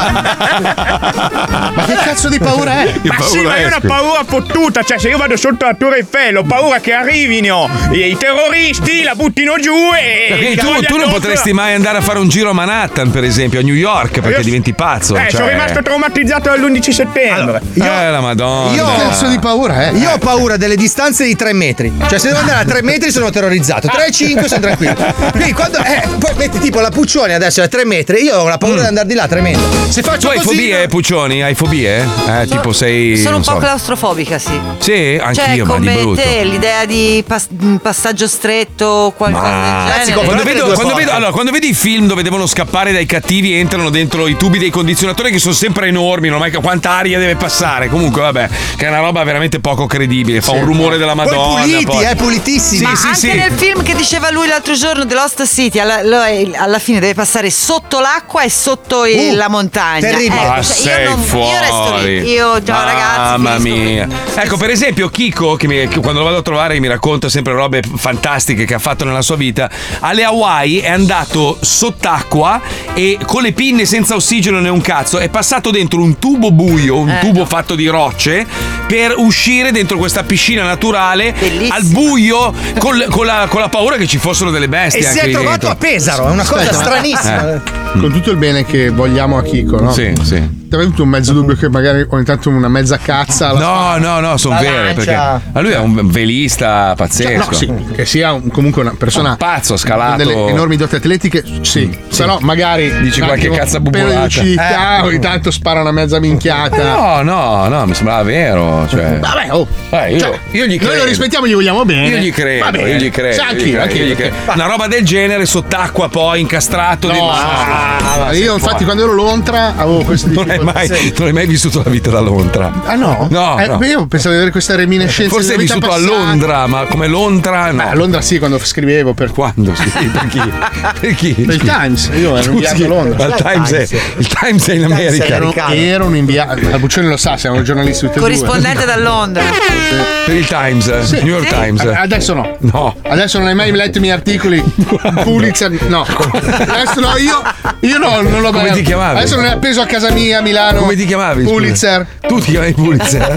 Ma che cazzo di paura è? Che Ma sì, paura ma è, è una scusa? paura fottuta. Cioè, se io vado sotto la Torre Eiffel, ho paura che arrivino i terroristi, la buttino giù e. Quindi mi tu, voglia tu non addosso. potresti mai andare a fare un giro a Manhattan, per esempio, a New York, perché Io- diventi pazzo. Eh, cioè- sono rimasto traumatizzato dall'undici settembre. Eh, la madonna. Io- Che cazzo di paura è? Io ho paura delle distanze di tre metri. Cioè, se devo andare a tre metri sono terrorizzato. tre e cinque sono tranquillo. Quindi quando. Eh, poi metti tipo la Puccioni adesso è a tre metri. Io ho la paura di andare di là tremendo. Se Tu faccio hai così. fobie, Puccioni? Hai fobie? Eh, tipo sei. Sono un non po' so. claustrofobica, sì. Sì, anch'io, Cioè, ma di come brutto. te, l'idea di pas- un passaggio stretto, qualcosa Ma- del genere. quando, comprate vedo, due quando, porte. vedo, allora, quando vedi i film dove devono scappare dai cattivi, entrano dentro i tubi dei condizionatori che sono sempre enormi, non mai quanta aria deve passare. Comunque, vabbè, che è una roba veramente poco credibile. Fa un rumore della Poi Madonna. puliti, poi. eh, pulitissimi. Sì, Ma sì, anche sì. nel film che diceva lui l'altro giorno, The Lost City, alla, lo- alla fine deve passare sotto l'acqua e sotto il- Uh, la montagna. terribile. Ecco, Ma cioè, sei io, non, fuori. io resto lì. Io, ciao ragazzi. Mamma finisco qui. mia. Ecco, per esempio, Kiko, che, mi- che quando lo vado a trovare che mi racconta sempre robe fantastiche che ha fatto nella sua vita, alle Hawaii è andato sott'acqua e con le pinne senza ossigeno né un cazzo, è passato dentro un tubo buio, un Eh, tubo fatto di rocce, per uscire dentro questa piscina naturale Bellissima. al buio col- con, la, con la paura che ci fossero delle bestie E si anche è lì trovato dentro. a Pesaro, è una cosa Aspetta, ma- stranissima. Eh. Con tutto il bene che vogliamo a Chico, no? Sì, sì. Ti è venuto un mezzo dubbio che magari ogni tanto una mezza cazza alla No, no, no, sono La vere. Perché lancia. ma lui è un velista pazzesco. No, sì, che sia un- comunque una persona Un pazzo, scalato. con delle enormi doti atletiche, sì. Però magari Dici un qualche attimo, cazzo un pelo di bubolata. lucidità, Eh. ogni tanto spara una mezza minchiata. No, no, no, mi sembrava vero. Cioè. Vabbè, oh. Eh, io, Cioè, io gli credo. noi lo rispettiamo, gli vogliamo bene. Io gli credo, Va bene. io gli credo. Sì, io gli anch'io, credo, anch'io. io gli credo. Una roba del genere sott'acqua poi incastrato No, dentro. ah, io infatti quando ero Lontra avevo questo non hai mai, non hai mai vissuto la vita da Lontra. Ah no? No, Eh, no. Io pensavo di avere questa reminiscenza. Forse hai della vita vissuto a passata. Londra, ma come Londra no. Ah, a Londra sì, quando scrivevo per quando scrivi per chi? Per chi? Per il Times, io ero inviato a Londra. Ma il Times è, il Times è in America. Ero, ero un inviato. Albuccioni lo sa, siamo giornalisti tutti e due. Corrispondente da Londra. Per il Times, Sì. New York Sì. Times. A- Adesso no. No. Adesso non hai mai letto i miei articoli. Pulitzer, no. Adesso no, io, io no, non l'ho Come mai. ti chiamavi? Adesso non è appeso a casa mia a Milano. Come ti chiamavi? scusa? Pulitzer. Tu ti chiamavi Pulitzer?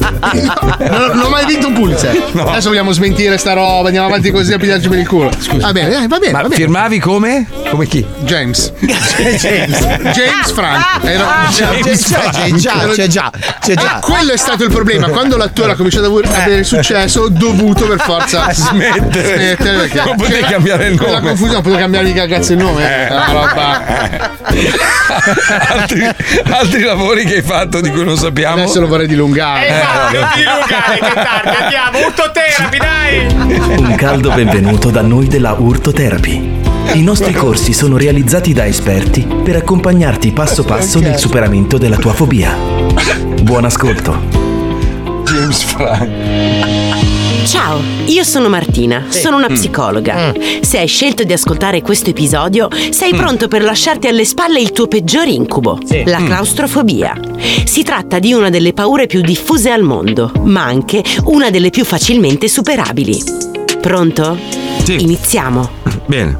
Non, non ho mai vinto un Pulitzer. No. Adesso vogliamo smentire sta roba, andiamo avanti così a pigliarci per il culo. Va bene, eh, va bene. Ma va bene. firmavi come? Come chi? James. James. James Frank. Ero- James Frank. C'è già, c'è già, c'è già. Eh, quello è stato il problema. Quando l'attore ha cominciato ad avere successo, ho dovuto per forza Smettere. smettere perché Non potevi c'era cambiare il quella nome. confusione, non potevo cambiare mica cazzo il nome. Eh. È una roba. altri, altri lavori che hai fatto di cui non sappiamo? Adesso lo vorrei dilungare. Eh, infatti, non ti dilungare, che tardi, andiamo, urtoterapi, dai! Un caldo benvenuto da noi della Urtotherapy. I nostri corsi sono realizzati da esperti per accompagnarti passo passo nel superamento della tua fobia. Buon ascolto. James Frank. Ciao, io sono Martina, sono una psicologa. Se hai scelto di ascoltare questo episodio, sei pronto per lasciarti alle spalle il tuo peggior incubo, la claustrofobia. Si tratta di una delle paure più diffuse al mondo, ma anche una delle più facilmente superabili. Pronto? Sì. Iniziamo. Bene.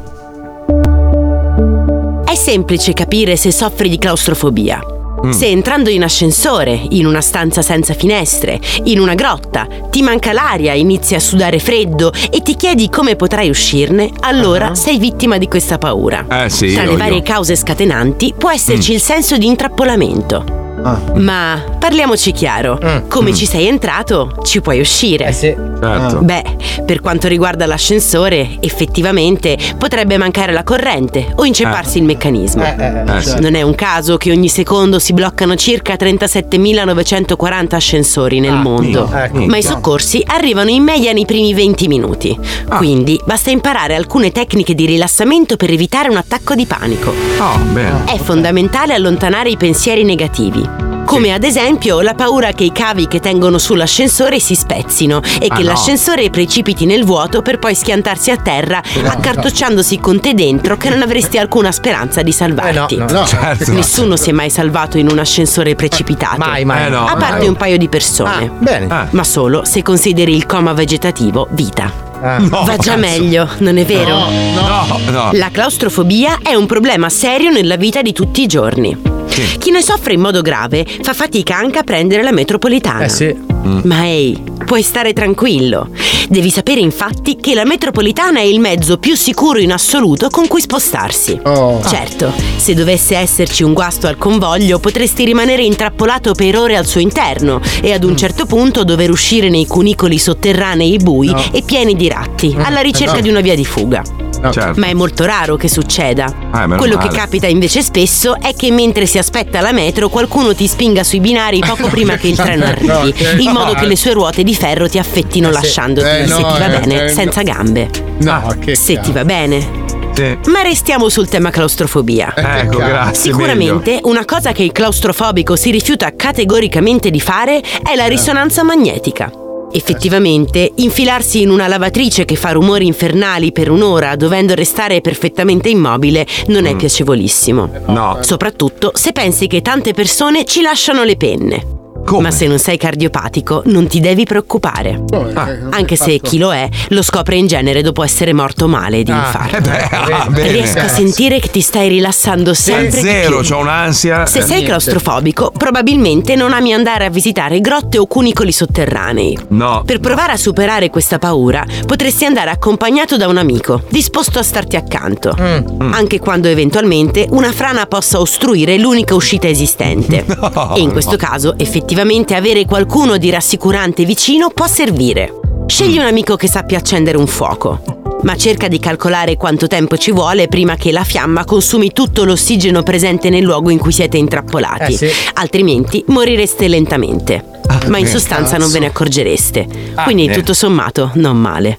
È semplice capire se soffri di claustrofobia. Se entrando in ascensore, in una stanza senza finestre, in una grotta, ti manca l'aria, inizi a sudare freddo e ti chiedi come potrai uscirne, allora uh-huh. sei vittima di questa paura. Eh sì, Tra io, le varie io. cause scatenanti può esserci mm. il senso di intrappolamento. Ah. Ma parliamoci chiaro, Mm. come Mm. ci sei entrato, ci puoi uscire. Eh sì. Certo. Beh, per quanto riguarda l'ascensore, effettivamente potrebbe mancare la corrente o incepparsi Eh. il meccanismo. Eh, eh, Eh, sì. Non è un caso che ogni secondo si bloccano circa trentasettemilanovecentoquaranta ascensori nel Ah, mondo, ecco. ma i soccorsi arrivano in media nei primi venti minuti. Quindi basta imparare alcune tecniche di rilassamento per evitare un attacco di panico. Oh, bene. È fondamentale allontanare i pensieri negativi. Come ad esempio la paura che i cavi che tengono sull'ascensore si spezzino e Ah, che no. l'ascensore precipiti nel vuoto per poi schiantarsi a terra accartocciandosi con te dentro che non avresti alcuna speranza di salvarti. Eh, no, no, no. Certo. Nessuno si è mai salvato in un ascensore precipitato. Mai, mai. Eh, no. A parte mai. un paio di persone. Ah, bene. Ah. Ma solo se consideri il coma vegetativo vita. Ah. No, Va già cazzo. meglio, non è vero? No, no. La claustrofobia è un problema serio nella vita di tutti i giorni. Sì. Chi ne soffre in modo grave fa fatica anche a prendere la metropolitana. Eh sì. Ma ehi, puoi stare tranquillo. Devi sapere infatti che la metropolitana è il mezzo più sicuro in assoluto con cui spostarsi. Oh. Certo, se dovesse esserci un guasto al convoglio potresti rimanere intrappolato per ore al suo interno e ad un certo punto dover uscire nei cunicoli sotterranei bui No. e pieni di ratti, alla ricerca no. di una via di fuga. Certo. Ma è molto raro che succeda. Ah, meno Quello male. che capita invece spesso è che mentre si aspetta la metro qualcuno ti spinga sui binari poco prima che il treno arrivi, in modo che le sue ruote di ferro ti affettino lasciandoti, Eh, no, se ti va eh, bene, eh, senza gambe. No, che Se ti va bene. Sì. Ma restiamo sul tema claustrofobia. Ecco, grazie. Sicuramente una cosa che il claustrofobico si rifiuta categoricamente di fare è la risonanza magnetica. Effettivamente, infilarsi in una lavatrice che fa rumori infernali per un'ora dovendo restare perfettamente immobile non è piacevolissimo. No. Soprattutto se pensi che tante persone ci lasciano le penne. Come? Ma se non sei cardiopatico non ti devi preoccupare. Ah. Anche se chi lo è lo scopre in genere dopo essere morto male di infarto. Eh beh, ah, bene. Riesco a sentire che ti stai rilassando sempre di Zero, più. c'ho un'ansia. Se Eh, sei niente. claustrofobico, probabilmente non ami andare a visitare grotte o cunicoli sotterranei. No. Per provare a superare questa paura, potresti andare accompagnato da un amico, disposto a starti accanto, anche quando eventualmente una frana possa ostruire l'unica uscita esistente. No, e in questo no. caso, effettivamente avere qualcuno di rassicurante vicino può servire. Scegli un amico che sappia accendere un fuoco. Ma cerca di calcolare quanto tempo ci vuole prima che la fiamma consumi tutto l'ossigeno presente nel luogo in cui siete intrappolati. Eh sì. Altrimenti morireste lentamente. Ma in eh, sostanza non ve ne accorgereste. Ah, Quindi eh. tutto sommato non male.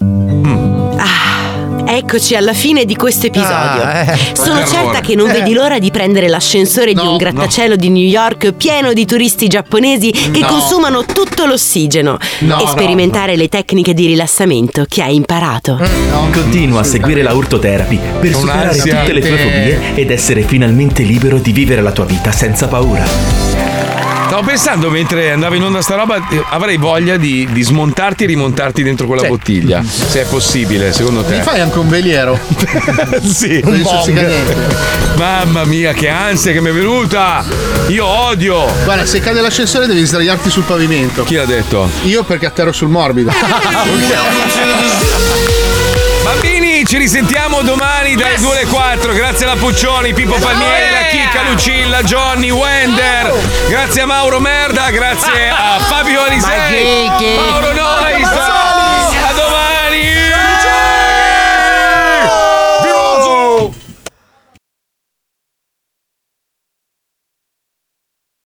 Ah, eccoci alla fine di questo episodio. Ah, eh. Sono Che certa errore. che non vedi l'ora di prendere l'ascensore di No, un grattacielo di New York pieno di turisti giapponesi che No. consumano tutto l'ossigeno No, e sperimentare le tecniche di rilassamento che hai imparato. Continua a seguire la Urtotherapy per superare Un'ansia. tutte le tue fobie ed essere finalmente libero di vivere la tua vita senza paura. Stavo pensando mentre andavo in onda sta roba, eh, avrei voglia di, di smontarti e rimontarti dentro quella Sì. bottiglia. Se è possibile, secondo te. Mi fai anche un veliero? Sì. Non gli stuzzica niente. Mamma mia, che ansia che mi è venuta! Io odio! Guarda, se cade l'ascensore devi sdraiarti sul pavimento. Chi l'ha detto? Io perché atterro sul morbido. Bambini, ci risentiamo domani dalle due alle quattro. Grazie alla Puccioni, Pippo Palmieri, la Chicca, Lucilla, Johnny, Wender. Grazie a Mauro Merda, grazie a Fabio Alisei, Ma chi, chi? Mauro Nois.